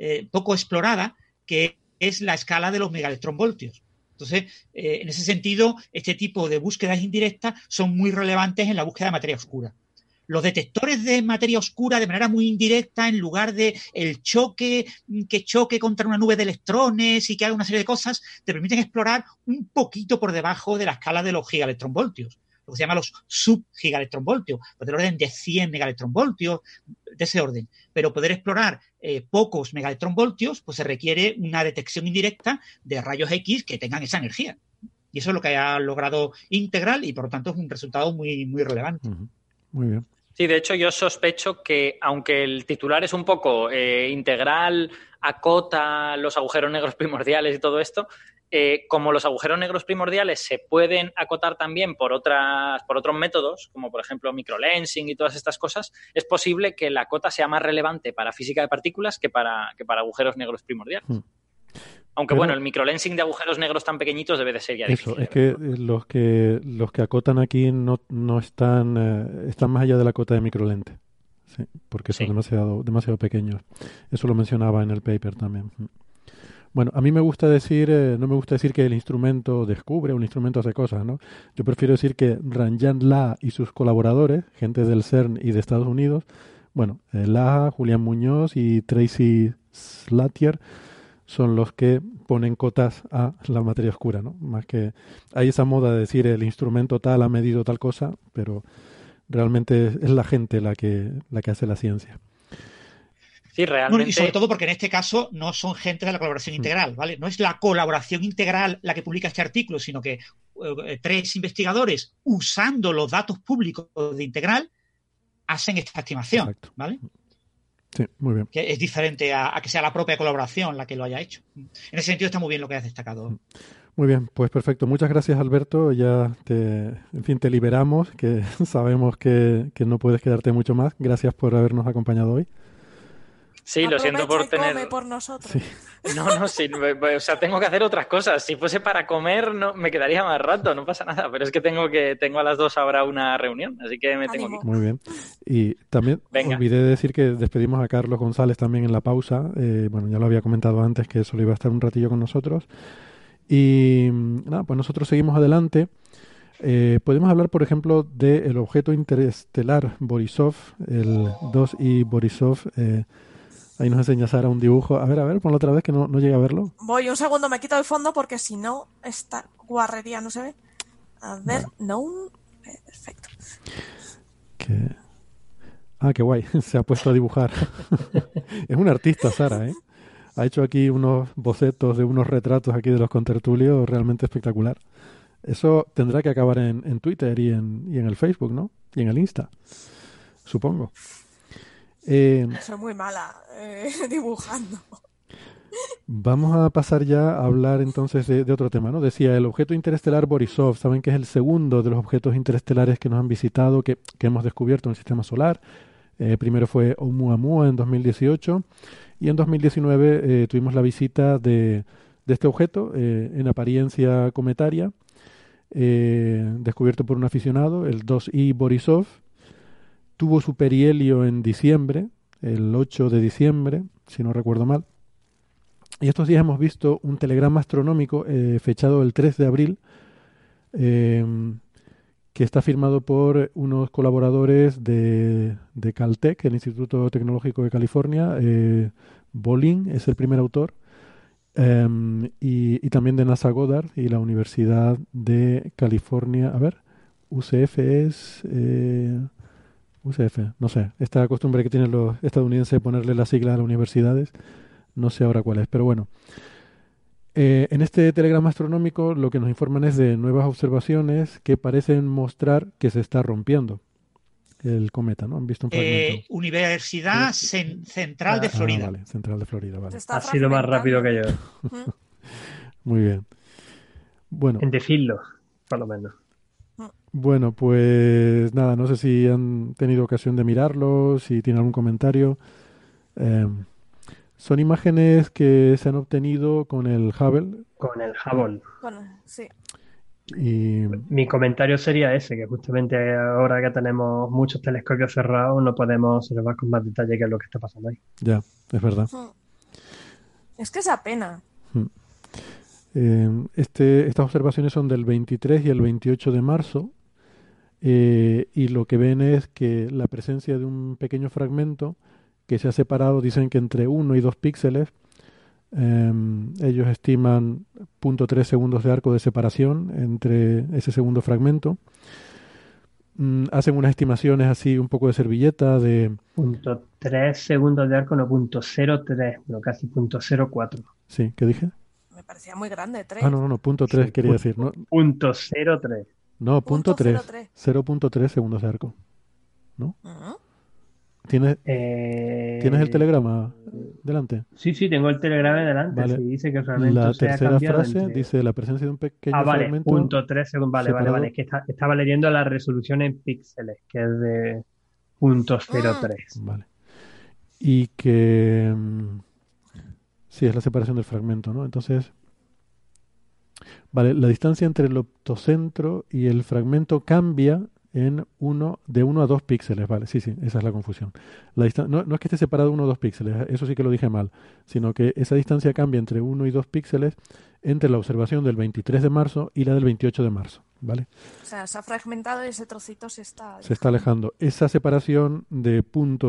que es la escala de los megaelectronvoltios. Entonces, en ese sentido, este tipo de búsquedas indirectas son muy relevantes en la búsqueda de materia oscura. Los detectores de materia oscura de manera muy indirecta, en lugar de el choque que choque contra una nube de electrones y que haga una serie de cosas, te permiten explorar un poquito por debajo de la escala de los gigaelectronvoltios, lo que se llama los subgigaelectronvoltios, del orden de 100 megaelectronvoltios, de ese orden. Pero poder explorar pocos megaelectronvoltios, pues se requiere una detección indirecta de rayos X que tengan esa energía. Y eso es lo que ha logrado Integral y, por lo tanto, es un resultado muy, muy relevante. Muy bien. Sí, de hecho yo sospecho que aunque el titular es un poco Integral, acota los agujeros negros primordiales y todo esto, como los agujeros negros primordiales se pueden acotar también por otros métodos, como por ejemplo microlensing y todas estas cosas, es posible que la cota sea más relevante para física de partículas que para agujeros negros primordiales. Aunque bueno, el microlensing de agujeros negros tan pequeñitos debe de ser ya difícil. Eso, es que los que acotan aquí no están más allá de la cota de microlente. Sí, porque son demasiado pequeños. Eso lo mencionaba en el paper también. Bueno, a mí me gusta decir, no me gusta decir que el instrumento descubre, un instrumento hace cosas, ¿no? Yo prefiero decir que Ranjan La y sus colaboradores, gente del CERN y de Estados Unidos, bueno, La, Julián Muñoz y Tracy Slatier, son los que ponen cotas a la materia oscura, ¿no? Más que hay esa moda de decir el instrumento tal ha medido tal cosa, pero realmente es la gente la que hace la ciencia. Sí, realmente. Bueno, y sobre todo porque en este caso no son gente de la colaboración integral, ¿vale? No es la colaboración integral la que publica este artículo, sino que 3 investigadores, usando los datos públicos de Integral, hacen esta estimación. Exacto. ¿Vale? Sí, muy bien. Que es diferente a que sea la propia colaboración la que lo haya hecho. En ese sentido está muy bien lo que has destacado. Muy bien, pues perfecto. Muchas gracias, Alberto. Ya te liberamos, que sabemos que no puedes quedarte mucho más. Gracias por habernos acompañado hoy. Sí, lo siento por tener... Come por nosotros. Sí. No, sí, o sea, tengo que hacer otras cosas. Si fuese para comer, no me quedaría más rato, no pasa nada. Pero es que tengo a las 2 ahora una reunión, así que me tengo que ir. Muy bien. Y también olvidé de decir que despedimos a Carlos González también en la pausa. Bueno, ya lo había comentado antes que solo iba a estar un ratillo con nosotros. Y nada, pues nosotros seguimos adelante. Podemos hablar, por ejemplo, del objeto interestelar Borisov, el 2I Borisov. Ahí nos enseña Sara un dibujo. A ver, ponlo otra vez que no llegue a verlo. Voy un segundo, me quito el fondo porque si no, esta guarrería no se ve. A ver, perfecto. Qué guay. Se ha puesto a dibujar. Es un artista, Sara, ¿eh? Ha hecho aquí unos bocetos de unos retratos aquí de los contertulios realmente espectacular. Eso tendrá que acabar en Twitter y en el Facebook, ¿no? Y en el Insta, supongo. Soy muy mala dibujando. Vamos a pasar ya a hablar entonces de otro tema, ¿no? Decía, el objeto interestelar Borisov, saben que es el segundo de los objetos interestelares que nos han visitado, que hemos descubierto en el sistema solar. Primero fue Oumuamua en 2018 y en 2019 tuvimos la visita de este objeto en apariencia cometaria, descubierto por un aficionado, el 2I Borisov. Tuvo su perihelio en diciembre, el 8 de diciembre, si no recuerdo mal. Y estos días hemos visto un telegrama astronómico fechado el 3 de abril, que está firmado por unos colaboradores de Caltech, el Instituto Tecnológico de California. Bolin es el primer autor, y también de NASA Goddard y la Universidad de California. A ver, UCF es... UCF, no sé, esta costumbre que tienen los estadounidenses de ponerle las siglas a las universidades, no sé ahora cuál es, pero bueno. En este telegrama astronómico lo que nos informan es de nuevas observaciones que parecen mostrar que se está rompiendo el cometa, ¿no? Han visto un fragmento. Universidad Central de Florida. Vale, Central de Florida, vale. Ha sido más rápido que yo. Muy bien. Bueno. En decirlo, por lo menos. Bueno, pues nada, no sé si han tenido ocasión de mirarlo, si tienen algún comentario. Son imágenes que se han obtenido con el Hubble. Con el Hubble. Sí. Y... Mi comentario sería ese, que justamente ahora que tenemos muchos telescopios cerrados no podemos observar con más detalle qué es lo que está pasando ahí. Ya, es verdad. Es que esa pena. Estas observaciones son del 23 y el 28 de marzo. Y lo que ven es que la presencia de un pequeño fragmento que se ha separado, dicen que entre 1 y 2 píxeles. Ellos estiman 0.3 segundos de arco de separación entre ese segundo fragmento. Hacen unas estimaciones así un poco de servilleta de... 0.3 segundos de arco, no 0.03, pero casi 0.04. Sí, ¿qué dije? Me parecía muy grande, 3. Ah, no, 0.3 sí, quería decir, ¿no? 0.03. No, 0.3. 0.3 segundos de arco. ¿No? ¿Tienes el telegrama delante? Sí, tengo el telegrama delante. Vale. Sí, dice que el fragmento la se ha tercera cambiado frase dice la presencia de un pequeño vale, fragmento. 0.3 segundos. Vale. Es que estaba leyendo la resolución en píxeles, que es de 0.03. Vale. Y que... sí, es la separación del fragmento, ¿no? Entonces... Vale, la distancia entre el optocentro y el fragmento cambia de 1 a 2 píxeles, vale, sí, esa es la confusión. No es que esté separado 1 o 2 píxeles, eso sí que lo dije mal, sino que esa distancia cambia entre 1 y 2 píxeles entre la observación del 23 de marzo y la del 28 de marzo, ¿vale? O sea, se ha fragmentado y ese trocito se está alejando. Esa separación de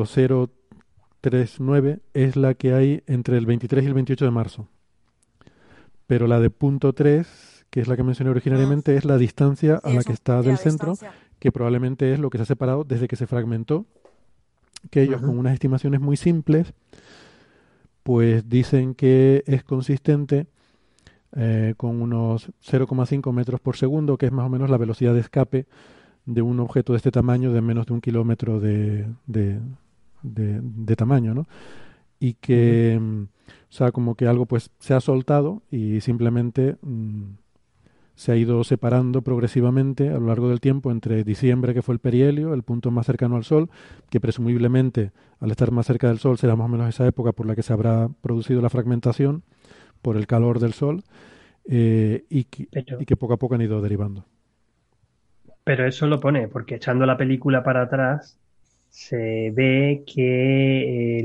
0.039 es la que hay entre el 23 y el 28 de marzo. Pero la de 0.3, que es la que mencioné originariamente, es la distancia a la que está del centro, que probablemente es lo que se ha separado desde que se fragmentó, que ellos con unas estimaciones muy simples, pues dicen que es consistente con unos 0,5 metros por segundo, que es más o menos la velocidad de escape de un objeto de este tamaño, de menos de 1 kilómetro de tamaño, ¿no? Y que... o sea, como que algo pues se ha soltado y simplemente se ha ido separando progresivamente a lo largo del tiempo entre diciembre, que fue el perihelio, el punto más cercano al Sol, que presumiblemente al estar más cerca del Sol será más o menos esa época por la que se habrá producido la fragmentación por el calor del Sol, y que poco a poco han ido derivando. Pero eso lo pone, porque echando la película para atrás se ve que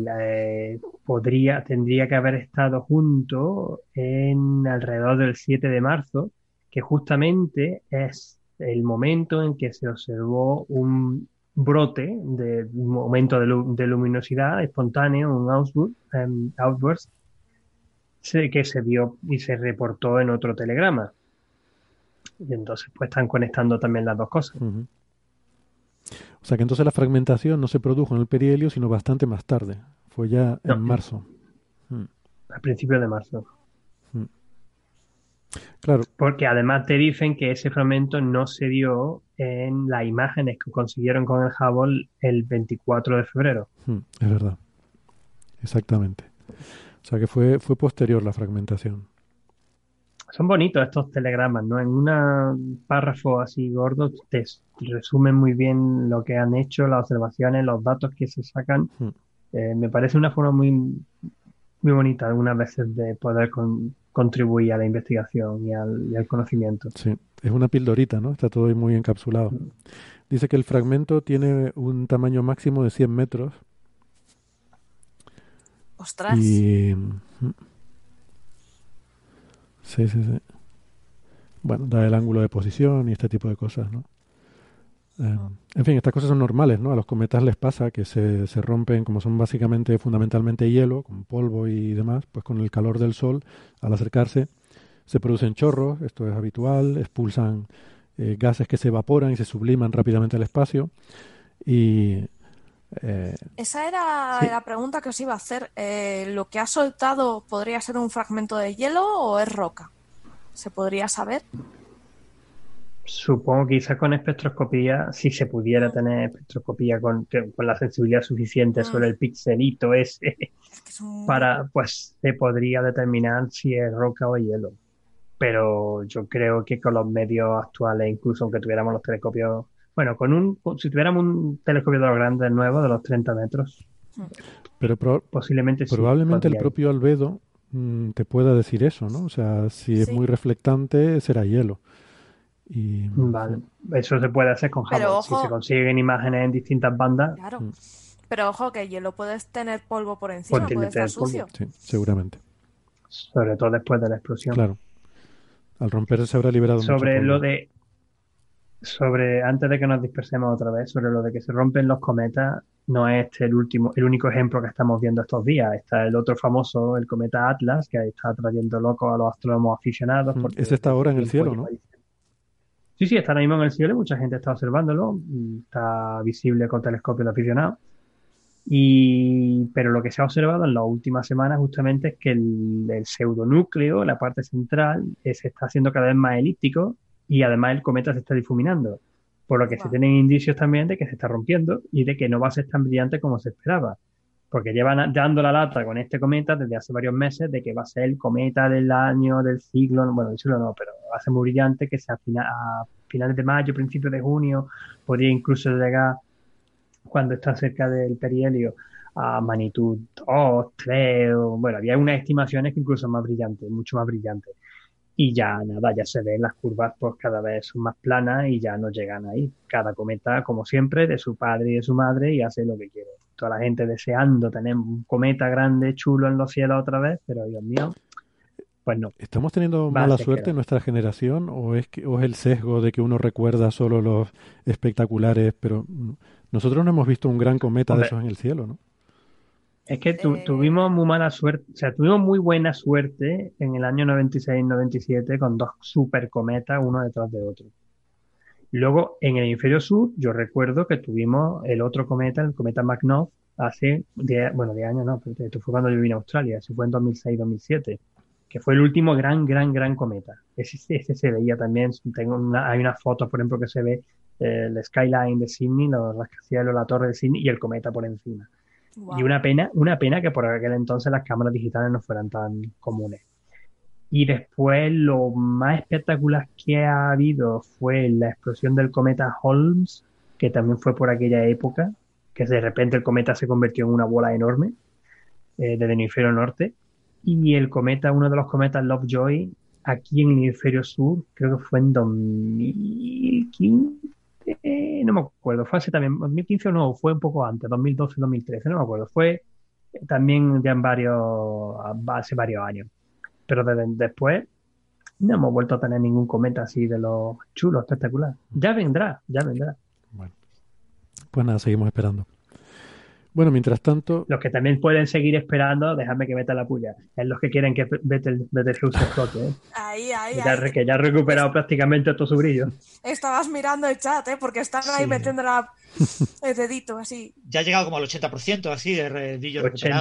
tendría que haber estado junto en alrededor del 7 de marzo, que justamente es el momento en que se observó un brote, un aumento de luminosidad espontáneo, un outburst, que se vio y se reportó en otro telegrama. Y entonces pues están conectando también las dos cosas. O sea que entonces la fragmentación no se produjo en el perihelio, sino bastante más tarde. Fue ya en marzo. A principios de marzo. Claro. Porque además te dicen que ese fragmento no se dio en las imágenes que consiguieron con el Hubble el 24 de febrero. Es verdad. Exactamente. O sea que fue posterior la fragmentación. Son bonitos estos telegramas, ¿no? En un párrafo así gordo te resumen muy bien lo que han hecho, las observaciones, los datos que se sacan. Me parece una forma muy, muy bonita algunas veces de poder contribuir a la investigación y al conocimiento. Sí, es una pildorita, ¿no? Está todo ahí muy encapsulado. Dice que el fragmento tiene un tamaño máximo de 100 metros. ¡Ostras! Y... Sí. Bueno, da el ángulo de posición y este tipo de cosas, ¿no? En fin, estas cosas son normales, ¿no? A los cometas les pasa que se rompen, como son básicamente, fundamentalmente hielo, con polvo y demás, pues con el calor del sol, al acercarse, se producen chorros, esto es habitual, expulsan gases que se evaporan y se subliman rápidamente al espacio. Y... Esa era sí. la pregunta que os iba a hacer. ¿Lo que ha soltado podría ser un fragmento de hielo o es roca? ¿Se podría saber? Supongo que quizás con espectroscopía, si se pudiera tener espectroscopía con la sensibilidad suficiente sobre el pixelito ese, pues se podría determinar si es roca o hielo. Pero yo creo que con los medios actuales, incluso aunque tuviéramos los telescopios, bueno, si tuviéramos un telescopio de los grandes nuevos, de los 30 metros, pero posiblemente probablemente el podría propio albedo te pueda decir eso, ¿no? O sea, si es muy reflectante, será hielo. Y... Vale, eso se puede hacer con Hubble. Si se consiguen imágenes en distintas bandas. Claro. Pero ojo, que hielo puedes tener polvo por encima, puede estar sucio. Sí, seguramente. Sobre todo después de la explosión. Claro. Al romperse se habrá liberado mucho polvo. Antes de que nos dispersemos otra vez, sobre lo de que se rompen los cometas, no es el único ejemplo que estamos viendo estos días. Está el otro famoso, el cometa Atlas, que está trayendo locos a los astrónomos aficionados. Ese está ahora en el cielo, ¿no? Sí, está ahora mismo en el cielo y mucha gente está observándolo. Está visible con telescopios de aficionados. Pero lo que se ha observado en las últimas semanas justamente es que el pseudonúcleo, la parte central, se está haciendo cada vez más elíptico y además el cometa se está difuminando. Por lo que se tienen indicios también de que se está rompiendo y de que no va a ser tan brillante como se esperaba. Porque llevan dando la lata con este cometa desde hace varios meses de que va a ser el cometa del año, del siglo, bueno, del siglo no, pero va a ser muy brillante, que a finales de mayo, principios de junio, podría incluso llegar, cuando está cerca del perihelio, a magnitud 2, 3, bueno, había unas estimaciones que incluso más brillantes, mucho más brillantes. Y ya nada, ya se ven las curvas, pues cada vez son más planas y ya no llegan ahí. Cada cometa, como siempre, de su padre y de su madre y hace lo que quiere. Toda la gente deseando tener un cometa grande, chulo en los cielos otra vez, pero Dios mío, pues no. ¿Estamos teniendo mala suerte en nuestra generación o es el sesgo de que uno recuerda solo los espectaculares? Pero nosotros no hemos visto un gran cometa de esos en el cielo, ¿no? Es que tuvimos muy mala suerte, o sea, tuvimos muy buena suerte en el año 96-97 con dos supercometas, uno detrás de otro. Luego, en el hemisferio sur, yo recuerdo que tuvimos el otro cometa, el cometa McNaught, hace 10 años, no, pero esto fue cuando yo vine a Australia, eso fue en 2006-2007, que fue el último gran cometa. Ese se veía también, hay unas fotos, por ejemplo, que se ve el skyline de Sydney, los rascacielos, la torre de Sydney y el cometa por encima. Wow. Y una pena que por aquel entonces las cámaras digitales no fueran tan comunes. Y después lo más espectacular que ha habido fue la explosión del cometa Holmes, que también fue por aquella época, que de repente el cometa se convirtió en una bola enorme del hemisferio norte. Y uno de los cometas Lovejoy, aquí en el hemisferio sur, creo que fue en 2015. No me acuerdo, fue hace también, 2015 o no, fue un poco antes, 2012, 2013, no me acuerdo, fue también ya hace varios años. Pero después no hemos vuelto a tener ningún cometa así de los chulos, espectacular. Ya vendrá. Bueno, pues nada, seguimos esperando. Bueno, mientras tanto... Los que también pueden seguir esperando, déjame que meta la puya, es los que quieren que Betelgeuse explote, ¿eh? Ahí. Que ya ha recuperado prácticamente todo su brillo. Estabas mirando el chat, ¿eh? Porque están ahí metiendo el dedito así. Ya ha llegado como al 80% así de brillo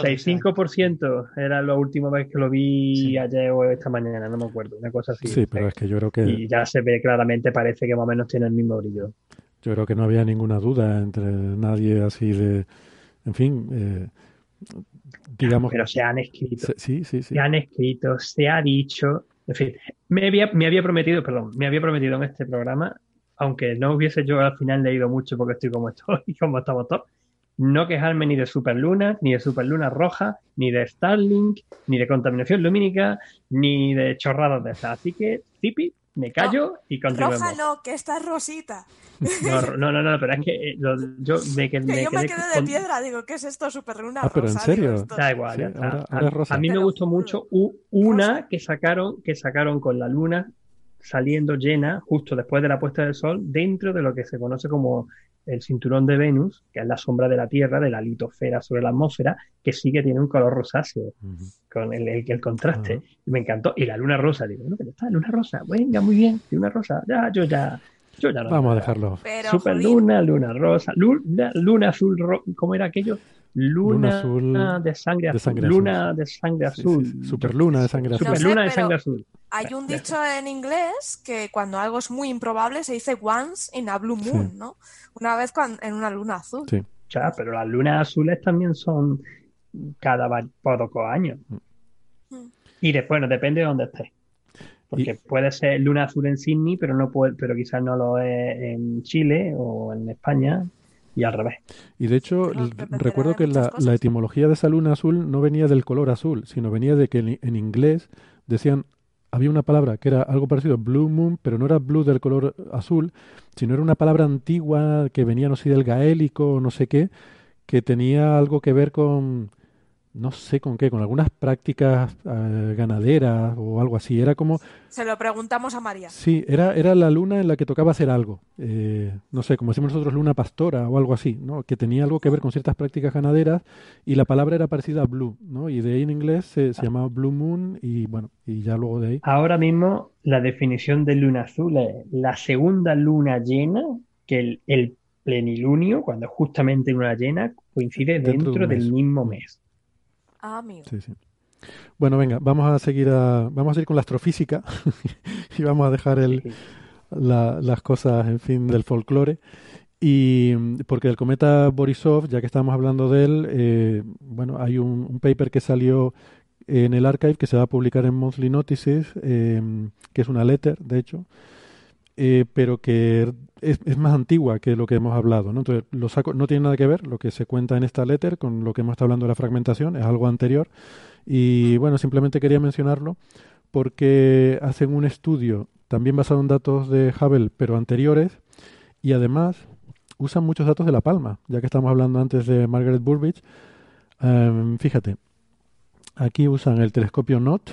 85% era la última vez que lo vi ayer o esta mañana, no me acuerdo, una cosa así. Sí, pero es que yo creo que... Y ya se ve claramente, parece que más o menos tiene el mismo brillo. Yo creo que no había ninguna duda entre nadie así de... En fin, digamos... Pero se han escrito. Sí. Se han escrito, se ha dicho En fin, me había prometido en este programa, aunque no hubiese yo al final leído mucho porque estoy como estoy y como estamos todos, no quejarme ni de superlunas, ni de superlunas rojas, ni de Starlink, ni de contaminación lumínica, ni de chorradas de esas. Así que, Zipi, me callo y continuemos. Roja no, que esta es rosita. No, pero es que yo me quedé de piedra, digo, ¿qué es esto? Superluna rosa. Pero en serio. Da igual, sí, ya está. Ahora es rosa. A mí me gustó mucho una que sacaron con la luna saliendo llena justo después de la puesta del sol dentro de lo que se conoce como el cinturón de Venus, que es la sombra de la Tierra, de la litosfera sobre la atmósfera, que sí que tiene un color rosáceo, con el contraste. Y me encantó. Y la luna rosa, digo, no, pero está, luna rosa, venga, muy bien, luna rosa, yo ya no. Vamos a dejarlo. Superluna, luna rosa, luna azul, ¿cómo era aquello? Luna azul de sangre azul. Luna de sangre azul. Sí. Superluna de sangre azul. Superluna de sangre azul. Hay un dicho en inglés que cuando algo es muy improbable se dice once in a blue moon, ¿no? Una vez en una luna azul. Sí. Ya, pero las lunas azules también son cada pocos años. Y después, depende de dónde estés. Porque puede ser luna azul en Sydney, pero quizás no lo es en Chile o en España. Y al revés. Y de hecho, recuerdo que la etimología de esa luna azul no venía del color azul, sino venía de que en inglés decían, había una palabra que era algo parecido a blue moon, pero no era blue del color azul, sino era una palabra antigua que venía, no sé, del gaélico o no sé qué, que tenía algo que ver con, no sé con qué, con algunas prácticas ganaderas o algo así. Era como... Se lo preguntamos a María. Sí, era la luna en la que tocaba hacer algo. No sé, como decimos nosotros, luna pastora o algo así, ¿no? Que tenía algo que ver con ciertas prácticas ganaderas y la palabra era parecida a blue, ¿no? Y de ahí en inglés se llamaba blue moon y bueno, y ya luego de ahí... Ahora mismo la definición de luna azul es la segunda luna llena, que el plenilunio, cuando es justamente luna llena, coincide dentro del mismo mes. Amigo. Sí. Bueno, venga, vamos a seguir con la astrofísica y vamos a dejar las cosas, en fin, del folclore. Y porque el cometa Borisov, ya que estamos hablando de él, bueno, hay un paper que salió en el archive que se va a publicar en Monthly Notices, que es una letter, de hecho, pero que es más antigua que lo que hemos hablado, ¿no? Entonces, no tiene nada que ver lo que se cuenta en esta letter con lo que hemos estado hablando de la fragmentación, es algo anterior. Y bueno, simplemente quería mencionarlo porque hacen un estudio también basado en datos de Hubble, pero anteriores, y además usan muchos datos de La Palma, ya que estamos hablando antes de Margaret Burbidge. Fíjate, aquí usan el telescopio NOT,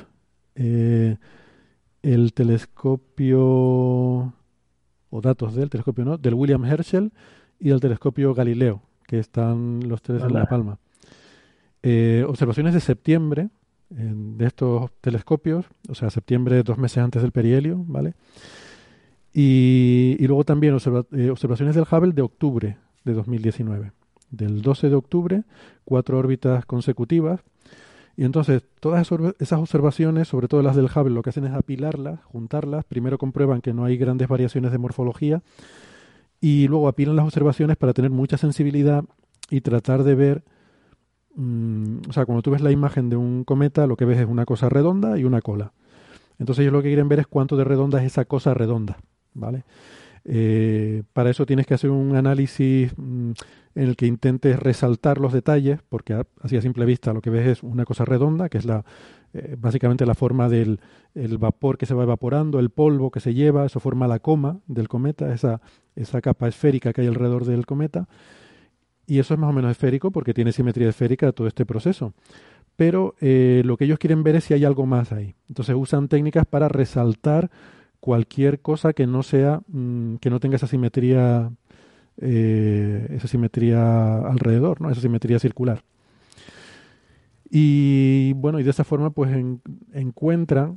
el telescopio o datos del telescopio NOT, del William Herschel y del telescopio Galileo, que están los tres en La Palma. Observaciones de septiembre de estos telescopios, o sea, septiembre 2 meses antes del perihelio, ¿vale? Y luego también observaciones del Hubble de octubre de 2019. Del 12 de octubre, 4 órbitas consecutivas. Y entonces, todas esas observaciones, sobre todo las del Hubble, lo que hacen es apilarlas, juntarlas. Primero comprueban que no hay grandes variaciones de morfología y luego apilan las observaciones para tener mucha sensibilidad y tratar de ver... o sea, cuando tú ves la imagen de un cometa, lo que ves es una cosa redonda y una cola. Entonces ellos lo que quieren ver es cuánto de redonda es esa cosa redonda, ¿vale? Para eso tienes que hacer un análisis en el que intentes resaltar los detalles, porque así a simple vista lo que ves es una cosa redonda, que es básicamente la forma del vapor que se va evaporando, el polvo que se lleva, eso forma la coma del cometa, esa capa esférica que hay alrededor del cometa. Y eso es más o menos esférico porque tiene simetría esférica todo este proceso. Pero lo que ellos quieren ver es si hay algo más ahí. Entonces usan técnicas para resaltar cualquier cosa que no sea, que no tenga esa simetría alrededor, ¿no? Esa simetría circular. Y bueno, y de esa forma pues encuentran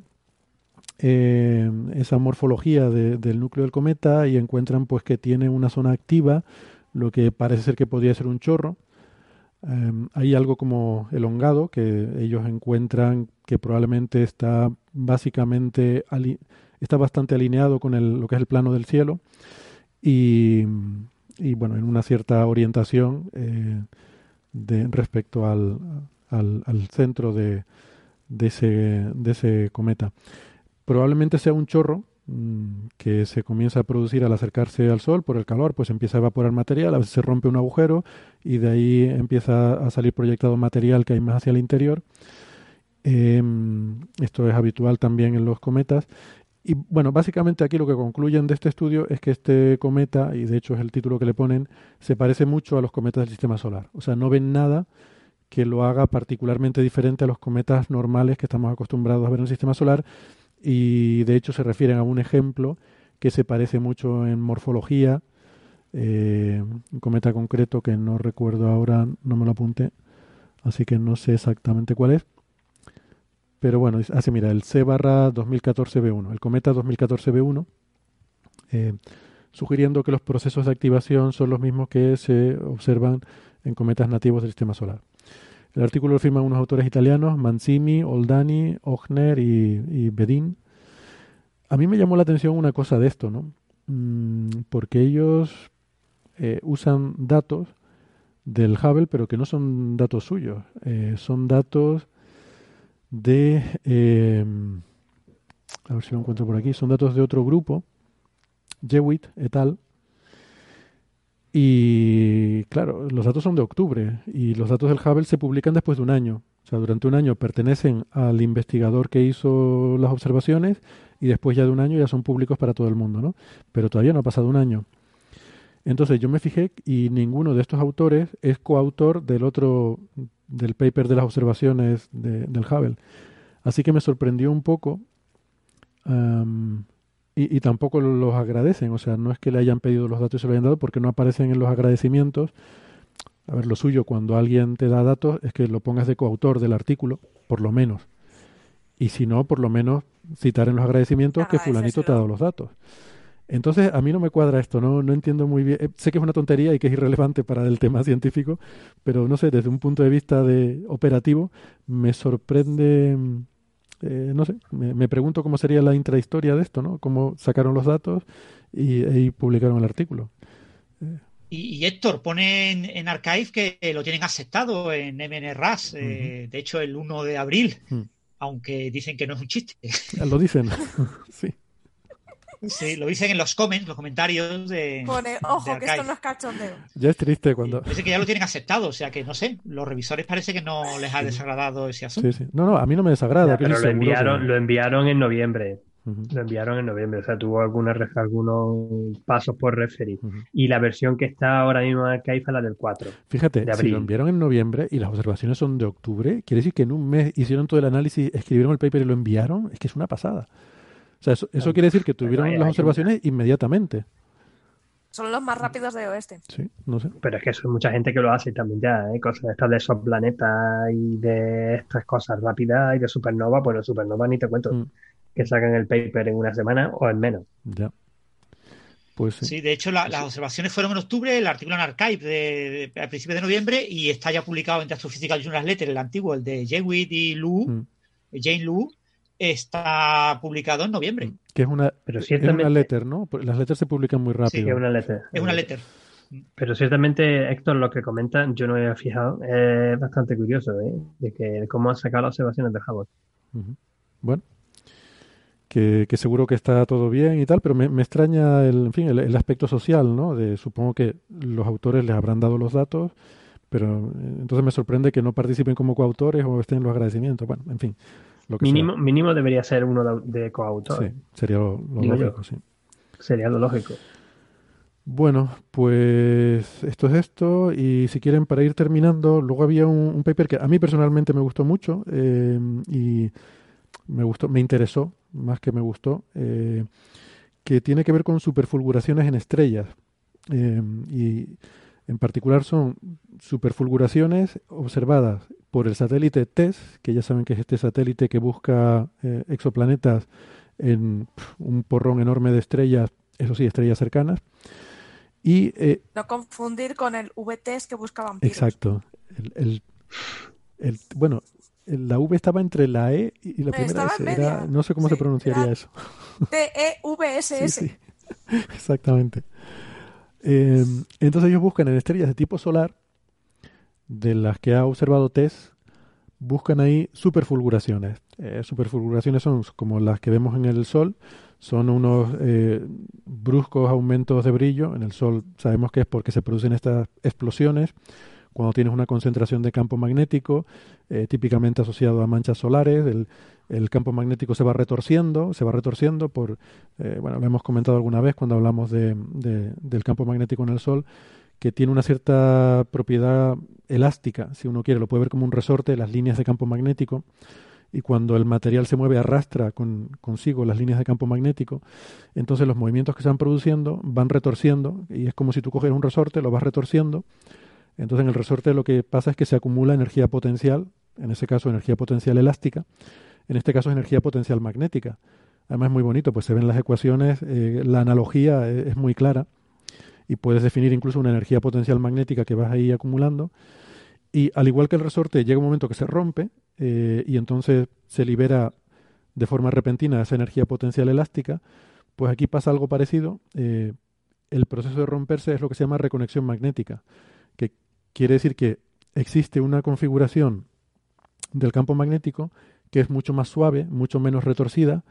esa morfología del núcleo del cometa y encuentran pues que tiene una zona activa, lo que parece ser que podría ser un chorro. Hay algo como elongado que ellos encuentran que probablemente está bastante alineado con lo que es el plano del cielo y bueno, en una cierta orientación respecto al centro de ese cometa. Probablemente sea un chorro que se comienza a producir al acercarse al Sol por el calor, pues empieza a evaporar material, a veces se rompe un agujero y de ahí empieza a salir proyectado material que hay más hacia el interior. Esto es habitual también en los cometas. Y bueno, básicamente aquí lo que concluyen de este estudio es que este cometa, y de hecho es el título que le ponen, se parece mucho a los cometas del sistema solar. O sea, no ven nada que lo haga particularmente diferente a los cometas normales que estamos acostumbrados a ver en el sistema solar, y de hecho se refieren a un ejemplo que se parece mucho en morfología, un cometa concreto que no recuerdo ahora, no me lo apunté, así que no sé exactamente cuál es. Pero bueno, mira, el C/2014b1, el cometa 2014b1, sugiriendo que los procesos de activación son los mismos que se observan en cometas nativos del sistema solar. El artículo lo firman unos autores italianos, Mancini, Oldani, Ochner y Bedin. A mí me llamó la atención una cosa de esto, ¿no? Porque ellos usan datos del Hubble, pero que no son datos suyos, son datos de, a ver si lo encuentro por aquí, son datos de otro grupo, Jewitt et al. Y claro, los datos son de octubre y los datos del Hubble se publican después de un año. O sea, durante un año pertenecen al investigador que hizo las observaciones y después ya de un año ya son públicos para todo el mundo, ¿no? Pero todavía no ha pasado un año. Entonces yo me fijé y ninguno de estos autores es coautor del paper de las observaciones del Hubble. Así que me sorprendió un poco y tampoco los agradecen. O sea, no es que le hayan pedido los datos y se lo hayan dado porque no aparecen en los agradecimientos. A ver, lo suyo cuando alguien te da datos es que lo pongas de coautor del artículo, por lo menos. Y si no, por lo menos citar en los agradecimientos que fulanito te ha dado los datos. Entonces, a mí no me cuadra esto, no entiendo muy bien. Sé que es una tontería y que es irrelevante para el tema científico, pero no sé, desde un punto de vista operativo, me sorprende, no sé, me pregunto cómo sería la intrahistoria de esto, ¿no? Cómo sacaron los datos y publicaron el artículo. Y Héctor, pone en Archive que lo tienen aceptado en MNRAS, de hecho el 1 de abril, aunque dicen que no es un chiste. Lo dicen, sí. Sí, lo dicen en los comentarios de. Pone, ojo, de que esto no es cachondeo. Ya es triste cuando. Parece que ya lo tienen aceptado, o sea que no sé, los revisores parece que no les ha desagradado ese asunto. Sí. No, a mí no me desagrada. Ya, pero lo enviaron en noviembre. Lo enviaron en noviembre, o sea, tuvo algunos pasos por referir. Y la versión que está ahora mismo en Archive es la del 4. Fíjate, si lo enviaron en noviembre y las observaciones son de octubre, quiere decir que en un mes hicieron todo el análisis, escribieron el paper y lo enviaron. Es que es una pasada. O sea, eso quiere decir que tuvieron las observaciones inmediatamente. Son los más rápidos de oeste. Sí, no sé. Pero es que hay mucha gente que lo hace también ya, cosas estas de esos planetas y de estas cosas rápidas y de supernova, pues los supernova ni te cuento, que sacan el paper en una semana o en menos. Ya. Pues sí, de hecho las observaciones fueron en octubre, el artículo en Archive a principios de noviembre y está ya publicado en Astrophysical Journal Letter, el antiguo, el de Jewitt y Jane Liu, está publicado en noviembre. Que es una letter, ¿no? Las letters se publican muy rápido. Sí, es una letter. Es una letter. Pero ciertamente, Héctor, lo que comentan, yo no me había fijado, es bastante curioso, de cómo han sacado las observaciones de Hubble. Bueno, que seguro que está todo bien y tal, pero me extraña el aspecto social, ¿no? Supongo que los autores les habrán dado los datos, pero entonces me sorprende que no participen como coautores o estén en los agradecimientos. Bueno, en fin. Mínimo debería ser uno de coautor. Sí, sería lo lógico, sí. Sería lo lógico. Bueno, pues esto es esto. Y si quieren, para ir terminando, luego había un paper que a mí personalmente me gustó mucho y me interesó, más que me gustó, que tiene que ver con superfulguraciones en estrellas. Y en particular son superfulguraciones observadas por el satélite TESS, que ya saben que es este satélite que busca exoplanetas en un porrón enorme de estrellas, eso sí, estrellas cercanas. Y no confundir con el VTESS que busca vampiros. Exacto. Bueno, la V estaba entre la E y la primera S. Era, no sé cómo se pronunciaría eso. TEVSS. Sí, exactamente. Entonces ellos buscan en estrellas de tipo solar, de las que ha observado TESS, buscan ahí superfulguraciones. Superfulguraciones son como las que vemos en el Sol, son unos bruscos aumentos de brillo. En el Sol sabemos que es porque se producen estas explosiones cuando tienes una concentración de campo magnético, típicamente asociado a manchas solares. El campo magnético se va retorciendo por, bueno, lo hemos comentado alguna vez cuando hablamos del campo magnético en el Sol, que tiene una cierta propiedad elástica, si uno quiere, lo puede ver como un resorte, las líneas de campo magnético, y cuando el material se mueve arrastra consigo las líneas de campo magnético, entonces los movimientos que se van produciendo van retorciendo, y es como si tú cogieras un resorte, lo vas retorciendo. Entonces en el resorte lo que pasa es que se acumula energía potencial, en ese caso energía potencial elástica, en este caso es energía potencial magnética. Además es muy bonito, pues se ven las ecuaciones, la analogía es muy clara y puedes definir incluso una energía potencial magnética que vas ahí acumulando, y al igual que el resorte llega un momento que se rompe y entonces se libera de forma repentina esa energía potencial elástica, pues aquí pasa algo parecido. El proceso de romperse es lo que se llama reconexión magnética, que quiere decir que existe una configuración del campo magnético que es mucho más suave, mucho menos retorcida,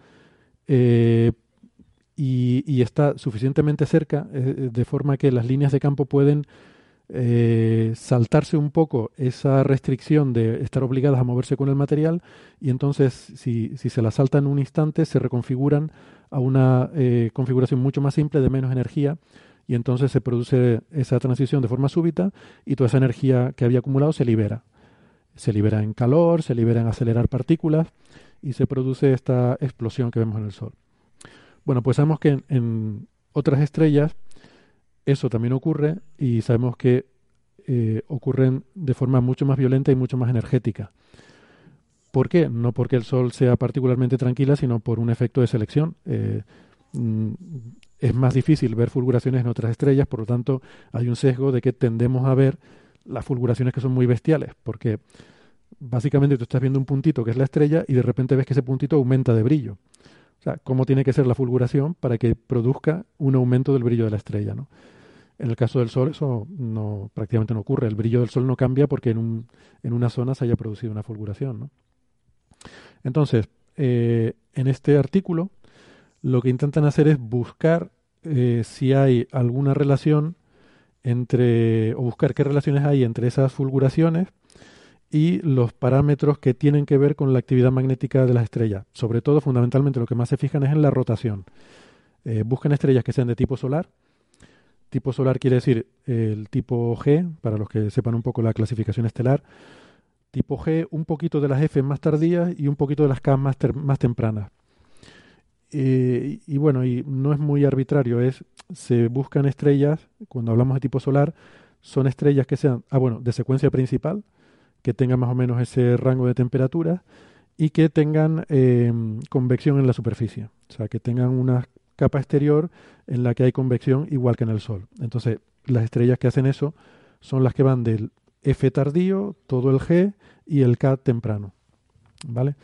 y está suficientemente cerca, de forma que las líneas de campo pueden saltarse un poco esa restricción de estar obligadas a moverse con el material, y entonces si se las saltan en un instante se reconfiguran a una configuración mucho más simple de menos energía, y entonces se produce esa transición de forma súbita y toda esa energía que había acumulado se libera. Se libera en calor, se libera en acelerar partículas y se produce esta explosión que vemos en el Sol. Bueno, pues sabemos que en otras estrellas eso también ocurre, y sabemos que ocurren de forma mucho más violenta y mucho más energética. ¿Por qué? No porque el Sol sea particularmente tranquila, sino por un efecto de selección. Es más difícil ver fulguraciones en otras estrellas, por lo tanto hay un sesgo de que tendemos a ver las fulguraciones que son muy bestiales, porque básicamente tú estás viendo un puntito que es la estrella y de repente ves que ese puntito aumenta de brillo. O sea, ¿cómo tiene que ser la fulguración para que produzca un aumento del brillo de la estrella, ¿no? En el caso del Sol eso prácticamente no ocurre. El brillo del Sol no cambia porque en una zona se haya producido una fulguración, ¿no? Entonces, en este artículo lo que intentan hacer es buscar si hay alguna relación o buscar qué relaciones hay entre esas fulguraciones y los parámetros que tienen que ver con la actividad magnética de las estrellas. Sobre todo, fundamentalmente, lo que más se fijan es en la rotación. Buscan estrellas que sean de tipo solar. Tipo solar quiere decir el tipo G, para los que sepan un poco la clasificación estelar. Tipo G, un poquito de las F más tardías y un poquito de las K más tempranas. Y bueno, y no es muy arbitrario, se buscan estrellas, cuando hablamos de tipo solar, son estrellas que sean, de secuencia principal, que tengan más o menos ese rango de temperatura y que tengan convección en la superficie, o sea, que tengan una capa exterior en la que hay convección igual que en el Sol. Entonces, las estrellas que hacen eso son las que van del F tardío, todo el G y el K temprano, ¿vale?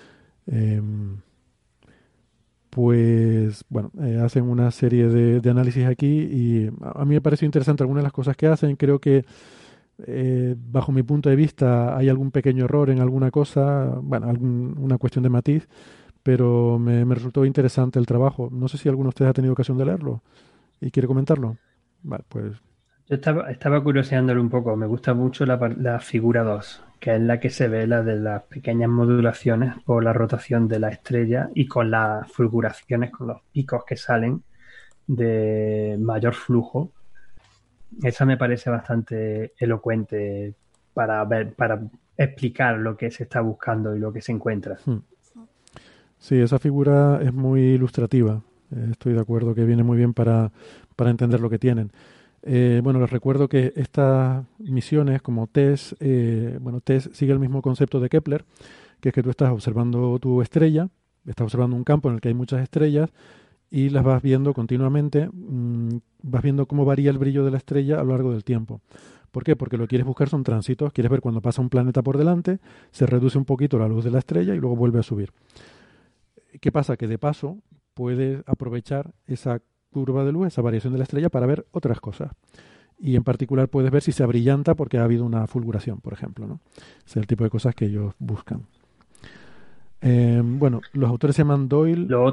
Pues bueno, hacen una serie de análisis aquí y a mí me pareció interesante algunas de las cosas que hacen. Creo que bajo mi punto de vista hay algún pequeño error en alguna cosa, bueno, una cuestión de matiz, pero me resultó interesante el trabajo. No sé si alguno de ustedes ha tenido ocasión de leerlo y quiere comentarlo. Vale, pues... Yo estaba curioseándolo un poco. Me gusta mucho la figura 2, que es la que se ve la de las pequeñas modulaciones por la rotación de la estrella y con las fulguraciones, con los picos que salen de mayor flujo. Esa me parece bastante elocuente para explicar lo que se está buscando y lo que se encuentra. Sí, esa figura es muy ilustrativa. Estoy de acuerdo que viene muy bien para entender lo que tienen. Bueno, les recuerdo que estas misiones como TESS, TESS sigue el mismo concepto de Kepler, que es que tú estás observando tu estrella, estás observando un campo en el que hay muchas estrellas y las vas viendo continuamente, vas viendo cómo varía el brillo de la estrella a lo largo del tiempo. ¿Por qué? Porque lo que quieres buscar son tránsitos, quieres ver cuando pasa un planeta por delante, se reduce un poquito la luz de la estrella y luego vuelve a subir. ¿Qué pasa? Que de paso puedes aprovechar esa curva de luz, esa variación de la estrella para ver otras cosas. y en particular puedes ver si se abrillanta porque ha habido una fulguración, por ejemplo, ¿no? Ese es el tipo de cosas que ellos buscan. Bueno, los autores se llaman Doyle. Lo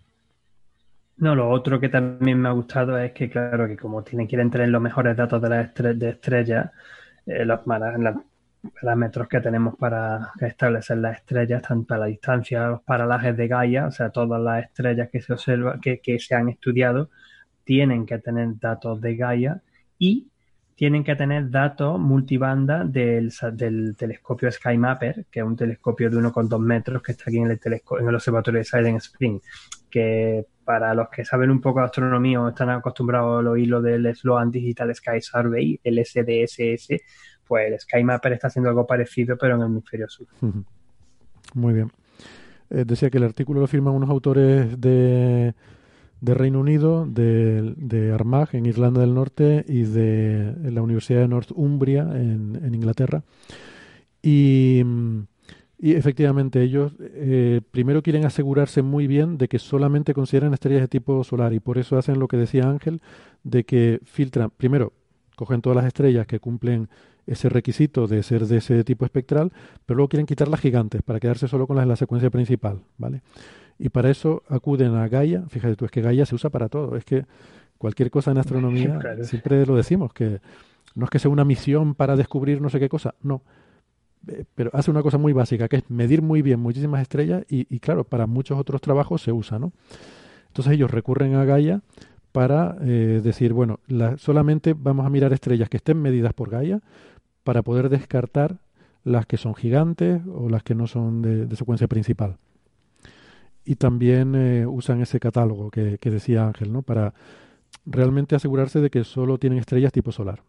otro que también me ha gustado es que, claro, que como quieren tener los mejores datos de las estrellas, los parámetros que tenemos para establecer las estrellas, tanto a la distancia, los paralajes de Gaia, o sea, todas las estrellas que se observan, que se han estudiado, tienen que tener datos de Gaia y tienen que tener datos multibanda del telescopio SkyMapper, que es un telescopio de 1,2 metros que está aquí en el observatorio de Silent Spring, que para los que saben un poco de astronomía o están acostumbrados al oírlo del Sloan Digital Sky Survey, el SDSS, pues el SkyMapper está haciendo algo parecido, pero en el hemisferio sur. Muy bien. Decía que el artículo lo firman unos autores de Reino Unido, de Armagh, en Irlanda del Norte, y de la Universidad de Northumbria, en Inglaterra. Y efectivamente ellos primero quieren asegurarse muy bien de que solamente consideran estrellas de tipo solar, y por eso hacen lo que decía Ángel, de que filtran, primero cogen todas las estrellas que cumplen ese requisito de ser de ese tipo espectral, pero luego quieren quitar las gigantes para quedarse solo con las de la secuencia principal, ¿vale? Y para eso acuden a Gaia. Fíjate tú, es que Gaia se usa para todo. Es que cualquier cosa en astronomía, claro, siempre lo decimos, que no es que sea una misión para descubrir no sé qué cosa, no. Pero hace una cosa muy básica, que es medir muy bien muchísimas estrellas y claro, para muchos otros trabajos se usa, ¿no? Entonces ellos recurren a Gaia para decir, bueno, solamente vamos a mirar estrellas que estén medidas por Gaia para poder descartar las que son gigantes o las que no son de secuencia principal. Y también usan ese catálogo que decía Ángel, ¿no? Para realmente asegurarse de que solo tienen estrellas tipo solar.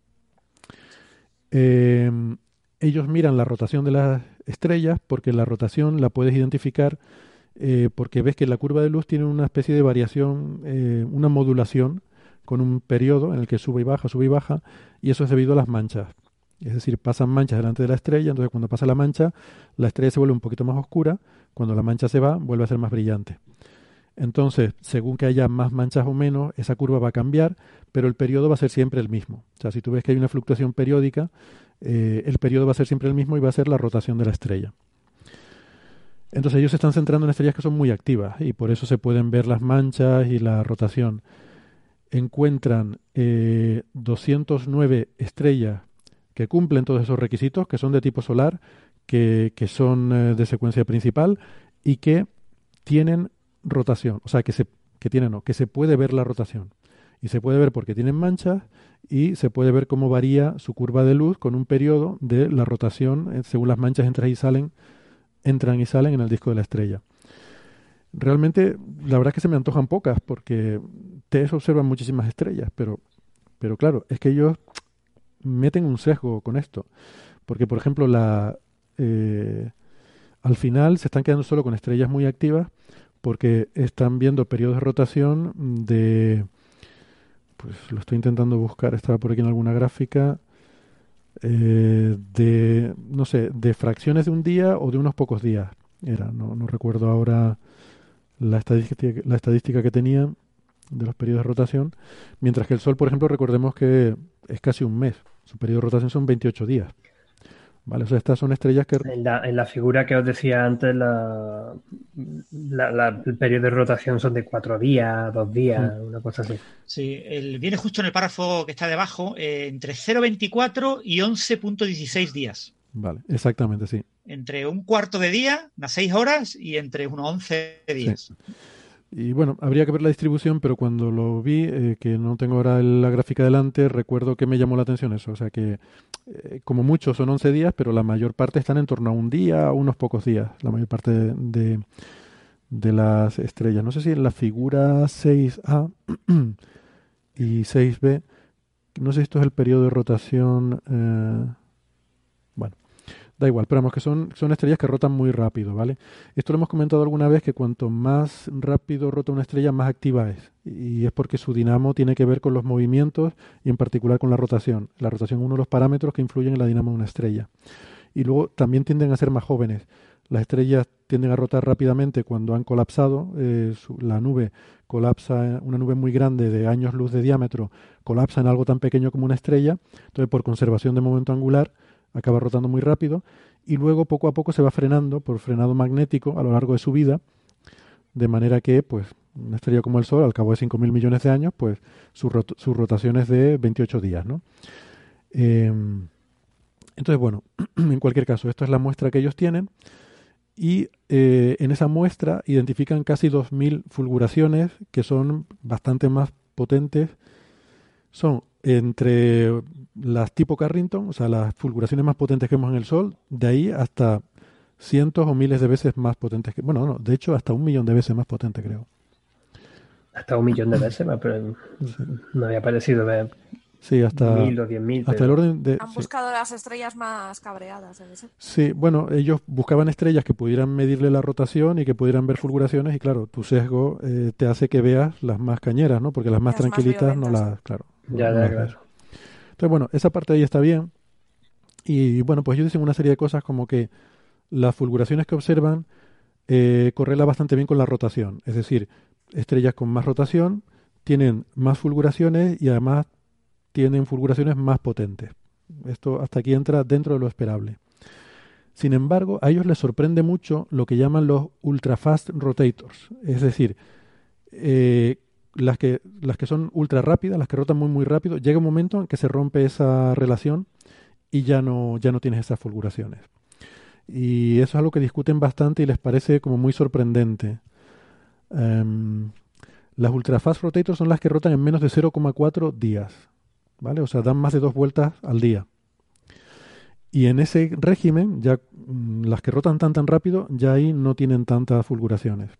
Ellos miran la rotación de las estrellas porque la rotación la puedes identificar porque ves que la curva de luz tiene una especie de variación, una modulación con un periodo en el que sube y baja, y eso es debido a las manchas. Es decir, pasan manchas delante de la estrella, entonces cuando pasa la mancha, la estrella se vuelve un poquito más oscura, cuando la mancha se va, vuelve a ser más brillante. Entonces, según que haya más manchas o menos, esa curva va a cambiar, pero el periodo va a ser siempre el mismo. O sea, si tú ves que hay una fluctuación periódica, el periodo va a ser siempre el mismo y va a ser la rotación de la estrella. Entonces ellos se están centrando en estrellas que son muy activas y por eso se pueden ver las manchas y la rotación. Encuentran 209 estrellas que cumplen todos esos requisitos, que son de tipo solar, que son de secuencia principal y que tienen rotación, o sea, que se puede ver la rotación. Y se puede ver porque tienen manchas y se puede ver cómo varía su curva de luz con un periodo de la rotación según las manchas entran y salen en el disco de la estrella. Realmente, la verdad es que se me antojan pocas porque TESS observan muchísimas estrellas, pero claro, es que ellos meten un sesgo con esto. Porque, por ejemplo, al final se están quedando solo con estrellas muy activas porque están viendo periodos de rotación pues lo estoy intentando buscar, estaba por aquí en alguna gráfica, de fracciones de un día o de unos pocos días. No recuerdo ahora la estadística que tenía de los periodos de rotación, mientras que el Sol, por ejemplo, recordemos que es casi un mes. Su periodo de rotación son 28 días. ¿Vale? O sea, estas son estrellas que... En la figura que os decía antes, el periodo de rotación son de 4 días, 2 días, una cosa así. Sí, viene justo en el párrafo que está debajo, entre 0,24 y 11,16 días. Vale, exactamente, sí. Entre un cuarto de día, unas 6 horas, y entre unos 11 días. Sí. Y bueno, habría que ver la distribución, pero cuando lo vi, que no tengo ahora la gráfica delante, recuerdo que me llamó la atención eso. O sea que como mucho son 11 días, pero la mayor parte están en torno a un día o unos pocos días, la mayor parte de las estrellas. No sé si en la figura 6A y 6B, no sé si esto es el periodo de rotación... bueno. Da igual, pero vamos, que son estrellas que rotan muy rápido, ¿vale? Esto lo hemos comentado alguna vez, que cuanto más rápido rota una estrella, más activa es. Y es porque su dinamo tiene que ver con los movimientos y en particular con la rotación. La rotación es uno de los parámetros que influyen en la dinamo de una estrella. Y luego también tienden a ser más jóvenes. Las estrellas tienden a rotar rápidamente cuando han colapsado. La nube colapsa, una nube muy grande de años luz de diámetro, colapsa en algo tan pequeño como una estrella. Entonces, por conservación de momento angular, acaba rotando muy rápido. Y luego, poco a poco, se va frenando por frenado magnético a lo largo de su vida. De manera que, pues, una estrella como el Sol, al cabo de 5.000 millones de años, pues, su rotación es de 28 días, ¿no? Entonces, bueno, en cualquier caso, esto es la muestra que ellos tienen. Y en esa muestra identifican casi 2.000 fulguraciones que son bastante más potentes. Son entre las tipo Carrington, o sea, las fulguraciones más potentes que vemos en el Sol, de ahí hasta cientos o miles de veces más potentes que... Bueno, no, de hecho hasta 1 millón de veces más potente, creo. Hasta 1 millón de veces, pero no había parecido ver... Sí, hasta 1.000 o 10.000. Hasta el orden de... Han buscado las estrellas más cabreadas, debe ser. Sí, bueno, ellos buscaban estrellas que pudieran medirle la rotación y que pudieran ver fulguraciones y claro, tu sesgo te hace que veas las más cañeras, ¿no? Porque las más tranquilitas no las... Claro. Claro. Entonces, bueno, esa parte ahí está bien. Y bueno, pues ellos dicen una serie de cosas como que las fulguraciones que observan correlan bastante bien con la rotación. Es decir, estrellas con más rotación tienen más fulguraciones y además tienen fulguraciones más potentes. Esto hasta aquí entra dentro de lo esperable. Sin embargo, a ellos les sorprende mucho lo que llaman los ultra-fast rotators. Es decir, las que son ultra rápidas, las que rotan muy muy rápido, llega un momento en que se rompe esa relación y ya no tienes esas fulguraciones. Y eso es algo que discuten bastante y les parece como muy sorprendente. Las ultra-fast rotators son las que rotan en menos de 0,4 días. ¿Vale? O sea, dan más de 2 vueltas al día. Y en ese régimen, ya las que rotan tan rápido, ya ahí no tienen tantas fulguraciones.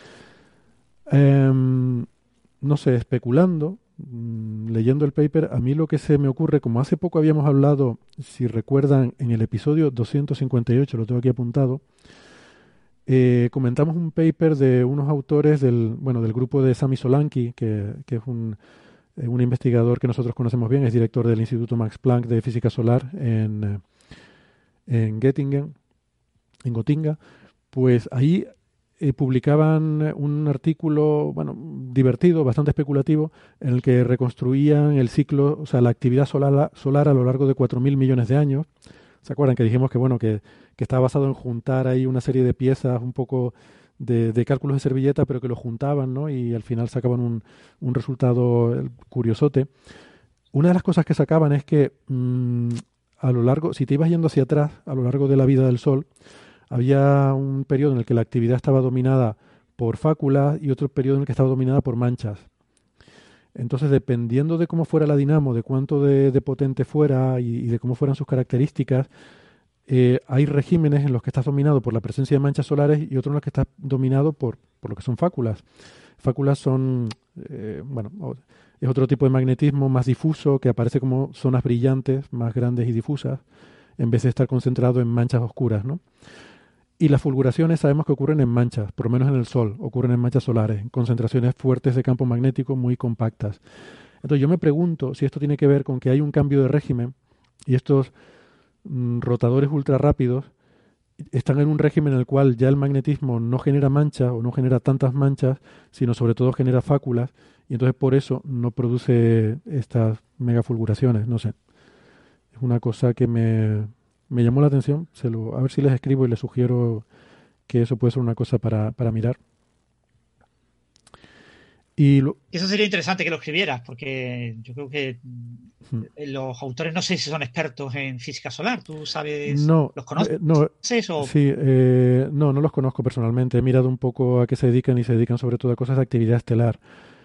No sé, especulando, leyendo el paper, a mí lo que se me ocurre, como hace poco habíamos hablado, si recuerdan, en el episodio 258, lo tengo aquí apuntado, comentamos un paper de unos autores del grupo de Sami Solanki, que es un investigador que nosotros conocemos bien, es director del Instituto Max Planck de Física Solar en Göttingen, en Gotinga. Pues ahí publicaban un artículo, divertido, bastante especulativo, en el que reconstruían el ciclo, o sea, la actividad solar a lo largo de 4.000 millones de años. ¿Se acuerdan que dijimos que estaba basado en juntar ahí una serie de piezas un poco de cálculos de servilleta, pero que lo juntaban, ¿no? Y al final sacaban un resultado curiosote. Una de las cosas que sacaban es que a lo largo, si te ibas yendo hacia atrás, a lo largo de la vida del Sol, había un periodo en el que la actividad estaba dominada por fáculas y otro periodo en el que estaba dominada por manchas. Entonces, dependiendo de cómo fuera la dinamo, de cuánto de potente fuera y de cómo fueran sus características, hay regímenes en los que estás dominado por la presencia de manchas solares y otros en los que estás dominado por lo que son fáculas. Fáculas son, es otro tipo de magnetismo más difuso que aparece como zonas brillantes, más grandes y difusas, en vez de estar concentrado en manchas oscuras, ¿no? Y las fulguraciones sabemos que ocurren en manchas, por lo menos en el Sol, ocurren en manchas solares, en concentraciones fuertes de campo magnético muy compactas. Entonces yo me pregunto si esto tiene que ver con que hay un cambio de régimen y estos rotadores ultra rápidos están en un régimen en el cual ya el magnetismo no genera manchas o no genera tantas manchas, sino sobre todo genera fáculas y entonces por eso no produce estas megafulguraciones, no sé. Es una cosa que me llamó la atención, a ver si les escribo y les sugiero que eso puede ser una cosa para mirar. Eso sería interesante que lo escribieras, porque yo creo que los autores no sé si son expertos en física solar. ¿Tú sabes? No, ¿Los conoces? No los conozco personalmente. He mirado un poco a qué se dedican y se dedican sobre todo a cosas de actividad estelar.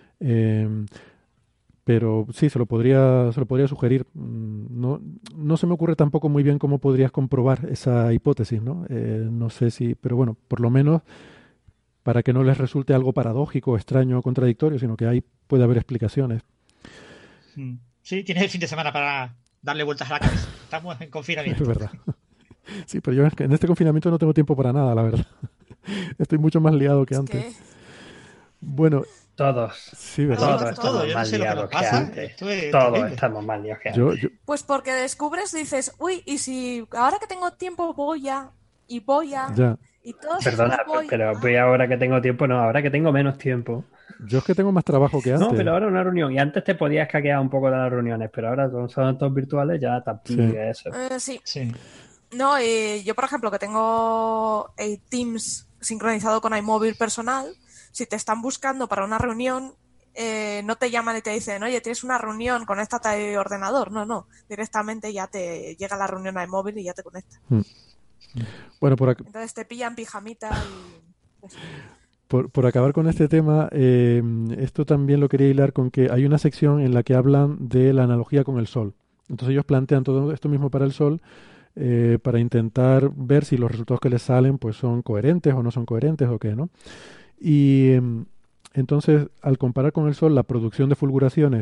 Pero sí, se lo podría sugerir. No se me ocurre tampoco muy bien cómo podrías comprobar esa hipótesis, ¿no? No sé si, pero bueno, por lo menos para que no les resulte algo paradójico, extraño o contradictorio, sino que ahí puede haber explicaciones. Sí, tienes el fin de semana para darle vueltas a la cabeza. Estamos en confinamiento. Es verdad. Sí, pero yo en este confinamiento no tengo tiempo para nada, la verdad. Estoy mucho más liado que antes. Bueno, todos. Sí, ¿verdad? Todos estamos más liados que antes. Todos estamos más liados que antes. Pues porque descubres, dices, uy, y si ahora que tengo tiempo voy a... Y Y todos Perdona, pero voy ahora que tengo tiempo, no, ahora que tengo menos tiempo. Yo es que tengo más trabajo que antes. No, pero ahora una reunión. Y antes te podías caquear un poco de las reuniones, pero ahora son todos virtuales, ya tampoco eso. Sí. No, yo por ejemplo que tengo Teams sincronizado con iMóvil personal, si te están buscando para una reunión, no te llaman y te dicen, oye, tienes una reunión, conéctate al ordenador. No, directamente ya te llega la reunión a iMóvil y ya te conecta. Bueno, entonces te pillan pijamita y... Por acabar con este tema, esto también lo quería hilar con que hay una sección en la que hablan de la analogía con el Sol. Entonces ellos plantean todo esto mismo para el Sol, para intentar ver si los resultados que les salen pues son coherentes o no son coherentes o qué, ¿no? Y entonces, al comparar con el Sol la producción de fulguraciones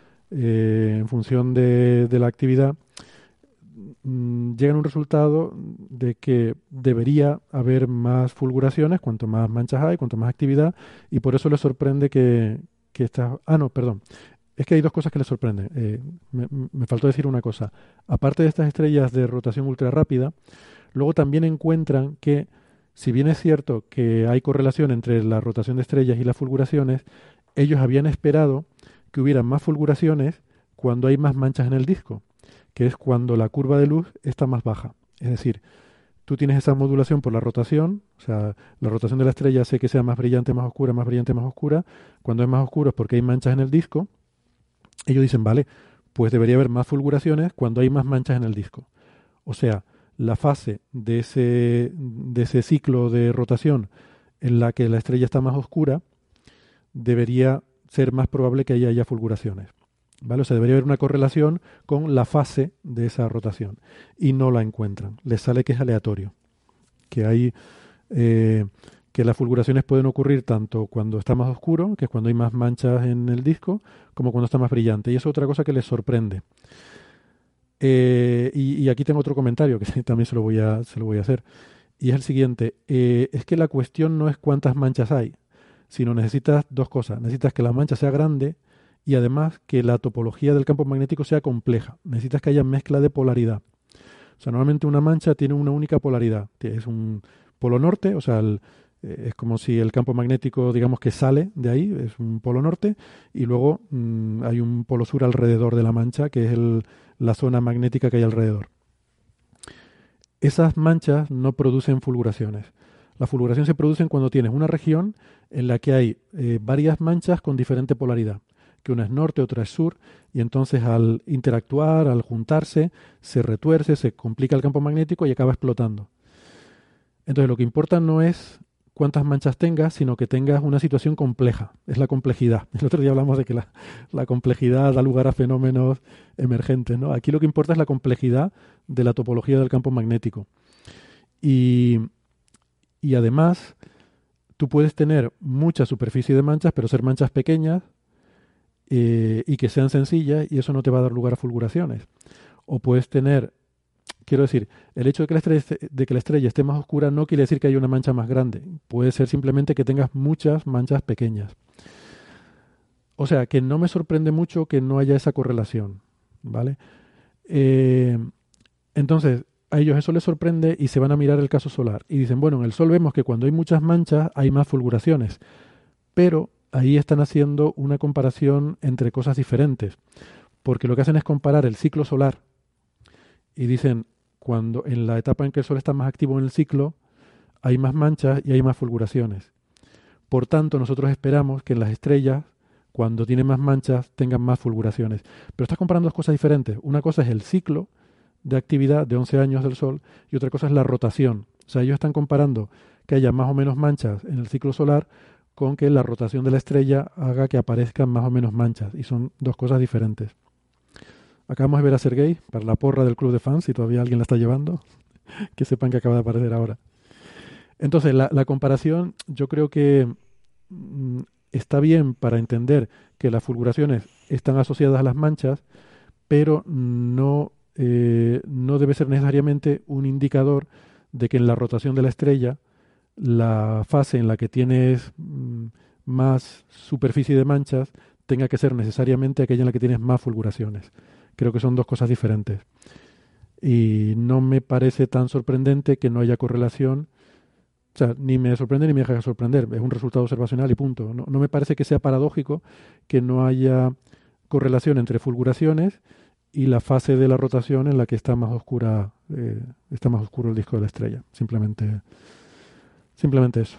en función de la actividad, llegan a un resultado de que debería haber más fulguraciones cuanto más manchas hay, cuanto más actividad, y por eso les sorprende que estas... Ah, no, perdón. Es que hay dos cosas que les sorprenden. Me faltó decir una cosa. Aparte de estas estrellas de rotación ultra rápida, luego también encuentran que, si bien es cierto que hay correlación entre la rotación de estrellas y las fulguraciones, ellos habían esperado que hubiera más fulguraciones cuando hay más manchas en el disco, que es cuando la curva de luz está más baja. Es decir, tú tienes esa modulación por la rotación, o sea, la rotación de la estrella hace que sea más brillante, más oscura, más brillante, más oscura. Cuando es más oscuro es porque hay manchas en el disco. Ellos dicen, vale, pues debería haber más fulguraciones cuando hay más manchas en el disco. O sea, la fase de ese ciclo de rotación en la que la estrella está más oscura, debería ser más probable que haya fulguraciones. ¿Vale? O sea, debería haber una correlación con la fase de esa rotación. Y no la encuentran. Les sale que es aleatorio. Que hay que las fulguraciones pueden ocurrir tanto cuando está más oscuro, que es cuando hay más manchas en el disco, como cuando está más brillante. Y eso es otra cosa que les sorprende. Y aquí tengo otro comentario que también se lo voy a hacer. Y es el siguiente. Es que la cuestión no es cuántas manchas hay, sino necesitas dos cosas. Necesitas que la mancha sea grande y además que la topología del campo magnético sea compleja. Necesitas que haya mezcla de polaridad. O sea, normalmente una mancha tiene una única polaridad. Es un polo norte, o sea, es como si el campo magnético, digamos que sale de ahí, es un polo norte, y luego hay un polo sur alrededor de la mancha, que es la zona magnética que hay alrededor. Esas manchas no producen fulguraciones. Las fulguraciones se producen cuando tienes una región en la que hay varias manchas con diferente polaridad, que una es norte, otra es sur, y entonces al interactuar, al juntarse, se retuerce, se complica el campo magnético y acaba explotando. Entonces lo que importa no es cuántas manchas tengas, sino que tengas una situación compleja. Es la complejidad. El otro día hablamos de que la complejidad da lugar a fenómenos emergentes, ¿no? Aquí lo que importa es la complejidad de la topología del campo magnético. Y además, tú puedes tener mucha superficie de manchas, pero ser manchas pequeñas, y que sean sencillas, y eso no te va a dar lugar a fulguraciones. O puedes tener, quiero decir, el hecho de que la estrella esté más oscura no quiere decir que haya una mancha más grande. Puede ser simplemente que tengas muchas manchas pequeñas. O sea, que no me sorprende mucho que no haya esa correlación, ¿vale? Entonces, a ellos eso les sorprende y se van a mirar el caso solar. Y dicen, bueno, en el Sol vemos que cuando hay muchas manchas hay más fulguraciones, pero ahí están haciendo una comparación entre cosas diferentes, porque lo que hacen es comparar el ciclo solar y dicen, cuando en la etapa en que el Sol está más activo en el ciclo, hay más manchas y hay más fulguraciones. Por tanto, nosotros esperamos que en las estrellas, cuando tienen más manchas, tengan más fulguraciones. Pero estás comparando dos cosas diferentes. Una cosa es el ciclo de actividad de 11 años del Sol y otra cosa es la rotación. O sea, ellos están comparando que haya más o menos manchas en el ciclo solar con que la rotación de la estrella haga que aparezcan más o menos manchas, y son dos cosas diferentes. Acabamos de ver a Sergei para la porra del club de fans, si todavía alguien la está llevando, que sepan que acaba de aparecer ahora. Entonces, la comparación yo creo que está bien para entender que las fulguraciones están asociadas a las manchas, pero no debe ser necesariamente un indicador de que en la rotación de la estrella la fase en la que tienes más superficie de manchas tenga que ser necesariamente aquella en la que tienes más fulguraciones. Creo que son dos cosas diferentes. Y no me parece tan sorprendente que no haya correlación O sea, ni me sorprende ni me deja de sorprender. Es un resultado observacional y punto. No me parece que sea paradójico que no haya correlación entre fulguraciones y la fase de la rotación en la que está más oscura, está más oscuro el disco de la estrella. Simplemente eso.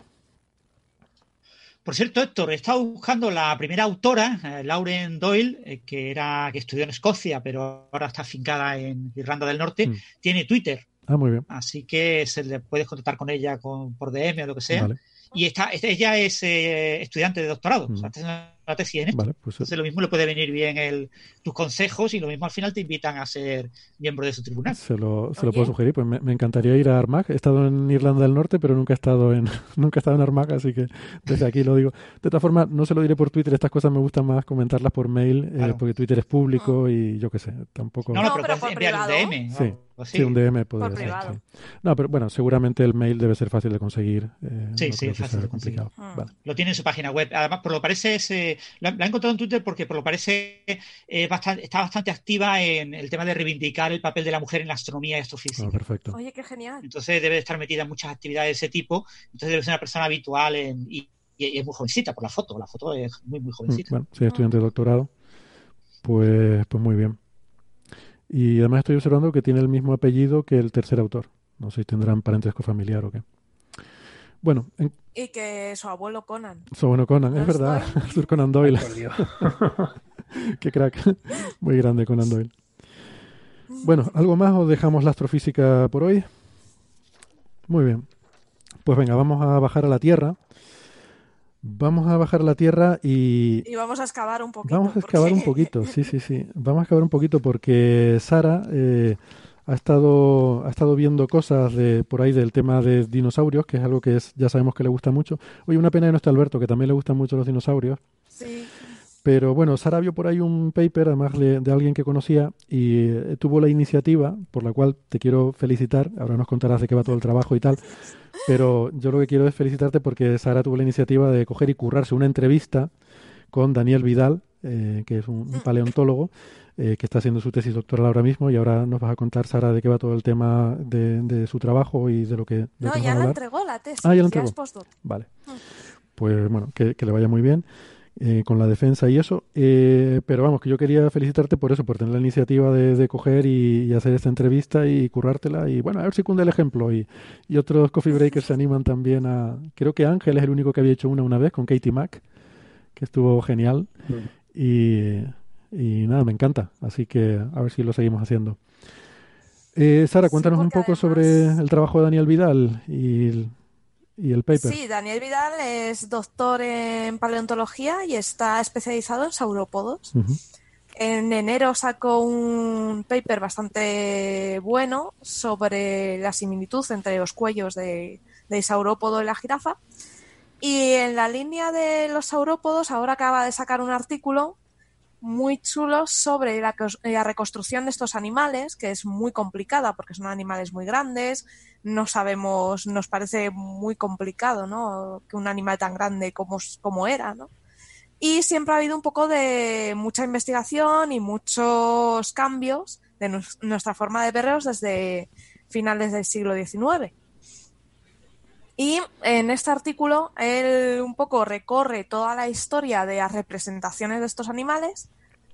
Por cierto, Héctor, he estado buscando la primera autora, Lauren Doyle, que estudió en Escocia, pero ahora está afincada en Irlanda del Norte. Tiene Twitter. Ah, muy bien. Así que se le puedes contactar con ella por DM o lo que sea. Vale. Y ella es estudiante de doctorado. O sea, está haciendo una tesis en esto. Vale, pues, entonces lo mismo le puede venir bien tus consejos y lo mismo al final te invitan a ser miembro de su tribunal. Se lo puedo sugerir. Pues me encantaría ir a Armagh. He estado en Irlanda del Norte, pero nunca he estado en Armagh, así que desde aquí lo digo. De todas formas, no se lo diré por Twitter. Estas cosas me gustan más comentarlas por mail, claro. Porque Twitter es público y yo qué sé, tampoco... No, pero puedes enviar un DM. Sí, un DM podría ser. Sí. No, pero bueno, seguramente el mail debe ser fácil de conseguir. Sí, es fácil de conseguir. Vale. Lo tiene en su página web. Además, por lo parece, la he encontrado en Twitter porque por lo parece está bastante activa en el tema de reivindicar el papel de la mujer en la astronomía y astrofísica. Perfecto. Oye, qué genial. Entonces debe estar metida en muchas actividades de ese tipo. Entonces debe ser una persona habitual y es muy jovencita por la foto. La foto es muy, muy jovencita. Bueno, si es estudiante de doctorado, pues muy bien. Y además estoy observando que tiene el mismo apellido que el tercer autor. No sé si tendrán parentesco familiar o qué. Bueno. Y que su abuelo Conan. Su abuelo Conan, es verdad. Sir Conan Doyle. Qué crack. Muy grande Conan Doyle. Bueno, ¿algo más o dejamos la astrofísica por hoy? Muy bien. Pues venga, vamos a bajar a la Tierra. Vamos a bajar a la Tierra y vamos a excavar un poquito. Vamos a excavar un poquito, sí. Vamos a excavar un poquito porque Sara ha estado viendo cosas por ahí del tema de dinosaurios, que es algo que ya sabemos que le gusta mucho. Oye, una pena que no está Alberto, que también le gustan mucho los dinosaurios. Sí. Pero bueno, Sara vio por ahí un paper, además de alguien que conocía, y tuvo la iniciativa, por la cual te quiero felicitar. Ahora nos contarás de qué va todo el trabajo y tal. Pero yo lo que quiero es felicitarte porque Sara tuvo la iniciativa de coger y currarse una entrevista con Daniel Vidal, que es un paleontólogo, que está haciendo su tesis doctoral ahora mismo, y ahora nos vas a contar, Sara, de qué va todo el tema de su trabajo y de lo que... No, ya la entregó la tesis. Ah, ya la entregó. Ya es postdoc. Vale. Pues bueno, que le vaya muy bien. Con la defensa y eso, pero vamos, que yo quería felicitarte por eso, por tener la iniciativa de coger y hacer esta entrevista y currártela, y bueno, a ver si cunde el ejemplo, y otros Coffee Breakers se animan también creo que Ángel es el único que había hecho una vez con Katie Mack, que estuvo genial, y nada, me encanta, así que a ver si lo seguimos haciendo. Sara, cuéntanos un poco sobre el trabajo de Daniel Vidal y el paper. Sí, Daniel Vidal es doctor en paleontología y está especializado en saurópodos. Uh-huh. En enero sacó un paper bastante bueno sobre la similitud entre los cuellos del saurópodo y la jirafa. Y en la línea de los saurópodos ahora acaba de sacar un artículo muy chulo sobre la reconstrucción de estos animales, que es muy complicada porque son animales muy grandes. No sabemos, nos parece muy complicado, ¿no?, que un animal tan grande como era, ¿no? Y siempre ha habido un poco de mucha investigación y muchos cambios de nuestra forma de verlos desde finales del siglo XIX. Y en este artículo él un poco recorre toda la historia de las representaciones de estos animales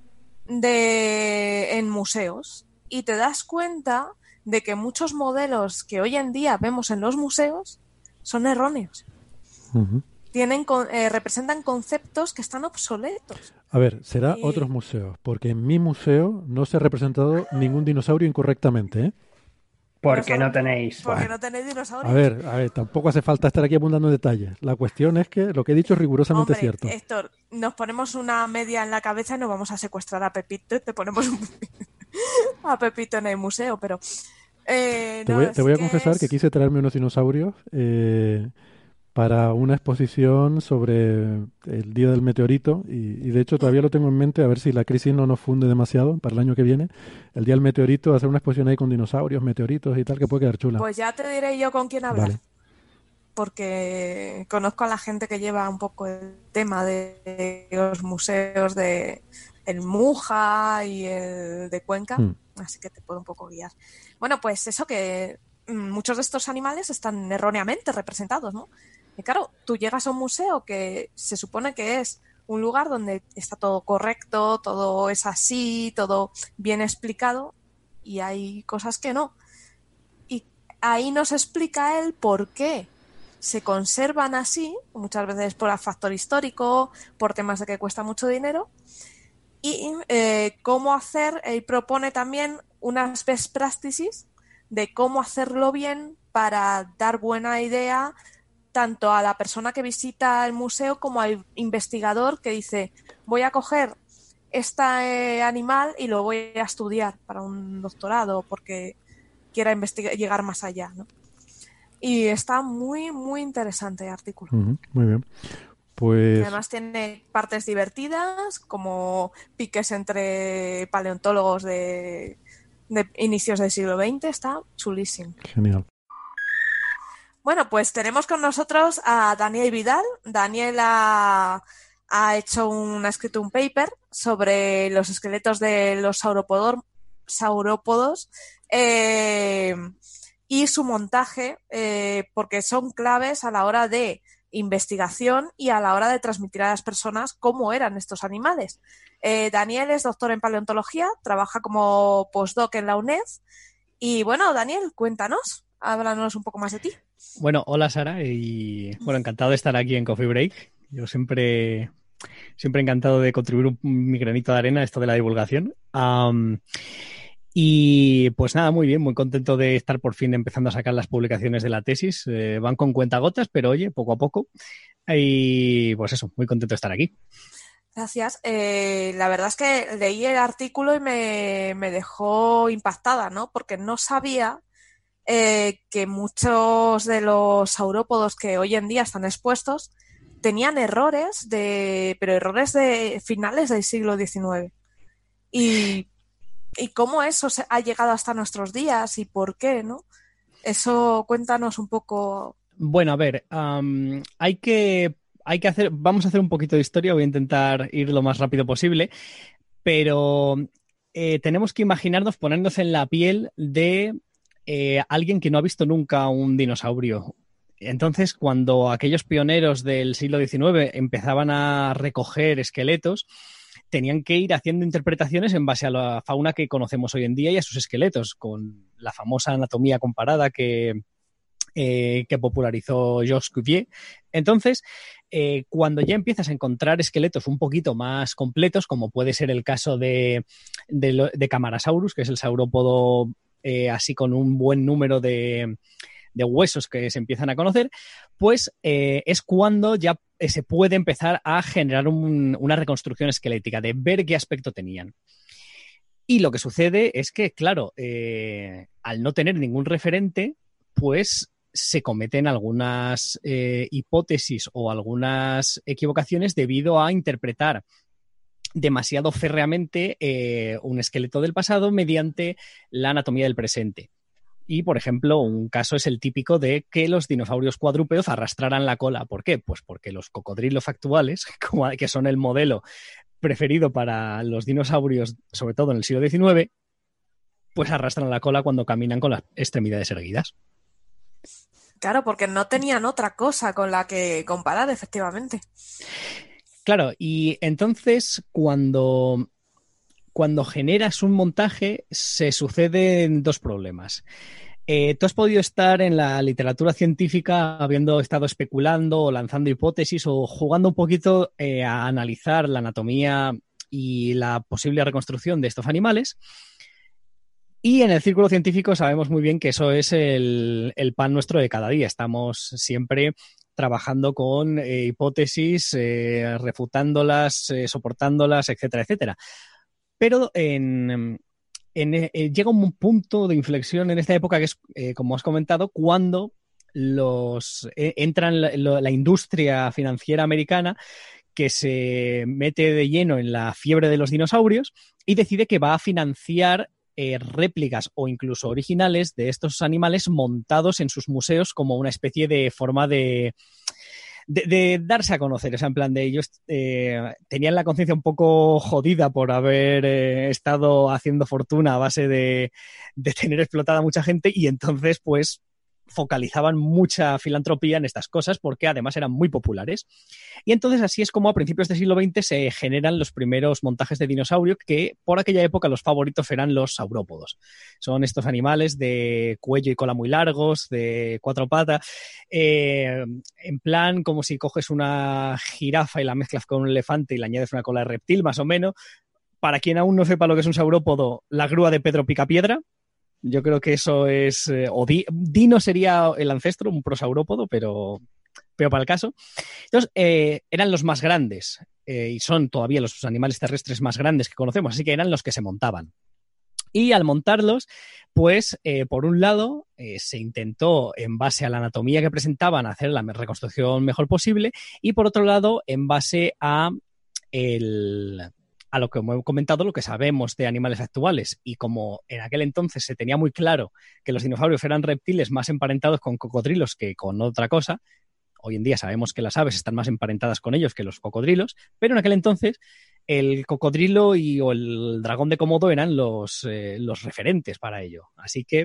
en museos, y te das cuenta de que muchos modelos que hoy en día vemos en los museos son erróneos. Uh-huh. Representan conceptos que están obsoletos. A ver, será otros museos, porque en mi museo no se ha representado ningún dinosaurio incorrectamente, ¿eh? Porque no tenéis. Porque no tenéis dinosaurios. A ver, tampoco hace falta estar aquí abundando en detalles. La cuestión es que lo que he dicho es rigurosamente cierto. Héctor, nos ponemos una media en la cabeza y nos vamos a secuestrar a Pepito y te ponemos a Pepito en el museo, pero... te voy a confesar que quise traerme unos dinosaurios para una exposición sobre el día del meteorito y de hecho todavía lo tengo en mente, a ver si la crisis no nos funde demasiado para el año que viene. El día del meteorito, hacer una exposición ahí con dinosaurios, meteoritos y tal, que puede quedar chula. Pues ya te diré yo con quién hablar. Vale. Porque conozco a la gente que lleva un poco el tema de los museos de el Muja y el de Cuenca, así que te puedo un poco guiar. Bueno, pues eso, que muchos de estos animales están erróneamente representados, ¿no? Y claro, tú llegas a un museo que se supone que es un lugar donde está todo correcto, todo es así, todo bien explicado, y hay cosas que no. Y ahí nos explica él por qué se conservan así, muchas veces por el factor histórico, por temas de que cuesta mucho dinero, y cómo hacer, él propone también unas best practices de cómo hacerlo bien para dar buena idea tanto a la persona que visita el museo como al investigador que dice, voy a coger este animal y lo voy a estudiar para un doctorado porque quiera llegar más allá, ¿no? Y está muy, muy interesante el artículo. Muy bien. Pues... Además tiene partes divertidas, como piques entre paleontólogos de inicios del siglo XX. Está chulísimo. Genial. Bueno, pues tenemos con nosotros a Daniel Vidal. Daniel ha escrito un paper sobre los esqueletos de los saurópodos y su montaje, porque son claves a la hora de investigación y a la hora de transmitir a las personas cómo eran estos animales. Daniel es doctor en paleontología, trabaja como postdoc en la UNED. Y bueno, Daniel, cuéntanos, háblanos un poco más de ti. Bueno, hola Sara, y bueno, encantado de estar aquí en Coffee Break. Yo siempre encantado de contribuir mi granito de arena a esto de la divulgación. Y pues nada, muy bien, muy contento de estar por fin empezando a sacar las publicaciones de la tesis. Van con cuentagotas, pero oye, poco a poco. Y pues eso, muy contento de estar aquí. Gracias. La verdad es que leí el artículo y me dejó impactada, ¿no? Porque no sabía que muchos de los saurópodos que hoy en día están expuestos tenían errores, pero errores de finales del siglo XIX. Y cómo eso ha llegado hasta nuestros días y por qué, ¿no? Eso, cuéntanos un poco. Bueno, a ver, hay que vamos a hacer un poquito de historia, voy a intentar ir lo más rápido posible, pero tenemos que ponernos en la piel de alguien que no ha visto nunca un dinosaurio. Entonces, cuando aquellos pioneros del siglo XIX empezaban a recoger esqueletos, tenían que ir haciendo interpretaciones en base a la fauna que conocemos hoy en día y a sus esqueletos, con la famosa anatomía comparada que popularizó Georges Cuvier. Entonces, cuando ya empiezas a encontrar esqueletos un poquito más completos, como puede ser el caso de Camarasaurus, que es el saurópodo así con un buen número de huesos que se empiezan a conocer, pues es cuando ya se puede empezar a generar una reconstrucción esquelética, de ver qué aspecto tenían. Y lo que sucede es que, claro, al no tener ningún referente, pues se cometen algunas hipótesis o algunas equivocaciones debido a interpretar demasiado férreamente un esqueleto del pasado mediante la anatomía del presente. Y, por ejemplo, un caso es el típico de que los dinosaurios cuadrúpedos arrastraran la cola. ¿Por qué? Pues porque los cocodrilos actuales, que son el modelo preferido para los dinosaurios, sobre todo en el siglo XIX, pues arrastran la cola cuando caminan con las extremidades erguidas. Claro, porque no tenían otra cosa con la que comparar, efectivamente. Claro, y entonces cuando generas un montaje se suceden dos problemas. Tú has podido estar en la literatura científica habiendo estado especulando o lanzando hipótesis o jugando un poquito a analizar la anatomía y la posible reconstrucción de estos animales. Y en el círculo científico sabemos muy bien que eso es el pan nuestro de cada día. Estamos siempre trabajando con hipótesis, refutándolas, soportándolas, etcétera, etcétera. Pero llega un punto de inflexión en esta época que es, como has comentado, cuando entra la industria financiera americana, que se mete de lleno en la fiebre de los dinosaurios y decide que va a financiar réplicas o incluso originales de estos animales montados en sus museos como una especie de forma de de darse a conocer, o sea, en plan de ellos tenían la conciencia un poco jodida por haber estado haciendo fortuna a base de tener explotada a mucha gente y entonces pues focalizaban mucha filantropía en estas cosas porque además eran muy populares. Y entonces así es como a principios del siglo XX se generan los primeros montajes de dinosaurio que por aquella época los favoritos eran los saurópodos. Son estos animales de cuello y cola muy largos, de 4 patas, en plan como si coges una jirafa y la mezclas con un elefante y le añades una cola de reptil más o menos. Para quien aún no sepa lo que es un saurópodo, la grúa de Pedro Picapiedra. Yo creo que eso es... Dino sería el ancestro, un prosaurópodo, pero para el caso. Entonces, eran los más grandes y son todavía los animales terrestres más grandes que conocemos, así que eran los que se montaban. Y al montarlos, pues, por un lado, se intentó, en base a la anatomía que presentaban, hacer la reconstrucción mejor posible y, por otro lado, en base a lo que hemos comentado, lo que sabemos de animales actuales. Y como en aquel entonces se tenía muy claro que los dinosaurios eran reptiles más emparentados con cocodrilos que con otra cosa, hoy en día sabemos que las aves están más emparentadas con ellos que los cocodrilos, pero en aquel entonces el cocodrilo o el dragón de Komodo eran los referentes para ello. Así que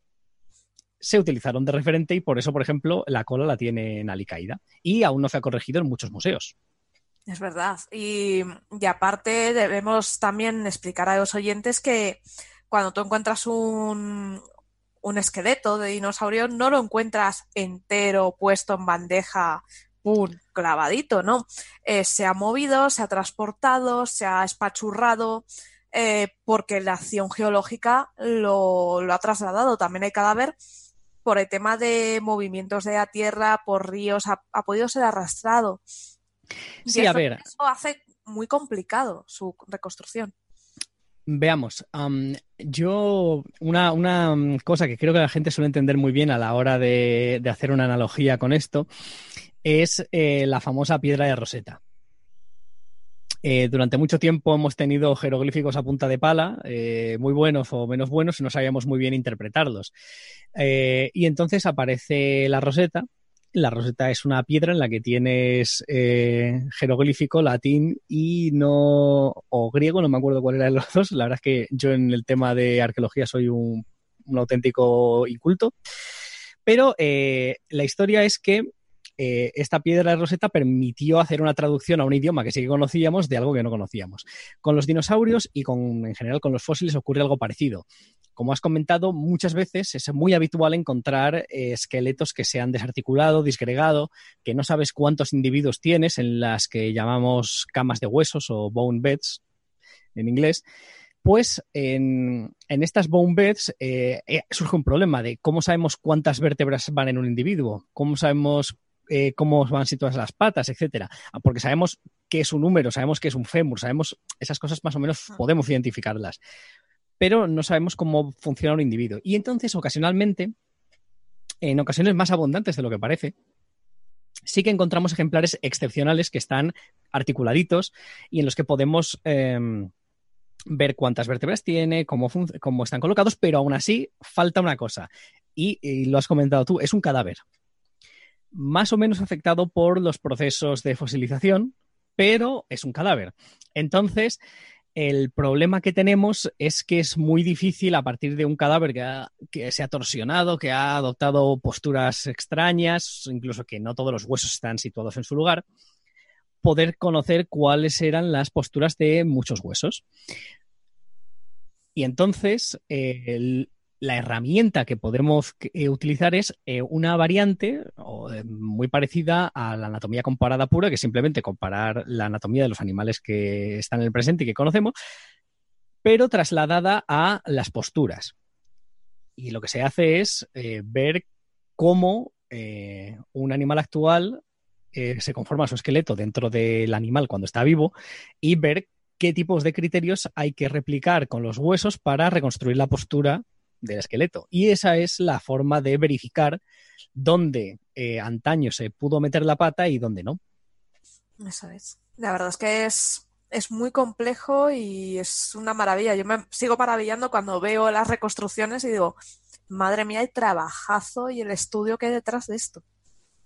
se utilizaron de referente y por eso, por ejemplo, la cola la tienen alicaída y aún no se ha corregido en muchos museos. Es verdad. Y aparte debemos también explicar a los oyentes que cuando tú encuentras un esqueleto de dinosaurio no lo encuentras entero, puesto en bandeja, ¡pum!, clavadito, ¿no? Se ha movido, se ha transportado, se ha espachurrado, porque la acción geológica lo ha trasladado. También el cadáver, por el tema de movimientos de la tierra, por ríos, ha podido ser arrastrado. Sí, y a ver. Eso hace muy complicado su reconstrucción. Veamos, yo una cosa que creo que la gente suele entender muy bien a la hora de hacer una analogía con esto es la famosa piedra de Rosetta. Durante mucho tiempo hemos tenido jeroglíficos a punta de pala, muy buenos o menos buenos, y no sabíamos muy bien interpretarlos. Y entonces aparece la Rosetta. La Rosetta es una piedra en la que tienes jeroglífico, latín o griego, no me acuerdo cuál era de los dos. La verdad es que yo en el tema de arqueología soy un auténtico inculto. Pero la historia es que esta piedra de Rosetta permitió hacer una traducción a un idioma que sí que conocíamos de algo que no conocíamos. Con los dinosaurios y en general con los fósiles ocurre algo parecido. Como has comentado, muchas veces es muy habitual encontrar esqueletos que se han desarticulado, disgregado, que no sabes cuántos individuos tienes, en las que llamamos camas de huesos o bone beds en inglés. Pues en estas bone beds surge un problema de cómo sabemos cuántas vértebras van en un individuo, cómo sabemos cómo van situadas las patas, etcétera. Porque sabemos qué es un húmero, sabemos qué es un fémur, sabemos esas cosas más o menos podemos identificarlas. Pero no sabemos cómo funciona un individuo. Y entonces, ocasionalmente, en ocasiones más abundantes de lo que parece, sí que encontramos ejemplares excepcionales que están articuladitos y en los que podemos ver cuántas vértebras tiene, cómo están colocados, pero aún así falta una cosa. Y lo has comentado tú, es un cadáver. Más o menos afectado por los procesos de fosilización, pero es un cadáver. Entonces, el problema que tenemos es que es muy difícil a partir de un cadáver que se ha torsionado, que ha adoptado posturas extrañas, incluso que no todos los huesos están situados en su lugar, poder conocer cuáles eran las posturas de muchos huesos. Y entonces, la herramienta que podemos utilizar es una variante muy parecida a la anatomía comparada pura, que es simplemente comparar la anatomía de los animales que están en el presente y que conocemos, pero trasladada a las posturas. Y lo que se hace es ver cómo un animal actual se conforma su esqueleto dentro del animal cuando está vivo y ver qué tipos de criterios hay que replicar con los huesos para reconstruir la postura del esqueleto. Y esa es la forma de verificar dónde antaño se pudo meter la pata y dónde no. Eso es. La verdad es que es muy complejo y es una maravilla. Yo me sigo maravillando cuando veo las reconstrucciones y digo, madre mía, el trabajazo y el estudio que hay detrás de esto.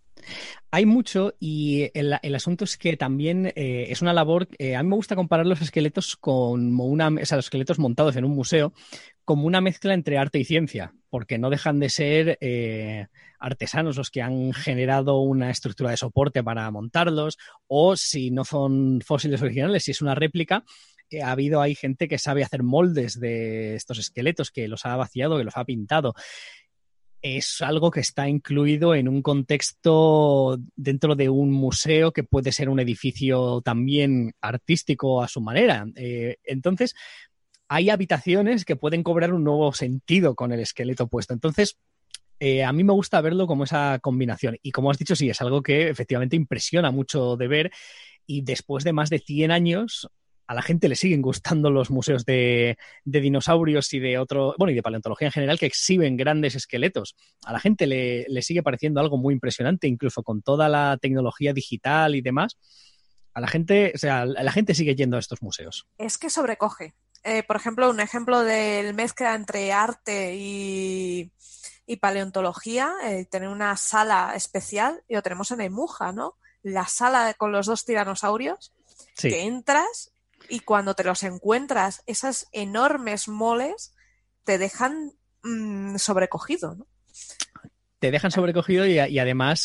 Hay mucho y el asunto es que también es una labor, a mí me gusta comparar los esqueletos los esqueletos montados en un museo como una mezcla entre arte y ciencia, porque no dejan de ser artesanos los que han generado una estructura de soporte para montarlos, o si no son fósiles originales, si es una réplica, hay gente que sabe hacer moldes de estos esqueletos, que los ha vaciado, que los ha pintado. Es algo que está incluido en un contexto dentro de un museo que puede ser un edificio también artístico a su manera. Entonces, hay habitaciones que pueden cobrar un nuevo sentido con el esqueleto puesto. Entonces, a mí me gusta verlo como esa combinación. Y como has dicho, sí, es algo que efectivamente impresiona mucho de ver. Y después de más de 100 años... a la gente le siguen gustando los museos de dinosaurios y de y de paleontología en general, que exhiben grandes esqueletos. A la gente le sigue pareciendo algo muy impresionante, incluso con toda la tecnología digital y demás. La gente sigue yendo a estos museos. Es que sobrecoge. Por ejemplo, un ejemplo del mezcla entre arte y paleontología, tener una sala especial, y lo tenemos en Emuja, ¿no? La sala con los 2 tiranosaurios, sí. Que entras y cuando te los encuentras, esas enormes moles te dejan sobrecogido, ¿no? Te dejan sobrecogido y además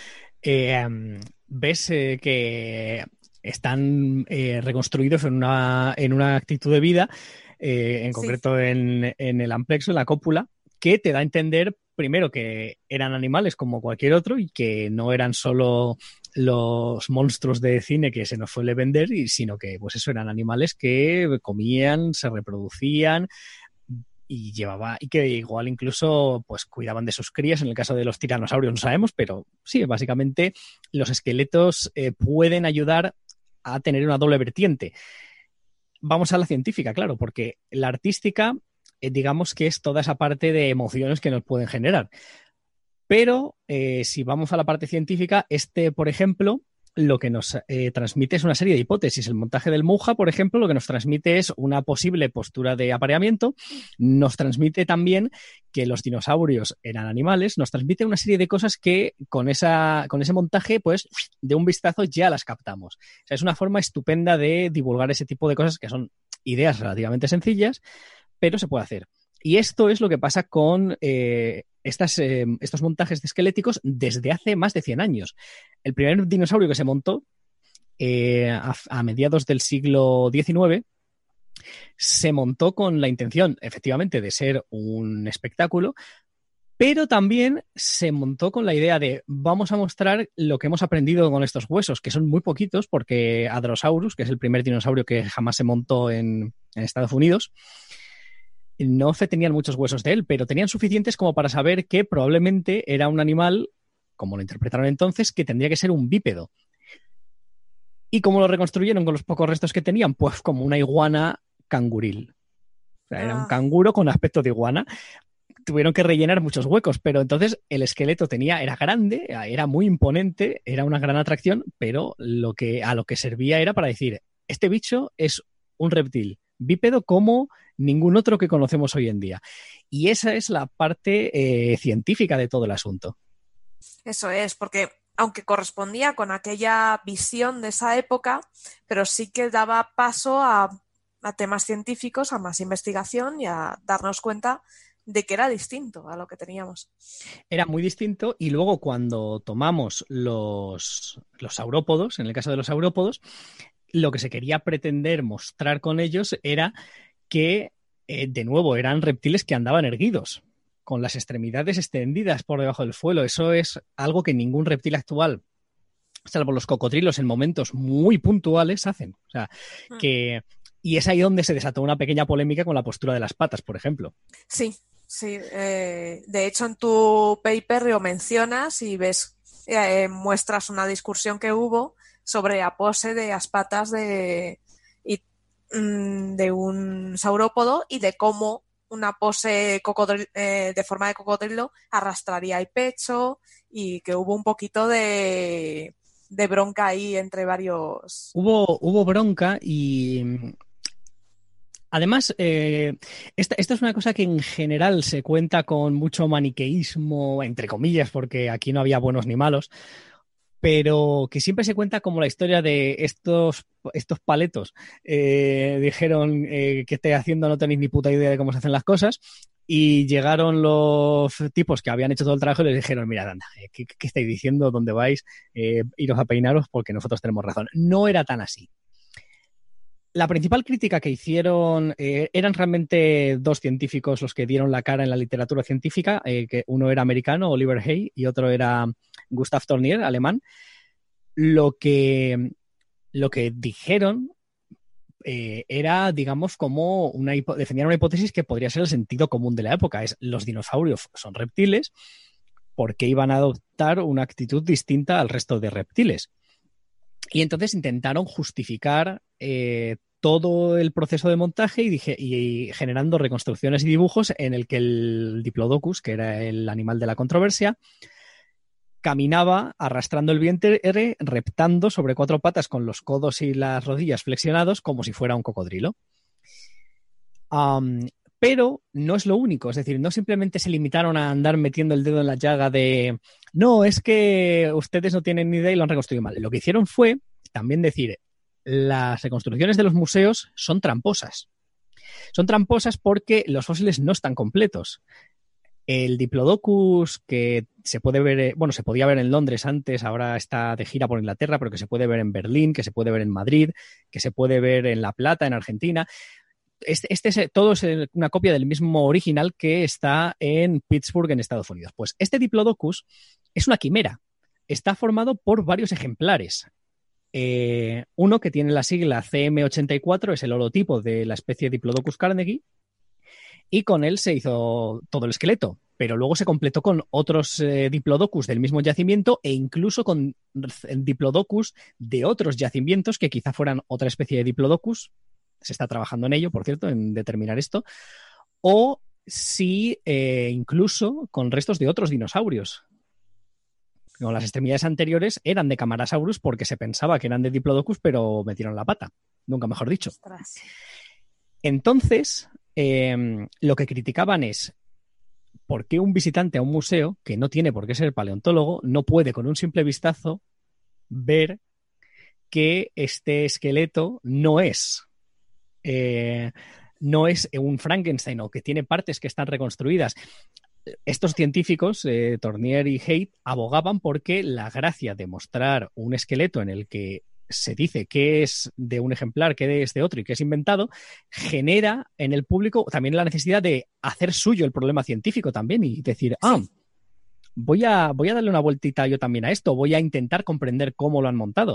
ves que están reconstruidos en una actitud de vida, en concreto sí. en el amplexo, en la cópula, que te da a entender primero que eran animales como cualquier otro y que no eran solo los monstruos de cine que se nos suele vender, sino que pues eso, eran animales que comían, se reproducían y que igual incluso pues cuidaban de sus crías. En el caso de los tiranosaurios no sabemos, pero sí, básicamente los esqueletos pueden ayudar a tener una doble vertiente. Vamos a la científica, claro, porque la artística digamos que es toda esa parte de emociones que nos pueden generar. Pero si vamos a la parte científica, por ejemplo, lo que nos transmite es una serie de hipótesis. El montaje del Muja, por ejemplo, lo que nos transmite es una posible postura de apareamiento. Nos transmite también que los dinosaurios eran animales. Nos transmite una serie de cosas que con ese montaje, pues, de un vistazo ya las captamos. O sea, es una forma estupenda de divulgar ese tipo de cosas que son ideas relativamente sencillas, pero se puede hacer. Y esto es lo que pasa con estos montajes esqueléticos desde hace más de 100 años. El primer dinosaurio que se montó a mediados del siglo XIX se montó con la intención, efectivamente, de ser un espectáculo, pero también se montó con la idea de vamos a mostrar lo que hemos aprendido con estos huesos, que son muy poquitos, porque Hadrosaurus, que es el primer dinosaurio que jamás se montó en Estados Unidos, no tenían muchos huesos de él, pero tenían suficientes como para saber que probablemente era un animal, como lo interpretaron entonces, que tendría que ser un bípedo. ¿Y cómo lo reconstruyeron con los pocos restos que tenían? Pues como una iguana canguril. O sea, era un canguro con aspecto de iguana. Tuvieron que rellenar muchos huecos, pero entonces el esqueleto era grande, era muy imponente, era una gran atracción, pero a lo que servía era para decir, este bicho es un reptil bípedo como ningún otro que conocemos hoy en día. Y esa es la parte científica de todo el asunto. Eso es, porque aunque correspondía con aquella visión de esa época, pero sí que daba paso a temas científicos, a más investigación y a darnos cuenta de que era distinto a lo que teníamos. Era muy distinto, y luego cuando tomamos los saurópodos, en el caso de los saurópodos, lo que se quería pretender mostrar con ellos era que, de nuevo, eran reptiles que andaban erguidos, con las extremidades extendidas por debajo del suelo. Eso es algo que ningún reptil actual, salvo los cocodrilos en momentos muy puntuales, hacen. O sea, y es ahí donde se desató una pequeña polémica con la postura de las patas, por ejemplo. Sí. De hecho, en tu paper lo mencionas y muestras una discusión que hubo sobre la pose de las patas de un saurópodo y de cómo una pose de forma de cocodrilo arrastraría el pecho, y que hubo un poquito de bronca ahí entre varios. Hubo bronca, y Además, esta es una cosa que en general se cuenta con mucho maniqueísmo, entre comillas, porque aquí no había buenos ni malos, pero que siempre se cuenta como la historia de estos paletos. Dijeron que estáis haciendo, no tenéis ni puta idea de cómo se hacen las cosas, y llegaron los tipos que habían hecho todo el trabajo y les dijeron, mirad, anda, ¿qué estáis diciendo? ¿Dónde vais? Iros a peinaros porque nosotros tenemos razón. No era tan así. La principal crítica que hicieron eran realmente dos científicos los que dieron la cara en la literatura científica, que uno era americano, Oliver Hay, y otro era Gustav Tornier, alemán. Lo que dijeron era, digamos, como defendían una hipótesis que podría ser el sentido común de la época. Es, los dinosaurios son reptiles, ¿por qué iban a adoptar una actitud distinta al resto de reptiles? Y entonces intentaron justificar todo el proceso de montaje y generando reconstrucciones y dibujos en el que el Diplodocus, que era el animal de la controversia, caminaba arrastrando el vientre, reptando sobre 4 patas con los codos y las rodillas flexionados como si fuera un cocodrilo. Pero no es lo único, es decir, no simplemente se limitaron a andar metiendo el dedo en la llaga de no, es que ustedes no tienen ni idea y lo han reconstruido mal. Lo que hicieron fue también decir, las reconstrucciones de los museos son tramposas. Son tramposas porque los fósiles no están completos. El Diplodocus, que se puede ver, se podía ver en Londres antes, ahora está de gira por Inglaterra, pero que se puede ver en Berlín, que se puede ver en Madrid, que se puede ver en La Plata, en Argentina. Todo es una copia del mismo original que está en Pittsburgh, en Estados Unidos. Pues este Diplodocus es una quimera. Está formado por varios ejemplares. Uno que tiene la sigla CM84 es el holotipo de la especie Diplodocus carnegie y con él se hizo todo el esqueleto, pero luego se completó con otros Diplodocus del mismo yacimiento e incluso con Diplodocus de otros yacimientos que quizá fueran otra especie de Diplodocus. Se está trabajando en ello, por cierto, en determinar esto. O sí, incluso con restos de otros dinosaurios. No, las extremidades anteriores eran de Camarasaurus porque se pensaba que eran de Diplodocus, pero metieron la pata. Nunca mejor dicho. Ostras. Entonces, lo que criticaban es por qué un visitante a un museo, que no tiene por qué ser paleontólogo, no puede con un simple vistazo ver que este esqueleto no es un Frankenstein o que tiene partes que están reconstruidas. Estos científicos, Tornier y Haidt, abogaban porque la gracia de mostrar un esqueleto en el que se dice que es de un ejemplar, que es de otro y que es inventado, genera en el público también la necesidad de hacer suyo el problema científico también y decir, voy a darle una vueltita yo también a esto, voy a intentar comprender cómo lo han montado.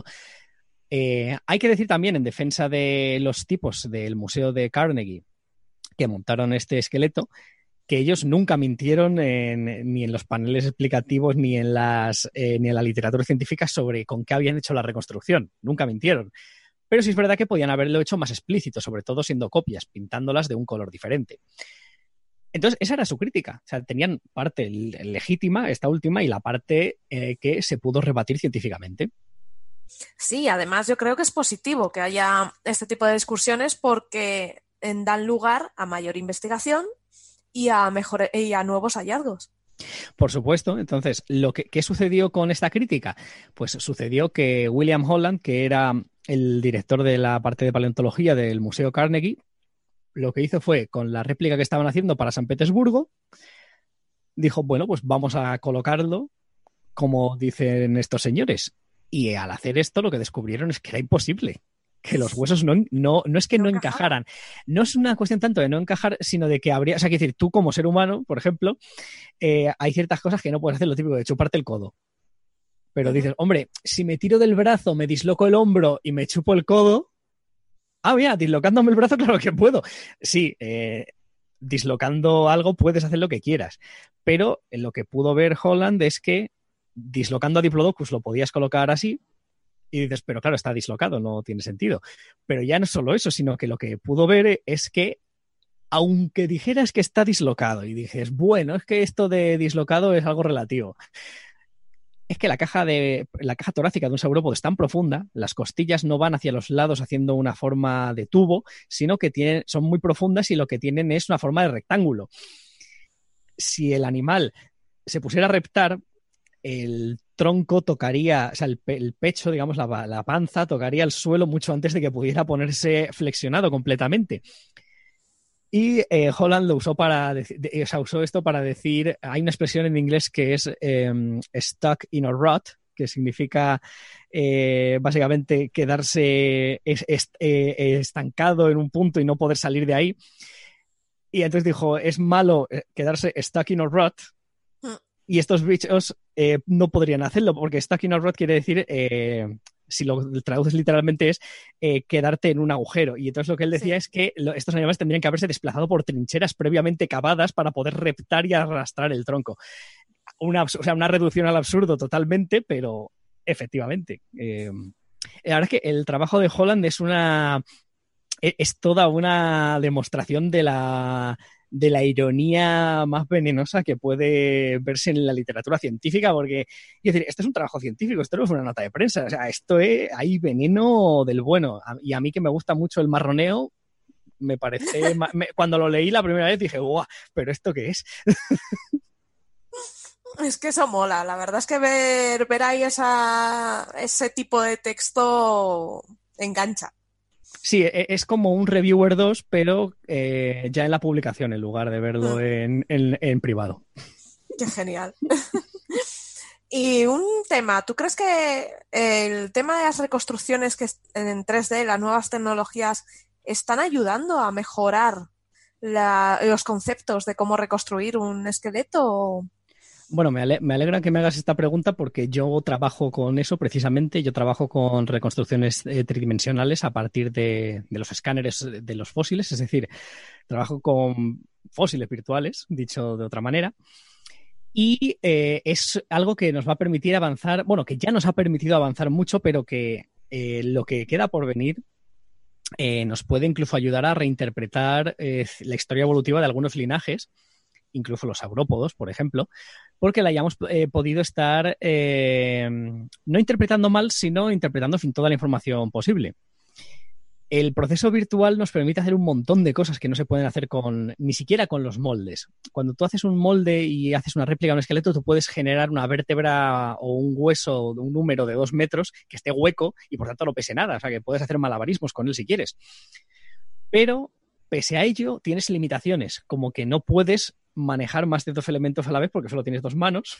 Hay que decir también, en defensa de los tipos del Museo de Carnegie que montaron este esqueleto, que ellos nunca mintieron ni en los paneles explicativos ni en la literatura científica sobre con qué habían hecho la reconstrucción. Nunca mintieron. Pero sí es verdad que podían haberlo hecho más explícito, sobre todo siendo copias, pintándolas de un color diferente. Entonces, esa era su crítica. O sea, tenían parte legítima, esta última, y la parte que se pudo rebatir científicamente. Sí, además yo creo que es positivo que haya este tipo de discusiones porque dan lugar a mayor investigación y a nuevos hallazgos. Por supuesto. Entonces, ¿qué sucedió con esta crítica? Pues sucedió que William Holland, que era el director de la parte de paleontología del Museo Carnegie, lo que hizo fue, con la réplica que estaban haciendo para San Petersburgo, dijo, bueno, pues vamos a colocarlo como dicen estos señores. Y al hacer esto, lo que descubrieron es que era imposible. Que los huesos no es que no encajaran. No es una cuestión tanto de no encajar, sino de que habría... O sea, quiero decir, tú como ser humano, por ejemplo, hay ciertas cosas que no puedes hacer, lo típico de chuparte el codo. Pero dices, hombre, si me tiro del brazo, me disloco el hombro y me chupo el codo... mira, dislocándome el brazo, claro que puedo. Sí, dislocando algo puedes hacer lo que quieras. Pero lo que pudo ver Holland es que dislocando a Diplodocus lo podías colocar así, y dices, pero claro, está dislocado, no tiene sentido. Pero ya no es solo eso, sino que lo que pudo ver es que, aunque dijeras que está dislocado y dices, bueno, es que esto de dislocado es algo relativo, es que la caja torácica de un saurópodo es tan profunda, las costillas no van hacia los lados haciendo una forma de tubo, sino que son muy profundas y lo que tienen es una forma de rectángulo. Si el animal se pusiera a reptar, el tronco tocaría, o sea, el pecho, digamos, la panza tocaría el suelo mucho antes de que pudiera ponerse flexionado completamente. Y Holland lo usó usó esto para decir, hay una expresión en inglés que es stuck in a rut, que significa básicamente quedarse estancado en un punto y no poder salir de ahí. Y entonces dijo, es malo quedarse stuck in a rut, y estos bichos no podrían hacerlo, porque stuck in a rut quiere decir, si lo traduces literalmente, es quedarte en un agujero. Y entonces lo que él decía es que estos animales tendrían que haberse desplazado por trincheras previamente cavadas para poder reptar y arrastrar el tronco. Una reducción al absurdo totalmente, pero efectivamente. La verdad es que el trabajo de Holland es toda una demostración de la ironía más venenosa que puede verse en la literatura científica, porque, es decir, esto es un trabajo científico, esto no es una nota de prensa, o sea, hay veneno del bueno, y a mí que me gusta mucho el marroneo, me parece, cuando lo leí la primera vez dije, ¡guau! ¿Pero esto qué es? Es que eso mola, la verdad es que ver ahí ese tipo de texto engancha. Sí, es como un Reviewer 2, pero ya en la publicación, en lugar de verlo en privado. Qué genial. Y un tema, ¿tú crees que el tema de las reconstrucciones que en 3D, las nuevas tecnologías, están ayudando a mejorar los conceptos de cómo reconstruir un esqueleto? Bueno, me alegra que me hagas esta pregunta porque yo trabajo con eso precisamente. Yo trabajo con reconstrucciones tridimensionales a partir de los escáneres de los fósiles, es decir, trabajo con fósiles virtuales, dicho de otra manera. Y es algo que nos va a permitir avanzar, bueno, que ya nos ha permitido avanzar mucho, pero que lo que queda por venir nos puede incluso ayudar a reinterpretar la historia evolutiva de algunos linajes, incluso los saurópodos, por ejemplo, porque la hayamos podido estar no interpretando mal, sino interpretando sin toda la información posible. El proceso virtual nos permite hacer un montón de cosas que no se pueden hacer ni siquiera con los moldes. Cuando tú haces un molde y haces una réplica de un esqueleto, tú puedes generar una vértebra o un hueso de un número de 2 metros que esté hueco y por tanto no pese nada. O sea, que puedes hacer malabarismos con él si quieres. Pero, pese a ello, tienes limitaciones, como que no puedes manejar más de 2 elementos a la vez porque solo tienes 2 manos.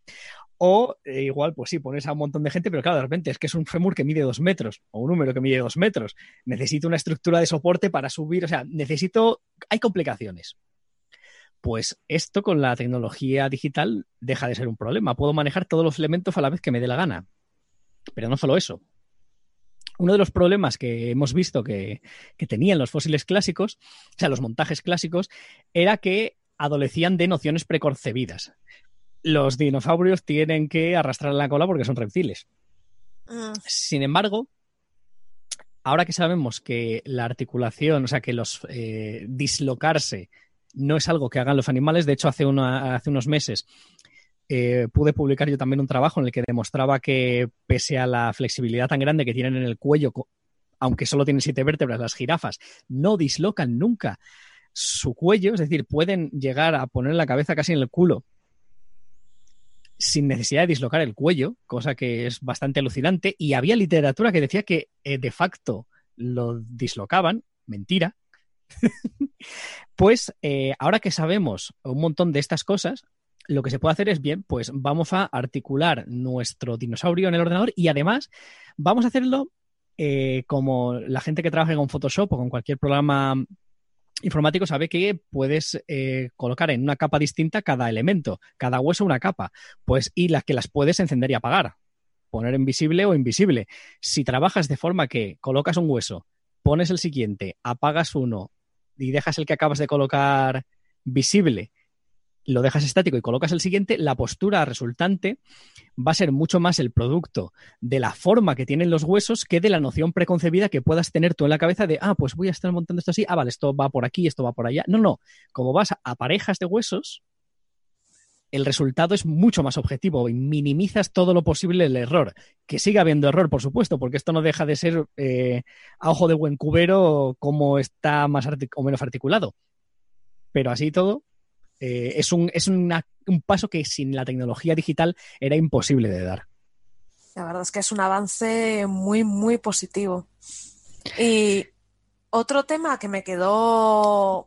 O igual, pues sí, pones a un montón de gente, pero claro, de repente es que es un fémur que mide 2 metros o un húmero que mide 2 metros. Necesito una estructura de soporte para subir, o sea, hay complicaciones. Pues esto con la tecnología digital deja de ser un problema. Puedo manejar todos los elementos a la vez que me dé la gana. Pero no solo eso. Uno de los problemas que hemos visto que tenían los fósiles clásicos, o sea, los montajes clásicos, era que adolecían de nociones preconcebidas. Los dinosaurios tienen que arrastrar la cola porque son reptiles. Sin embargo, ahora que sabemos que la articulación, o sea, que los dislocarse no es algo que hagan los animales, de hecho hace unos meses pude publicar yo también un trabajo en el que demostraba que pese a la flexibilidad tan grande que tienen en el cuello, aunque solo tienen 7 vértebras, las jirafas no dislocan nunca su cuello, es decir, pueden llegar a poner la cabeza casi en el culo sin necesidad de dislocar el cuello, cosa que es bastante alucinante, y había literatura que decía que de facto lo dislocaban, mentira. Pues ahora que sabemos un montón de estas cosas, lo que se puede hacer es, bien, pues vamos a articular nuestro dinosaurio en el ordenador y además vamos a hacerlo como la gente que trabaja con Photoshop o con cualquier programa informático sabe que puedes colocar en una capa distinta cada elemento, cada hueso una capa, pues y las que las puedes encender y apagar, poner en visible o invisible. Si trabajas de forma que colocas un hueso, pones el siguiente, apagas uno y dejas el que acabas de colocar visible, lo dejas estático y colocas el siguiente, la postura resultante va a ser mucho más el producto de la forma que tienen los huesos que de la noción preconcebida que puedas tener tú en la cabeza de, pues voy a estar montando esto así, vale, esto va por aquí, esto va por allá. No, como vas a parejas de huesos, el resultado es mucho más objetivo y minimizas todo lo posible el error. Que siga habiendo error, por supuesto, porque esto no deja de ser a ojo de buen cubero cómo está más o menos articulado. Pero así todo, es un paso que sin la tecnología digital era imposible de dar. La verdad es que es un avance muy, muy positivo. Y otro tema que me quedó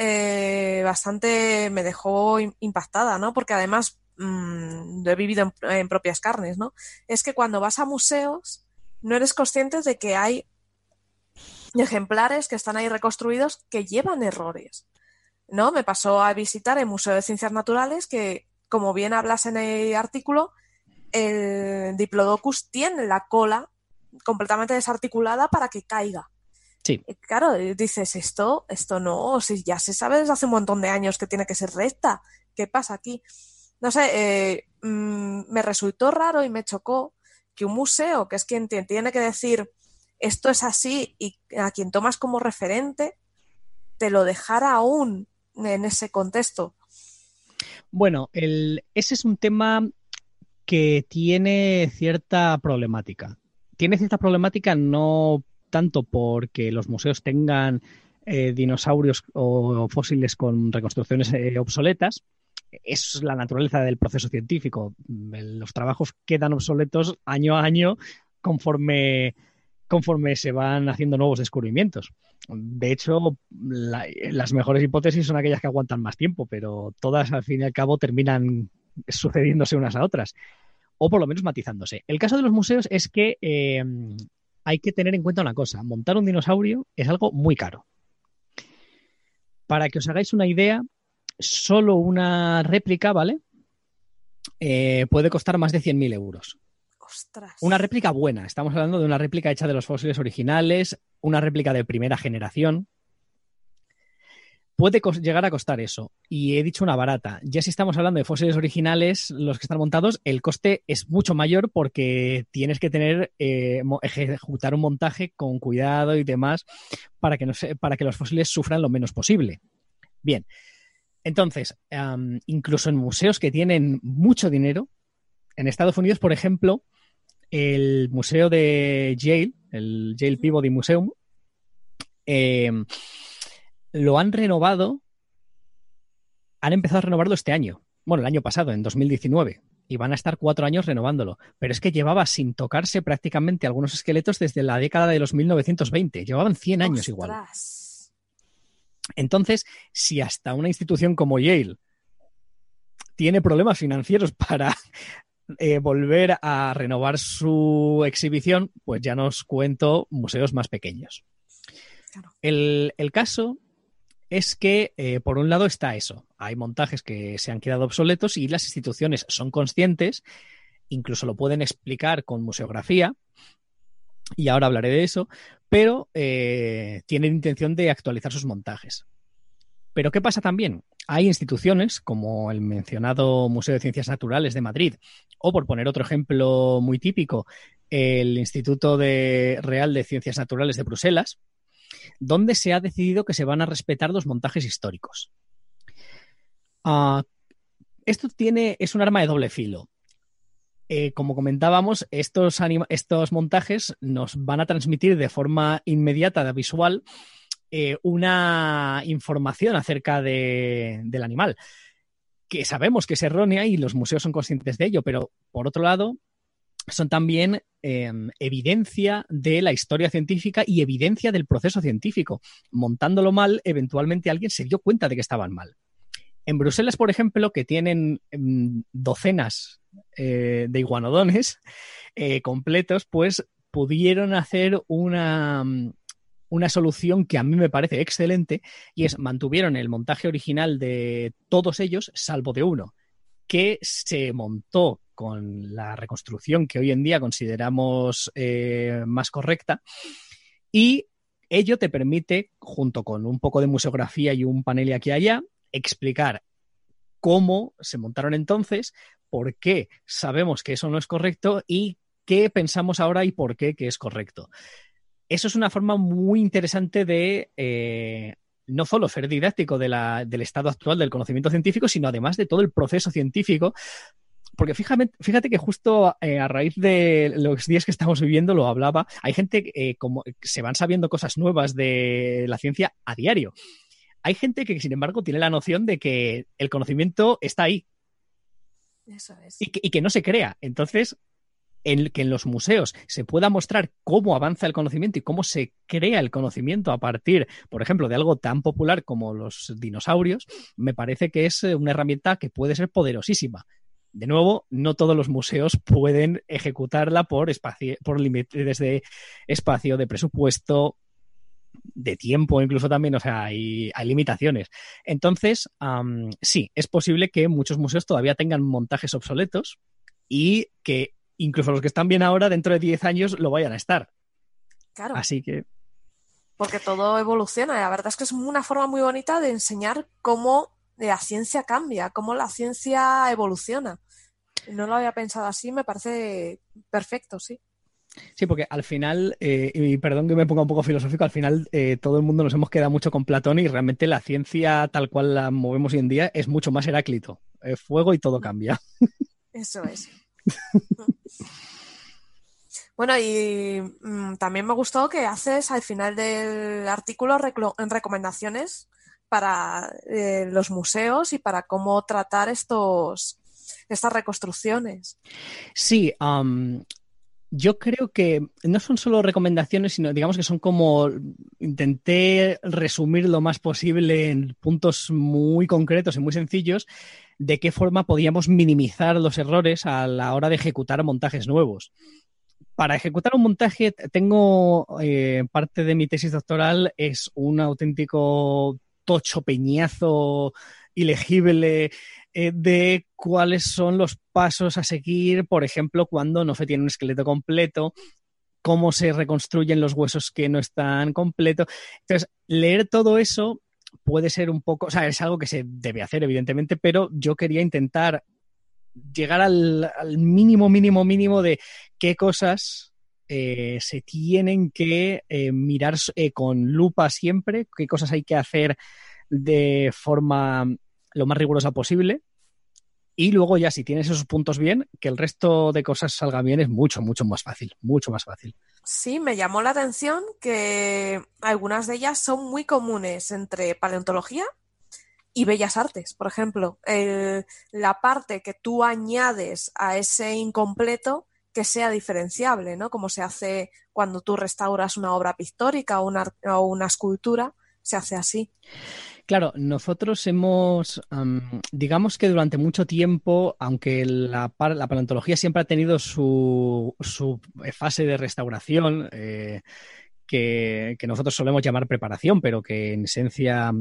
bastante, me dejó impactada, ¿no? Porque además lo he vivido en propias carnes, ¿no? Es que cuando vas a museos no eres consciente de que hay ejemplares que están ahí reconstruidos que llevan errores, ¿no? Me pasó a visitar el Museo de Ciencias Naturales que, como bien hablas en el artículo, el Diplodocus tiene la cola completamente desarticulada para que caiga. Sí. Y claro, dices, esto no, si ya se sabe desde hace un montón de años que tiene que ser recta. ¿Qué pasa aquí? No sé, me resultó raro y me chocó que un museo, que es quien tiene que decir esto es así y a quien tomas como referente, te lo dejara aún en ese contexto. Bueno, ese es un tema que tiene cierta problemática. Tiene cierta problemática no tanto porque los museos tengan dinosaurios o fósiles con reconstrucciones obsoletas. Es la naturaleza del proceso científico. Los trabajos quedan obsoletos año a año conforme se van haciendo nuevos descubrimientos. De hecho, las mejores hipótesis son aquellas que aguantan más tiempo, pero todas al fin y al cabo terminan sucediéndose unas a otras, o por lo menos matizándose. El caso de los museos es que hay que tener en cuenta una cosa: montar un dinosaurio es algo muy caro. Para que os hagáis una idea, solo una réplica, ¿vale? Puede costar más de 100.000 euros. ¡Ostras! Una réplica buena. Estamos hablando de una réplica hecha de los fósiles originales, una réplica de primera generación. Puede llegar a costar eso. Y he dicho una barata. Ya si estamos hablando de fósiles originales, los que están montados, el coste es mucho mayor porque tienes que ejecutar un montaje con cuidado y demás para que los fósiles sufran lo menos posible. Bien. Entonces, incluso en museos que tienen mucho dinero, en Estados Unidos, por ejemplo, el museo de Yale, el Yale Peabody Museum, lo han renovado, han empezado a renovarlo este año. Bueno, el año pasado, en 2019. Y van a estar 4 años renovándolo. Pero es que llevaba sin tocarse prácticamente algunos esqueletos desde la década de los 1920. Llevaban 100 años. ¡Ostras! Igual. Entonces, si hasta una institución como Yale tiene problemas financieros para volver a renovar su exhibición, pues ya nos cuento museos más pequeños. Claro. El caso es que, por un lado, está eso. Hay montajes que se han quedado obsoletos y las instituciones son conscientes, incluso lo pueden explicar con museografía, y ahora hablaré de eso, pero tienen intención de actualizar sus montajes. Pero ¿qué pasa también? Hay instituciones como el mencionado Museo de Ciencias Naturales de Madrid, o por poner otro ejemplo muy típico, el Instituto Real de Ciencias Naturales de Bruselas, donde se ha decidido que se van a respetar los montajes históricos. Esto es un arma de doble filo. Como comentábamos, estos montajes nos van a transmitir de forma inmediata, visual, una información acerca del animal, que sabemos que es errónea y los museos son conscientes de ello, pero por otro lado son también evidencia de la historia científica y evidencia del proceso científico. Montándolo mal, eventualmente alguien se dio cuenta de que estaban mal. En Bruselas, por ejemplo, que tienen docenas de iguanodones completos, pues pudieron hacer una solución que a mí me parece excelente, y es mantuvieron el montaje original de todos ellos, salvo de uno, que se montó con la reconstrucción que hoy en día consideramos más correcta, y ello te permite, junto con un poco de museografía y un panel aquí y allá, explicar cómo se montaron entonces, por qué sabemos que eso no es correcto y qué pensamos ahora y por qué que es correcto. Eso es una forma muy interesante de no solo ser didáctico del estado actual del conocimiento científico, sino además de todo el proceso científico. Porque fíjate que justo a raíz de los días que estamos viviendo lo hablaba, hay gente como se van sabiendo cosas nuevas de la ciencia a diario. Hay gente que, sin embargo, tiene la noción de que el conocimiento está ahí. Eso es. Y que no se crea. Entonces, que en los museos se pueda mostrar cómo avanza el conocimiento y cómo se crea el conocimiento a partir, por ejemplo, de algo tan popular como los dinosaurios, me parece que es una herramienta que puede ser poderosísima. De nuevo, no todos los museos pueden ejecutarla por límites de espacio, de presupuesto, de tiempo incluso también, o sea, hay limitaciones. Entonces, sí, es posible que muchos museos todavía tengan montajes obsoletos y que incluso los que están bien ahora, dentro de 10 años, lo vayan a estar. Claro. Así que... Porque todo evoluciona. La verdad es que es una forma muy bonita de enseñar cómo la ciencia cambia, cómo la ciencia evoluciona. No lo había pensado así, me parece perfecto, sí. Sí, porque al final, y perdón que me ponga un poco filosófico, al final todo el mundo nos hemos quedado mucho con Platón y realmente la ciencia tal cual la movemos hoy en día es mucho más Heráclito. Fuego y todo cambia. Eso es. Bueno, y también me gustó que haces al final del artículo recomendaciones para los museos y para cómo tratar estas reconstrucciones. Sí, yo creo que no son solo recomendaciones, sino digamos que son como... Intenté resumir lo más posible en puntos muy concretos y muy sencillos de qué forma podíamos minimizar los errores a la hora de ejecutar montajes nuevos. Para ejecutar un montaje tengo parte de mi tesis doctoral es un auténtico tocho peñazo ilegible de cuáles son los pasos a seguir, por ejemplo, cuando no se tiene un esqueleto completo, cómo se reconstruyen los huesos que no están completos. Entonces, leer todo eso puede ser un poco, o sea, es algo que se debe hacer, evidentemente, pero yo quería intentar llegar al mínimo de qué cosas se tienen que mirar con lupa siempre, qué cosas hay que hacer de forma lo más rigurosa posible. Y luego ya si tienes esos puntos bien, que el resto de cosas salga bien es mucho más fácil, mucho más fácil. Sí, me llamó la atención que algunas de ellas son muy comunes entre paleontología y bellas artes. Por ejemplo, la parte que tú añades a ese incompleto que sea diferenciable, ¿no? Como se hace cuando tú restauras una obra pictórica o una escultura, se hace así. Claro, nosotros hemos, digamos que durante mucho tiempo, aunque la paleontología siempre ha tenido su fase de restauración, que nosotros solemos llamar preparación, pero que en esencia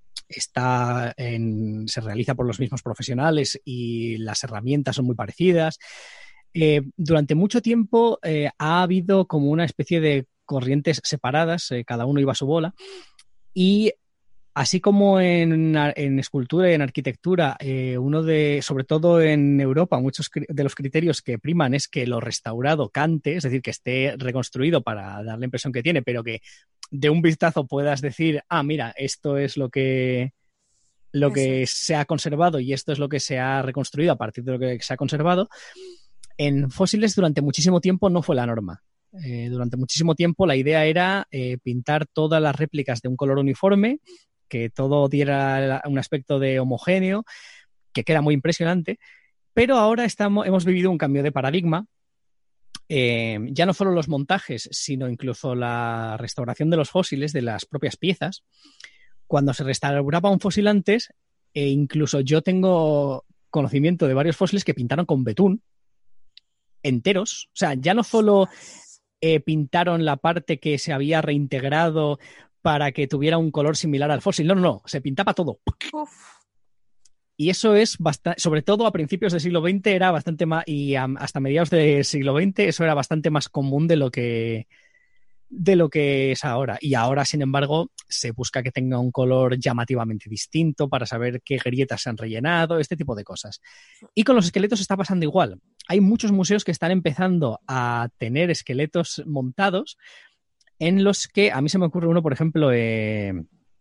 se realiza por los mismos profesionales y las herramientas son muy parecidas. Durante mucho tiempo ha habido como una especie de corrientes separadas, cada uno iba a su bola, y así como en escultura y en arquitectura, sobre todo en Europa, muchos de los criterios que priman es que lo restaurado cante, es decir, que esté reconstruido para dar la impresión que tiene, pero que de un vistazo puedas decir, mira, esto es lo que se ha conservado y esto es lo que se ha reconstruido a partir de lo que se ha conservado. En fósiles durante muchísimo tiempo no fue la norma. Durante muchísimo tiempo la idea era pintar todas las réplicas de un color uniforme, que todo diera un aspecto de homogéneo, que queda muy impresionante, pero ahora hemos vivido un cambio de paradigma. Ya no solo los montajes, sino incluso la restauración de los fósiles, de las propias piezas. Cuando se restauraba un fósil antes, incluso yo tengo conocimiento de varios fósiles que pintaron con betún enteros. O sea, ya no solo pintaron la parte que se había reintegrado para que tuviera un color similar al fósil. No, se pintaba todo. Uf. Y eso es bastante, sobre todo a principios del siglo XX era bastante más, y hasta mediados del siglo XX eso era bastante más común de lo que es ahora. Y ahora, sin embargo, se busca que tenga un color llamativamente distinto para saber qué grietas se han rellenado, este tipo de cosas. Y con los esqueletos está pasando igual. Hay muchos museos que están empezando a tener esqueletos montados en los que, a mí se me ocurre uno, por ejemplo,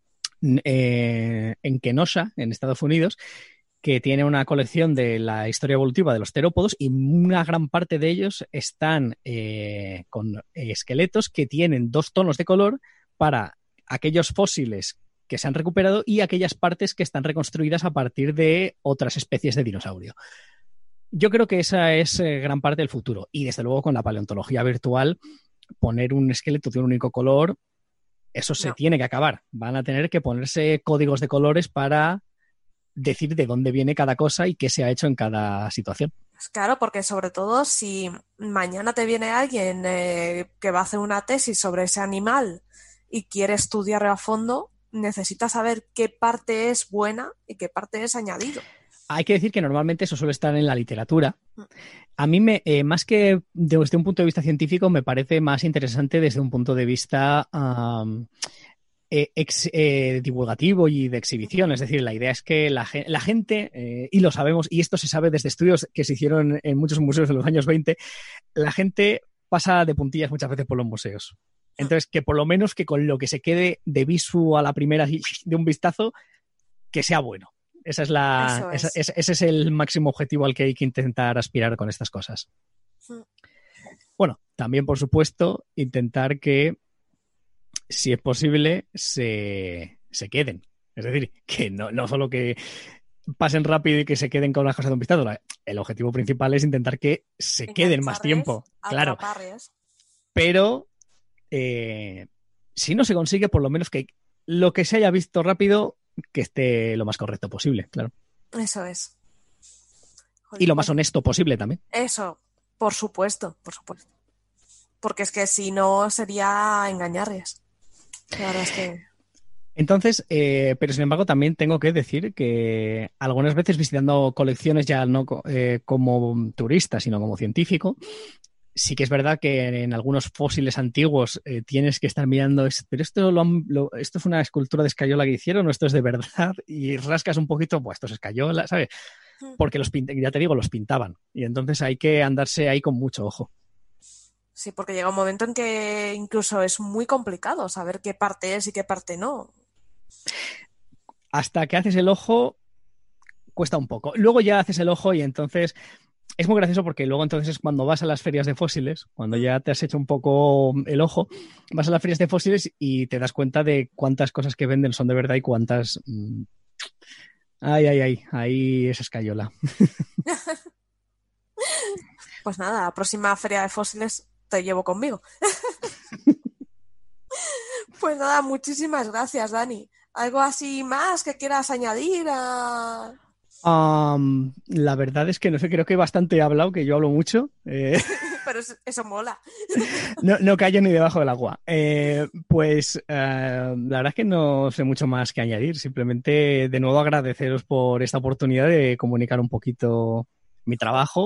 en Kenosha, en Estados Unidos, que tiene una colección de la historia evolutiva de los terópodos y una gran parte de ellos están con esqueletos que tienen 2 tonos de color para aquellos fósiles que se han recuperado y aquellas partes que están reconstruidas a partir de otras especies de dinosaurio. Yo creo que esa es gran parte del futuro. Y desde luego con la paleontología virtual, poner un esqueleto de un único color, eso se tiene que acabar. Van a tener que ponerse códigos de colores para decir de dónde viene cada cosa y qué se ha hecho en cada situación. Pues claro, porque sobre todo si mañana te viene alguien que va a hacer una tesis sobre ese animal y quiere estudiarlo a fondo, necesita saber qué parte es buena y qué parte es añadido. Hay que decir que normalmente eso suele estar en la literatura. A mí, más que desde un punto de vista científico, me parece más interesante desde un punto de vista divulgativo y de exhibición. Es decir, la idea es que la gente, y lo sabemos, y esto se sabe desde estudios que se hicieron en muchos museos de los años 20, la gente pasa de puntillas muchas veces por los museos. Entonces, que por lo menos que con lo que se quede de visu a la primera de un vistazo, que sea bueno. Ese es el máximo objetivo al que hay que intentar aspirar con estas cosas. Bueno, también, por supuesto, intentar que, si es posible, se queden. Es decir, que no solo que pasen rápido y que se queden con las cosas de un vistazo. El objetivo principal es intentar que se queden más tiempo. Claro. Pero si no se consigue, por lo menos que lo que se haya visto rápido, que esté lo más correcto posible, claro. Eso es. Joder, y lo más honesto posible también. Eso, por supuesto, por supuesto. Porque es que si no sería engañarles. La verdad es que... Entonces, pero sin embargo también tengo que decir que algunas veces visitando colecciones ya no como turista, sino como científico, sí que es verdad que en algunos fósiles antiguos tienes que estar mirando, pero esto es una escultura de escayola que hicieron o esto es de verdad, y rascas un poquito, pues esto es escayola, ¿sabes? Porque ya te digo, los pintaban y entonces hay que andarse ahí con mucho ojo. Sí, porque llega un momento en que incluso es muy complicado saber qué parte es y qué parte no. Hasta que haces el ojo cuesta un poco. Luego ya haces el ojo y entonces... Es muy gracioso porque luego entonces cuando vas a las ferias de fósiles, cuando ya te has hecho un poco el ojo, vas a las ferias de fósiles y te das cuenta de cuántas cosas que venden son de verdad y cuántas... ahí es escayola. Pues nada, la próxima feria de fósiles te llevo conmigo. Pues nada, muchísimas gracias, Dani. ¿Algo así más que quieras añadir a...? La verdad es que no sé, creo que bastante he hablado, que yo hablo mucho. Pero eso mola. No callo ni debajo del agua. La verdad es que no sé mucho más que añadir. Simplemente, de nuevo, agradeceros por esta oportunidad de comunicar un poquito mi trabajo.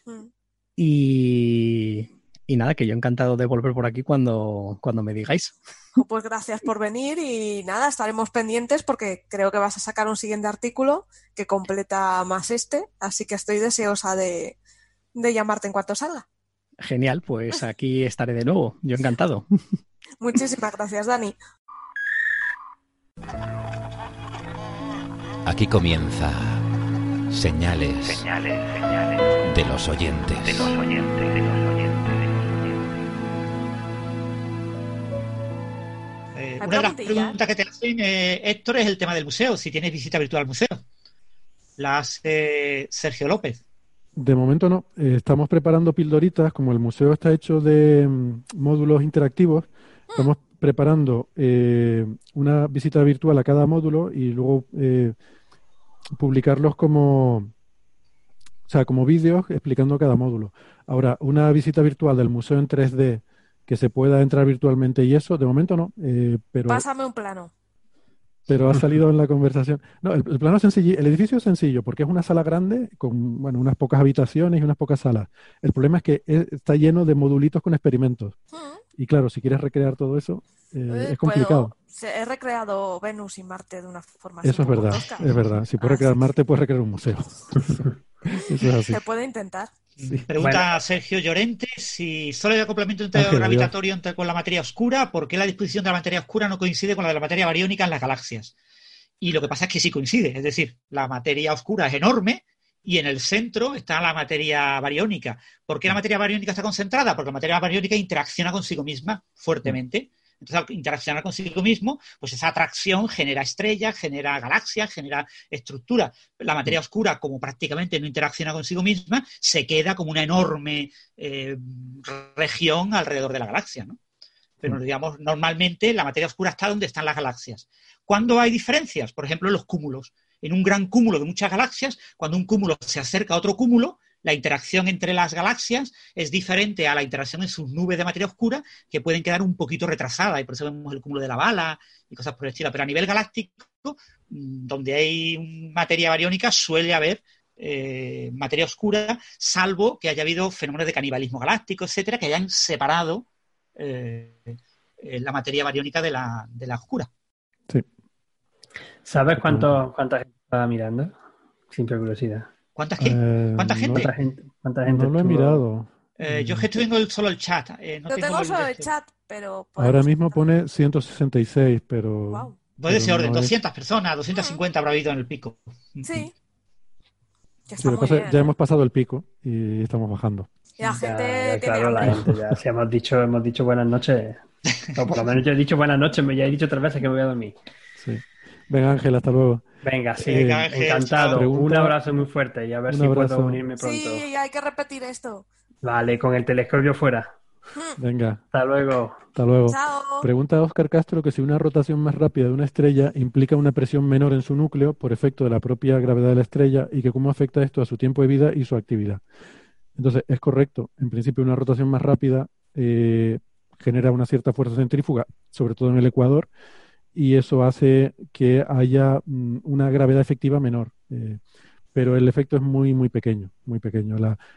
Y nada, que yo encantado de volver por aquí cuando me digáis. Pues gracias por venir y nada, estaremos pendientes porque creo que vas a sacar un siguiente artículo que completa más así que estoy deseosa de llamarte en cuanto salga. Genial, pues aquí estaré de nuevo, yo encantado. Muchísimas gracias, Dani. Aquí comienza Señales de los oyentes. Una de las preguntas que te hacen, Héctor, es el tema del museo. Si tienes visita virtual al museo. La hace Sergio López. De momento no. Estamos preparando pildoritas. Como el museo está hecho de módulos interactivos, estamos preparando una visita virtual a cada módulo y luego publicarlos como vídeos explicando cada módulo. Ahora, una visita virtual del museo en 3D que se pueda entrar virtualmente y eso, de momento no. Pero pásame un plano. Pero ha salido en la conversación. No, el plano es sencillo. El edificio es sencillo porque es una sala grande con unas pocas habitaciones y unas pocas salas. El problema es que está lleno de modulitos con experimentos. Y claro, si quieres recrear todo eso, es complicado. He recreado Venus y Marte de una forma eso es verdad, tosca. es verdad. Si puedes recrear Marte, puedes recrear un museo. Eso es así. Se puede intentar. Pregunta Sergio Llorente si solo hay acoplamiento gravitatorio con la materia oscura, ¿por qué la disposición de la materia oscura no coincide con la de la materia bariónica en las galaxias? Y lo que pasa es que sí coincide, es decir, la materia oscura es enorme y en el centro está la materia bariónica. ¿Por qué la materia bariónica está concentrada? Porque la materia bariónica interacciona consigo misma fuertemente. Entonces, al interaccionar consigo mismo, pues esa atracción genera estrellas, genera galaxias, genera estructuras. La materia oscura, como prácticamente no interacciona consigo misma, se queda como una enorme región alrededor de la galaxia, ¿no? Pero, digamos, normalmente la materia oscura está donde están las galaxias. ¿Cuándo hay diferencias? Por ejemplo, en los cúmulos. En un gran cúmulo de muchas galaxias, cuando un cúmulo se acerca a otro cúmulo, la interacción entre las galaxias es diferente a la interacción en sus nubes de materia oscura, que pueden quedar un poquito retrasadas, y por eso vemos el cúmulo de la bala y cosas por el estilo. Pero a nivel galáctico, donde hay materia bariónica, suele haber materia oscura, salvo que haya habido fenómenos de canibalismo galáctico, etcétera, que hayan separado la materia bariónica de la oscura. Sí. ¿Sabes cuánta gente estaba mirando? Simple curiosidad. ¿Cuánta gente? ¿Cuánta gente no lo he mirado. Yo es que estoy viendo solo el chat. No tengo solo el chat, pero... Ahora mismo pone 166, pero... Wow. Puede de ese orden, 200 personas, 250 habrá habido en el pico. Sí. Sí, ya hemos pasado el pico y estamos bajando. Y la gente tiene claro, hambre. la gente ya, si hemos dicho buenas noches, o por lo menos yo he dicho buenas noches, ya he dicho 3 veces que me voy a dormir. Sí. Venga, Ángel, hasta luego. Venga, sí, Ángel, encantado. Un abrazo muy fuerte y a ver si puedo unirme pronto. Sí, hay que repetir esto. Vale, con el telescopio fuera. Venga. Hasta luego. Hasta luego. Chao. Pregunta Óscar Castro que si una rotación más rápida de una estrella implica una presión menor en su núcleo por efecto de la propia gravedad de la estrella y que cómo afecta esto a su tiempo de vida y su actividad. Entonces, es correcto. En principio, una rotación más rápida genera una cierta fuerza centrífuga, sobre todo en el ecuador, y eso hace que haya una gravedad efectiva menor. Pero el efecto es muy, muy pequeño, muy pequeño.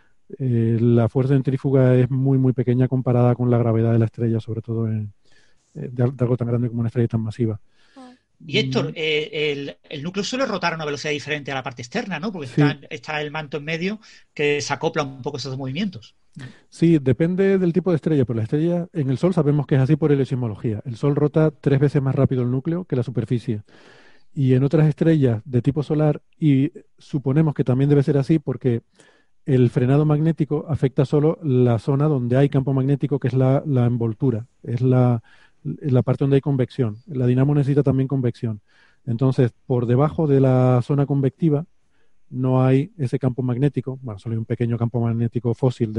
La fuerza centrífuga es muy, muy pequeña comparada con la gravedad de la estrella, sobre todo de algo tan grande como una estrella tan masiva. Y Héctor, el núcleo suele rotar a una velocidad diferente a la parte externa, ¿no? Porque Sí. está el manto en medio que se acopla un poco esos movimientos. Sí, depende del tipo de estrella, pero la estrella en el Sol sabemos que es así por heliosismología. El Sol rota 3 veces más rápido el núcleo que la superficie. Y en otras estrellas de tipo solar, y suponemos que también debe ser así porque el frenado magnético afecta solo la zona donde hay campo magnético, que es la envoltura, es la parte donde hay convección. La dinamo necesita también convección. Entonces, por debajo de la zona convectiva no hay ese campo magnético. Bueno, solo hay un pequeño campo magnético fósil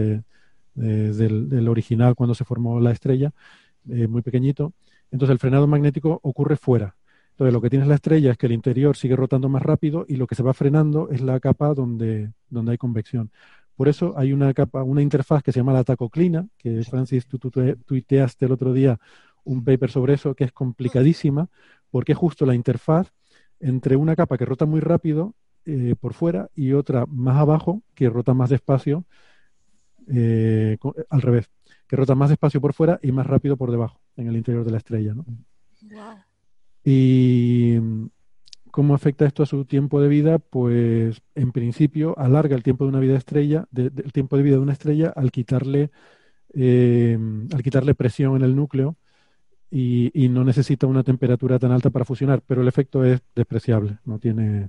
del original cuando se formó la estrella, muy pequeñito. Entonces, el frenado magnético ocurre fuera. Entonces, lo que tiene la estrella es que el interior sigue rotando más rápido y lo que se va frenando es la capa donde hay convección. Por eso hay una interfaz que se llama la tacoclina, que Francis, tú tuiteaste el otro día un paper sobre eso, que es complicadísima, porque es justo la interfaz entre una capa que rota muy rápido por fuera y otra más abajo que rota más despacio, al revés, que rota más despacio por fuera y más rápido por debajo, en el interior de la estrella, ¿no? Wow. Y ¿cómo afecta esto a su tiempo de vida? Pues en principio alarga el tiempo de una vida estrella, el tiempo de vida de una estrella al quitarle presión en el núcleo y no necesita una temperatura tan alta para fusionar, pero el efecto es despreciable, no tiene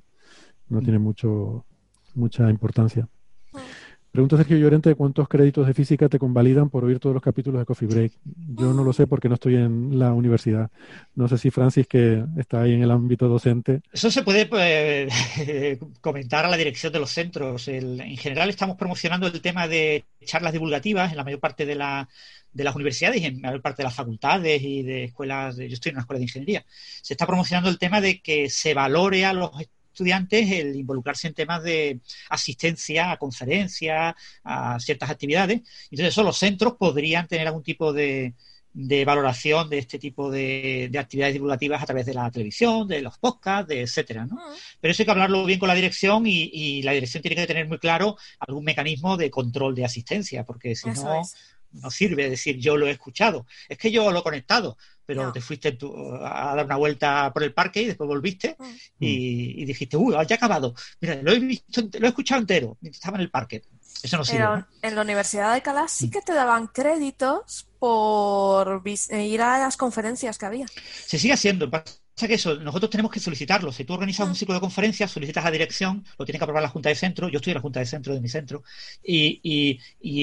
mucha importancia. Pregunta Sergio Llorente, ¿cuántos créditos de física te convalidan por oír todos los capítulos de Coffee Break? Yo no lo sé porque no estoy en la universidad. No sé si Francis, que está ahí en el ámbito docente. Eso se puede comentar a la dirección de los centros. En general estamos promocionando el tema de charlas divulgativas en la mayor parte de las universidades y en la mayor parte de las facultades y de escuelas. Yo estoy en una escuela de ingeniería. Se está promocionando el tema de que se valore a los estudiantes el involucrarse en temas de asistencia a conferencias, a ciertas actividades. Entonces, eso los centros podrían tener algún tipo de valoración de este tipo de actividades divulgativas a través de la televisión, de los podcasts, etcétera, ¿no? Pero eso hay que hablarlo bien con la dirección y la dirección tiene que tener muy claro algún mecanismo de control de asistencia, porque si no, no sirve decir yo lo he escuchado. Es que yo lo he conectado, pero te fuiste a dar una vuelta por el parque y después volviste y dijiste, ya ha acabado. Mira, lo he escuchado entero mientras estaba en el parque. Eso no sirve, ¿no? En la Universidad de Alcalá sí que te daban créditos por ir a las conferencias que había. Se sigue haciendo. Pasa que eso, nosotros tenemos que solicitarlo. Si tú organizas un ciclo de conferencias, solicitas a dirección, lo tiene que aprobar la Junta de Centro. Yo estoy en la Junta de Centro de mi centro y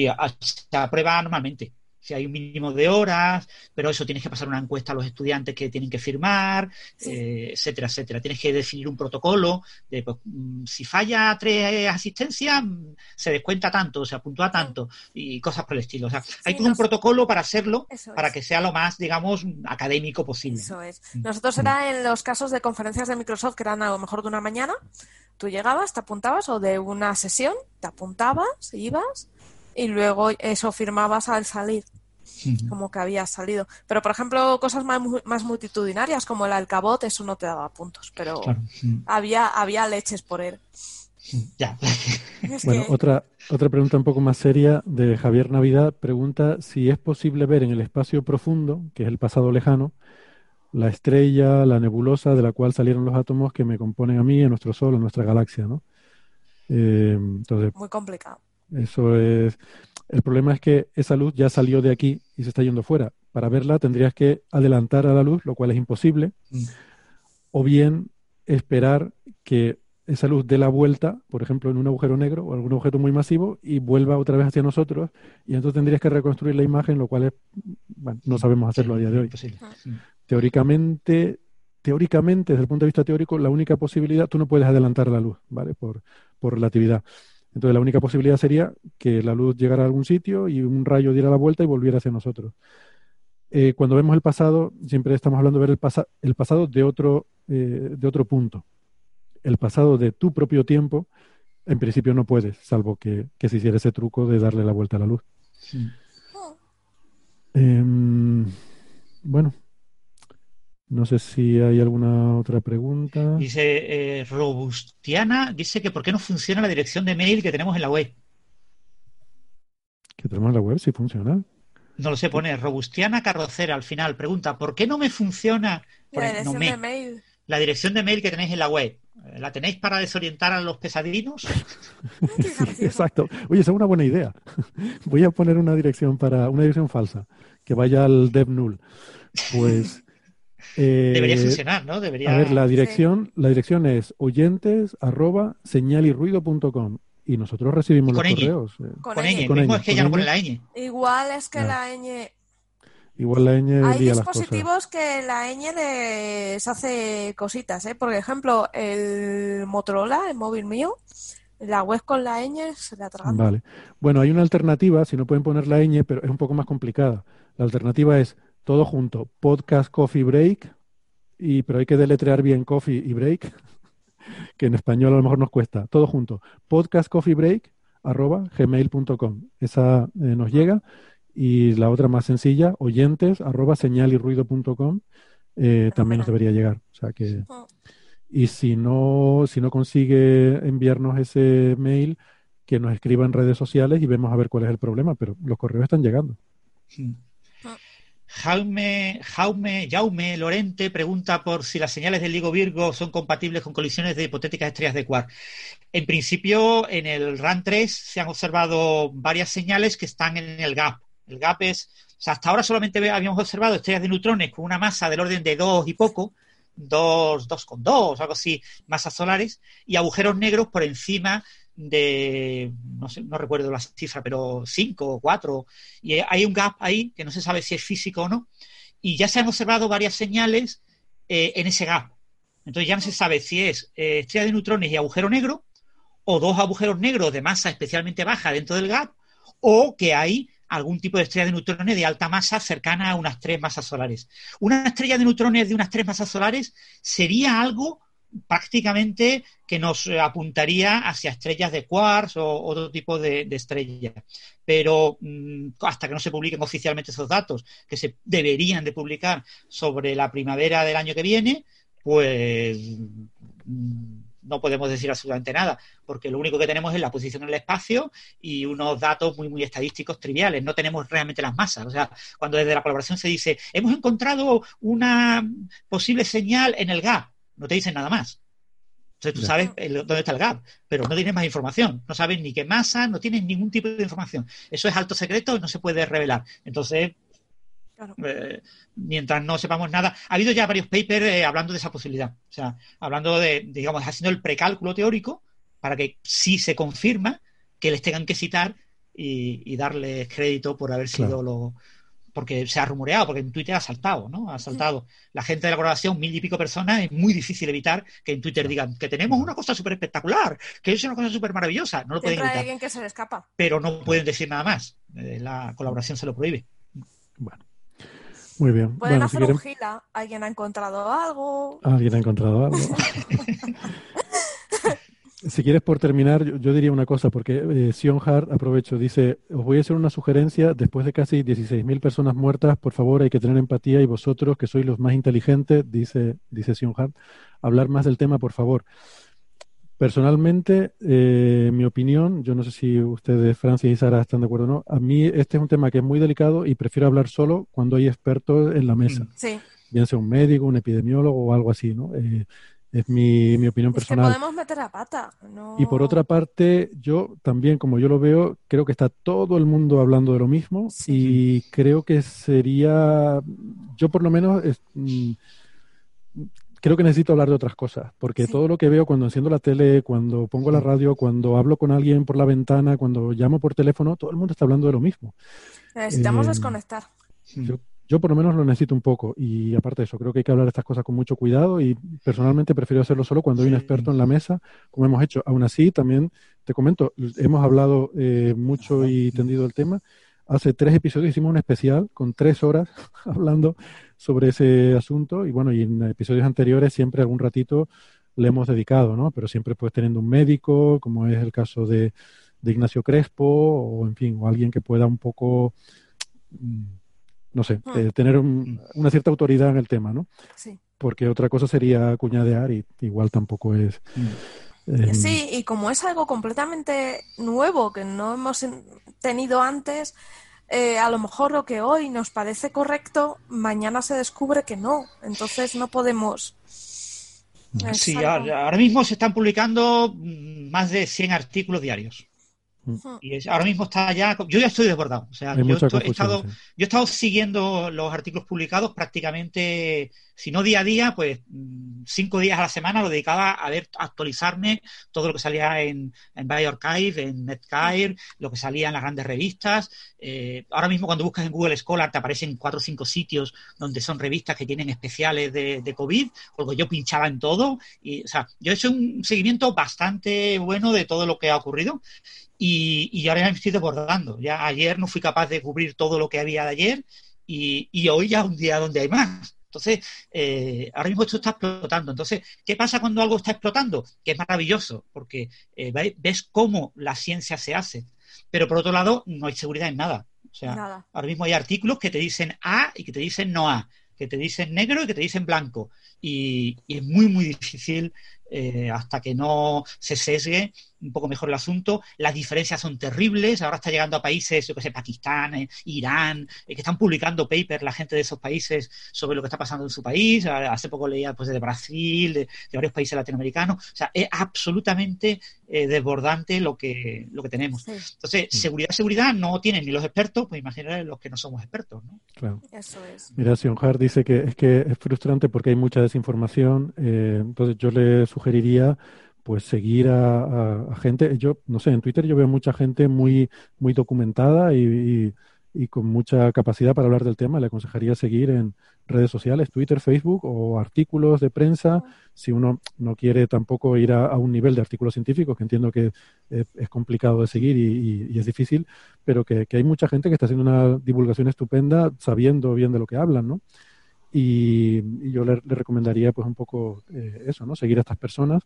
se aprueba normalmente. Si hay un mínimo de horas, pero eso tienes que pasar una encuesta a los estudiantes que tienen que firmar, etcétera, etcétera. Tienes que definir un protocolo de, pues, si falla 3 asistencias, se descuenta tanto, se puntúa tanto y cosas por el estilo. O sea, hay todo un protocolo para hacerlo, para que sea lo más, digamos, académico posible. Eso es. Nosotros era en los casos de conferencias de Microsoft, que eran a lo mejor de una mañana, tú llegabas, te apuntabas, o de una sesión, te apuntabas, ibas, y luego eso firmabas al salir, como que habías salido. Pero, por ejemplo, cosas más multitudinarias como el Alcabot, eso no te daba puntos, pero claro, había leches por él. Ya. Bueno, otra pregunta un poco más seria de Javier Navidad. Pregunta si es posible ver en el espacio profundo, que es el pasado lejano, la estrella, la nebulosa de la cual salieron los átomos que me componen a mí, a nuestro Sol, a nuestra galaxia, ¿no? Entonces, muy complicado. Eso es. El problema es que esa luz ya salió de aquí y se está yendo fuera. Para verla tendrías que adelantar a la luz, lo cual es imposible, o bien esperar que esa luz dé la vuelta, por ejemplo, en un agujero negro o algún objeto muy masivo y vuelva otra vez hacia nosotros, y entonces tendrías que reconstruir la imagen, lo cual es, bueno, no sabemos hacerlo a día de hoy. Teóricamente, desde el punto de vista teórico, la única posibilidad, tú no puedes adelantar la luz, ¿vale? Por relatividad. Entonces la única posibilidad sería que la luz llegara a algún sitio y un rayo diera la vuelta y volviera hacia nosotros. Cuando vemos el pasado, siempre estamos hablando de ver el pasado de otro punto. El pasado de tu propio tiempo, en principio no puedes, salvo que se hiciera ese truco de darle la vuelta a la luz. Bueno, no sé si hay alguna otra pregunta. Dice Robustiana, dice que ¿por qué no funciona la dirección de mail que tenemos en la web? ¿Que tenemos en la web? ¿Sí funciona? No lo sé, pone Robustiana Carrocera al final. Pregunta, ¿por qué no me funciona de mail? La dirección de mail que tenéis en la web? ¿La tenéis para desorientar a los pesadinos? Exacto. Oye, esa es una buena idea. Voy a poner una dirección falsa que vaya al dev null. Pues debería funcionar, ¿no? Debería... A ver, la dirección es oyentes@señalirruido.com y nosotros recibimos los correos. Con ñ. Mismo es que ya no pone la ñ. Igual es que la ñ... Igual la ñ hay lía dispositivos que la ñ les hace cositas, ¿eh? Por ejemplo, el Motorola, el móvil mío, la web con la ñ se le atraganta. Vale. Bueno, hay una alternativa, si no pueden poner la ñ, pero es un poco más complicada. La alternativa es todo junto, Podcast Coffee Break, pero hay que deletrear bien coffee y break, que en español a lo mejor nos cuesta. Todo junto, podcastcoffeebreak@gmail.com. Esa nos llega. Y la otra más sencilla, oyentes@señalirruido.com, también nos debería llegar. O sea que, y si no consigue enviarnos ese mail, que nos escriba en redes sociales y vemos a ver cuál es el problema, pero los correos están llegando. Jaume Lorente pregunta por si las señales del LIGO Virgo son compatibles con colisiones de hipotéticas estrellas de quark. En principio, en el RAN 3 se han observado varias señales que están en el gap. El gap es, o sea, hasta ahora solamente habíamos observado estrellas de neutrones con una masa del orden de 2 y poco, 2,2, algo así, masas solares, y agujeros negros por encima de, no sé, no recuerdo la cifra, pero 5 o 4, y hay un gap ahí que no se sabe si es físico o no, y ya se han observado varias señales en ese gap. Entonces ya no se sabe si es estrella de neutrones y agujero negro, o dos agujeros negros de masa especialmente baja dentro del gap, o que hay algún tipo de estrella de neutrones de alta masa cercana a unas 3 masas solares. Una estrella de neutrones de unas 3 masas solares sería algo prácticamente que nos apuntaría hacia estrellas de quarks o otro tipo de estrellas. Pero hasta que no se publiquen oficialmente esos datos, que se deberían de publicar sobre la primavera del año que viene, pues no podemos decir absolutamente nada, porque lo único que tenemos es la posición en el espacio y unos datos muy, muy estadísticos triviales. No tenemos realmente las masas. O sea, cuando desde la colaboración se dice, hemos encontrado una posible señal en el gap, no te dicen nada más. Entonces tú sabes dónde está el gap, pero no tienes más información. No sabes ni qué masa, no tienes ningún tipo de información. Eso es alto secreto y no se puede revelar. Entonces, mientras no sepamos nada... Ha habido ya varios papers hablando de esa posibilidad. O sea, hablando de, digamos, haciendo el precálculo teórico para que si se confirma que les tengan que citar y darles crédito por haber sido lo... Porque se ha rumoreado, porque en Twitter ha saltado, ¿no? Ha saltado. La gente de la colaboración, 1000 y pico personas, es muy difícil evitar que en Twitter digan que tenemos una cosa súper espectacular, que es una cosa súper maravillosa. No lo pueden evitar. Hay alguien que se le escapa. Pero no pueden decir nada más. La colaboración se lo prohíbe. Bueno. Muy bien. Pueden hacer un gila. ¿Alguien ha encontrado algo? ¿Alguien ha encontrado algo? Si quieres, por terminar, yo diría una cosa, porque Sion Hart, aprovecho, dice, os voy a hacer una sugerencia, después de casi 16.000 personas muertas, por favor, hay que tener empatía y vosotros, que sois los más inteligentes, dice Sion Hart, hablar más del tema, por favor. Personalmente, mi opinión, yo no sé si ustedes, Francis y Sara, están de acuerdo o no, a mí este es un tema que es muy delicado y prefiero hablar solo cuando hay expertos en la mesa. Sí. Bien sea un médico, un epidemiólogo o algo así, ¿no? Es mi opinión personal. Es que podemos meter la pata. No... Y por otra parte, yo también, como yo lo veo, creo que está todo el mundo hablando de lo mismo y creo que sería, yo por lo menos, creo que necesito hablar de otras cosas, porque todo lo que veo cuando enciendo la tele, cuando pongo la radio, cuando hablo con alguien por la ventana, cuando llamo por teléfono, todo el mundo está hablando de lo mismo. Necesitamos desconectar. Yo por lo menos lo necesito un poco y aparte de eso, creo que hay que hablar de estas cosas con mucho cuidado y personalmente prefiero hacerlo solo cuando hay un experto en la mesa, como hemos hecho. Aún así, también te comento, hemos hablado mucho y tendido el tema. Hace 3 episodios hicimos un especial con 3 horas hablando sobre ese asunto y bueno, y en episodios anteriores siempre algún ratito le hemos dedicado, ¿no? Pero siempre pues teniendo un médico, como es el caso de Ignacio Crespo o en fin, o alguien que pueda un poco... no sé, tener una cierta autoridad en el tema, ¿no? Sí. Porque otra cosa sería cuñadear y igual tampoco es... Sí, y como es algo completamente nuevo que no hemos tenido antes, a lo mejor lo que hoy nos parece correcto, mañana se descubre que no. Entonces no podemos... Sí, ahora mismo se están publicando más de 100 artículos diarios. Y ahora mismo está ya... Yo ya estoy desbordado. O sea, yo he estado siguiendo los artículos publicados prácticamente, si no día a día, pues 5 días a la semana lo dedicaba a ver, actualizarme todo lo que salía en bioRxiv, en Netcare, lo que salía en las grandes revistas. Ahora mismo cuando buscas en Google Scholar te aparecen 4 o 5 sitios donde son revistas que tienen especiales de COVID, porque yo pinchaba en todo. Y, o sea, yo he hecho un seguimiento bastante bueno de todo lo que ha ocurrido. Y ahora ya me estoy desbordando. Ya ayer no fui capaz de cubrir todo lo que había de ayer y hoy ya es un día donde hay más. Entonces, ahora mismo esto está explotando. Entonces, ¿qué pasa cuando algo está explotando? Que es maravilloso, porque ves cómo la ciencia se hace. Pero por otro lado, no hay seguridad en nada. O sea, ahora mismo hay artículos que te dicen A y que te dicen no A, que te dicen negro y que te dicen blanco. Y es muy, muy difícil hasta que no se sesgue un poco mejor el asunto. Las diferencias son terribles. Ahora está llegando a países, yo que sé, Pakistán, Irán, que están publicando papers la gente de esos países sobre lo que está pasando en su país. Hace poco leía pues de Brasil, de varios países latinoamericanos. O sea, es absolutamente desbordante lo que tenemos. Entonces, seguridad no tienen ni los expertos, pues imagínate los que no somos expertos, ¿no? Claro. Eso es. Mira, Sion Hart dice que es frustrante porque hay mucha desinformación. Entonces yo le sugeriría pues seguir a gente. Yo no sé, en Twitter yo veo mucha gente muy documentada y con mucha capacidad para hablar del tema. Le aconsejaría seguir en redes sociales, Twitter, Facebook o artículos de prensa, si uno no quiere tampoco ir a un nivel de artículos científicos, que entiendo que es complicado de seguir y es difícil, pero que hay mucha gente que está haciendo una divulgación estupenda sabiendo bien de lo que hablan, ¿no? Y yo le recomendaría pues un poco eso, ¿no? Seguir a estas personas.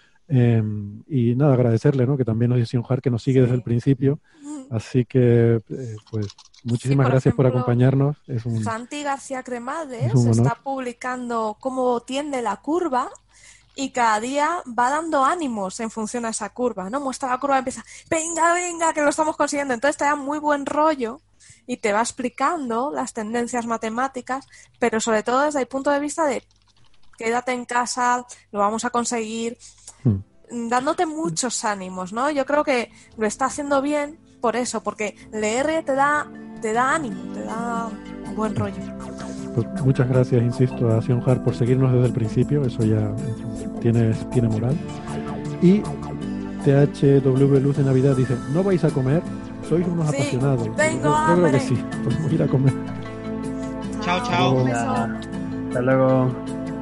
Y nada, agradecerle, ¿no? Que también nos dice Sion Hart que nos sigue desde el principio. Así que, pues, muchísimas gracias por acompañarnos. Santi García Cremades está publicando cómo tiende la curva y cada día va dando ánimos en función a esa curva, ¿no? Muestra la curva y empieza, venga, que lo estamos consiguiendo. Entonces te da muy buen rollo y te va explicando las tendencias matemáticas, pero sobre todo desde el punto de vista de quédate en casa, lo vamos a conseguir. dándote muchos ánimos, ¿no? Yo creo que lo está haciendo bien por eso, porque leer te da ánimo, te da un buen rollo. Pues muchas gracias, insisto, a Sionhar por seguirnos desde el principio, eso ya tiene moral. Y THW Luz de Navidad dice, ¿no vais a comer? Sois unos apasionados. Tengo yo creo que sí, podemos ir a comer. Chao, chao. Hasta luego.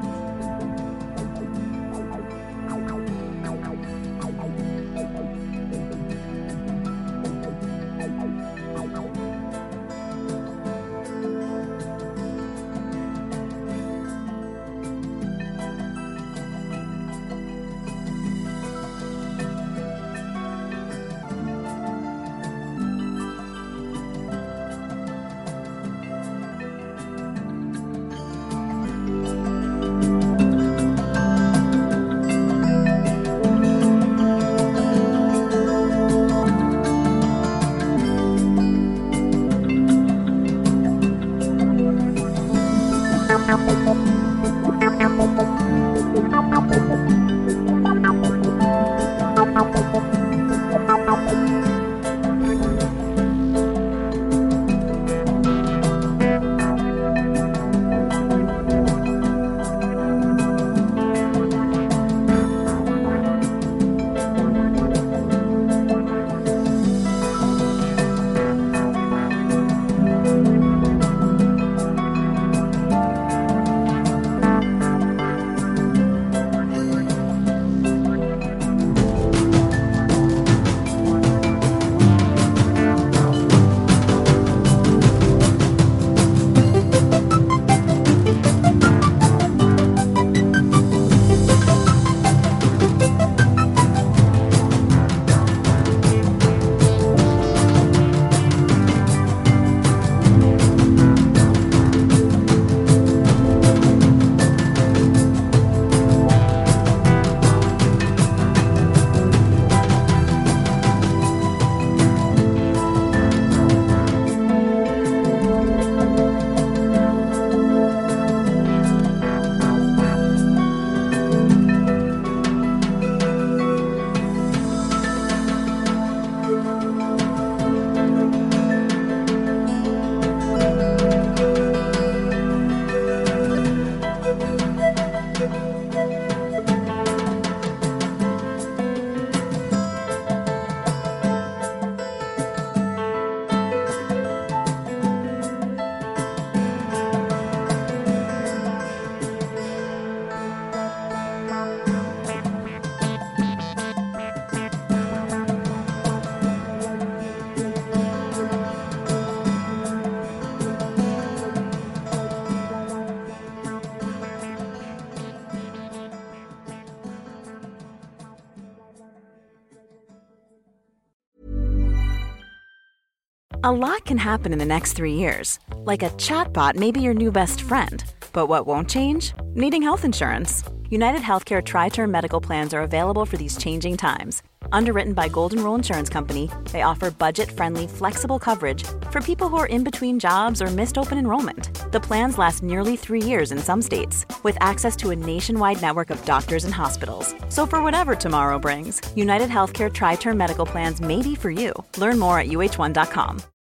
A lot can happen in the next 3 years. Like a chatbot may be your new best friend. But what won't change? Needing health insurance. United Healthcare Tri-Term Medical Plans are available for these changing times. Underwritten by Golden Rule Insurance Company, they offer budget-friendly, flexible coverage for people who are in between jobs or missed open enrollment. The plans last nearly 3 years in some states, with access to a nationwide network of doctors and hospitals. So for whatever tomorrow brings, United Healthcare Tri-Term Medical Plans may be for you. Learn more at uh1.com.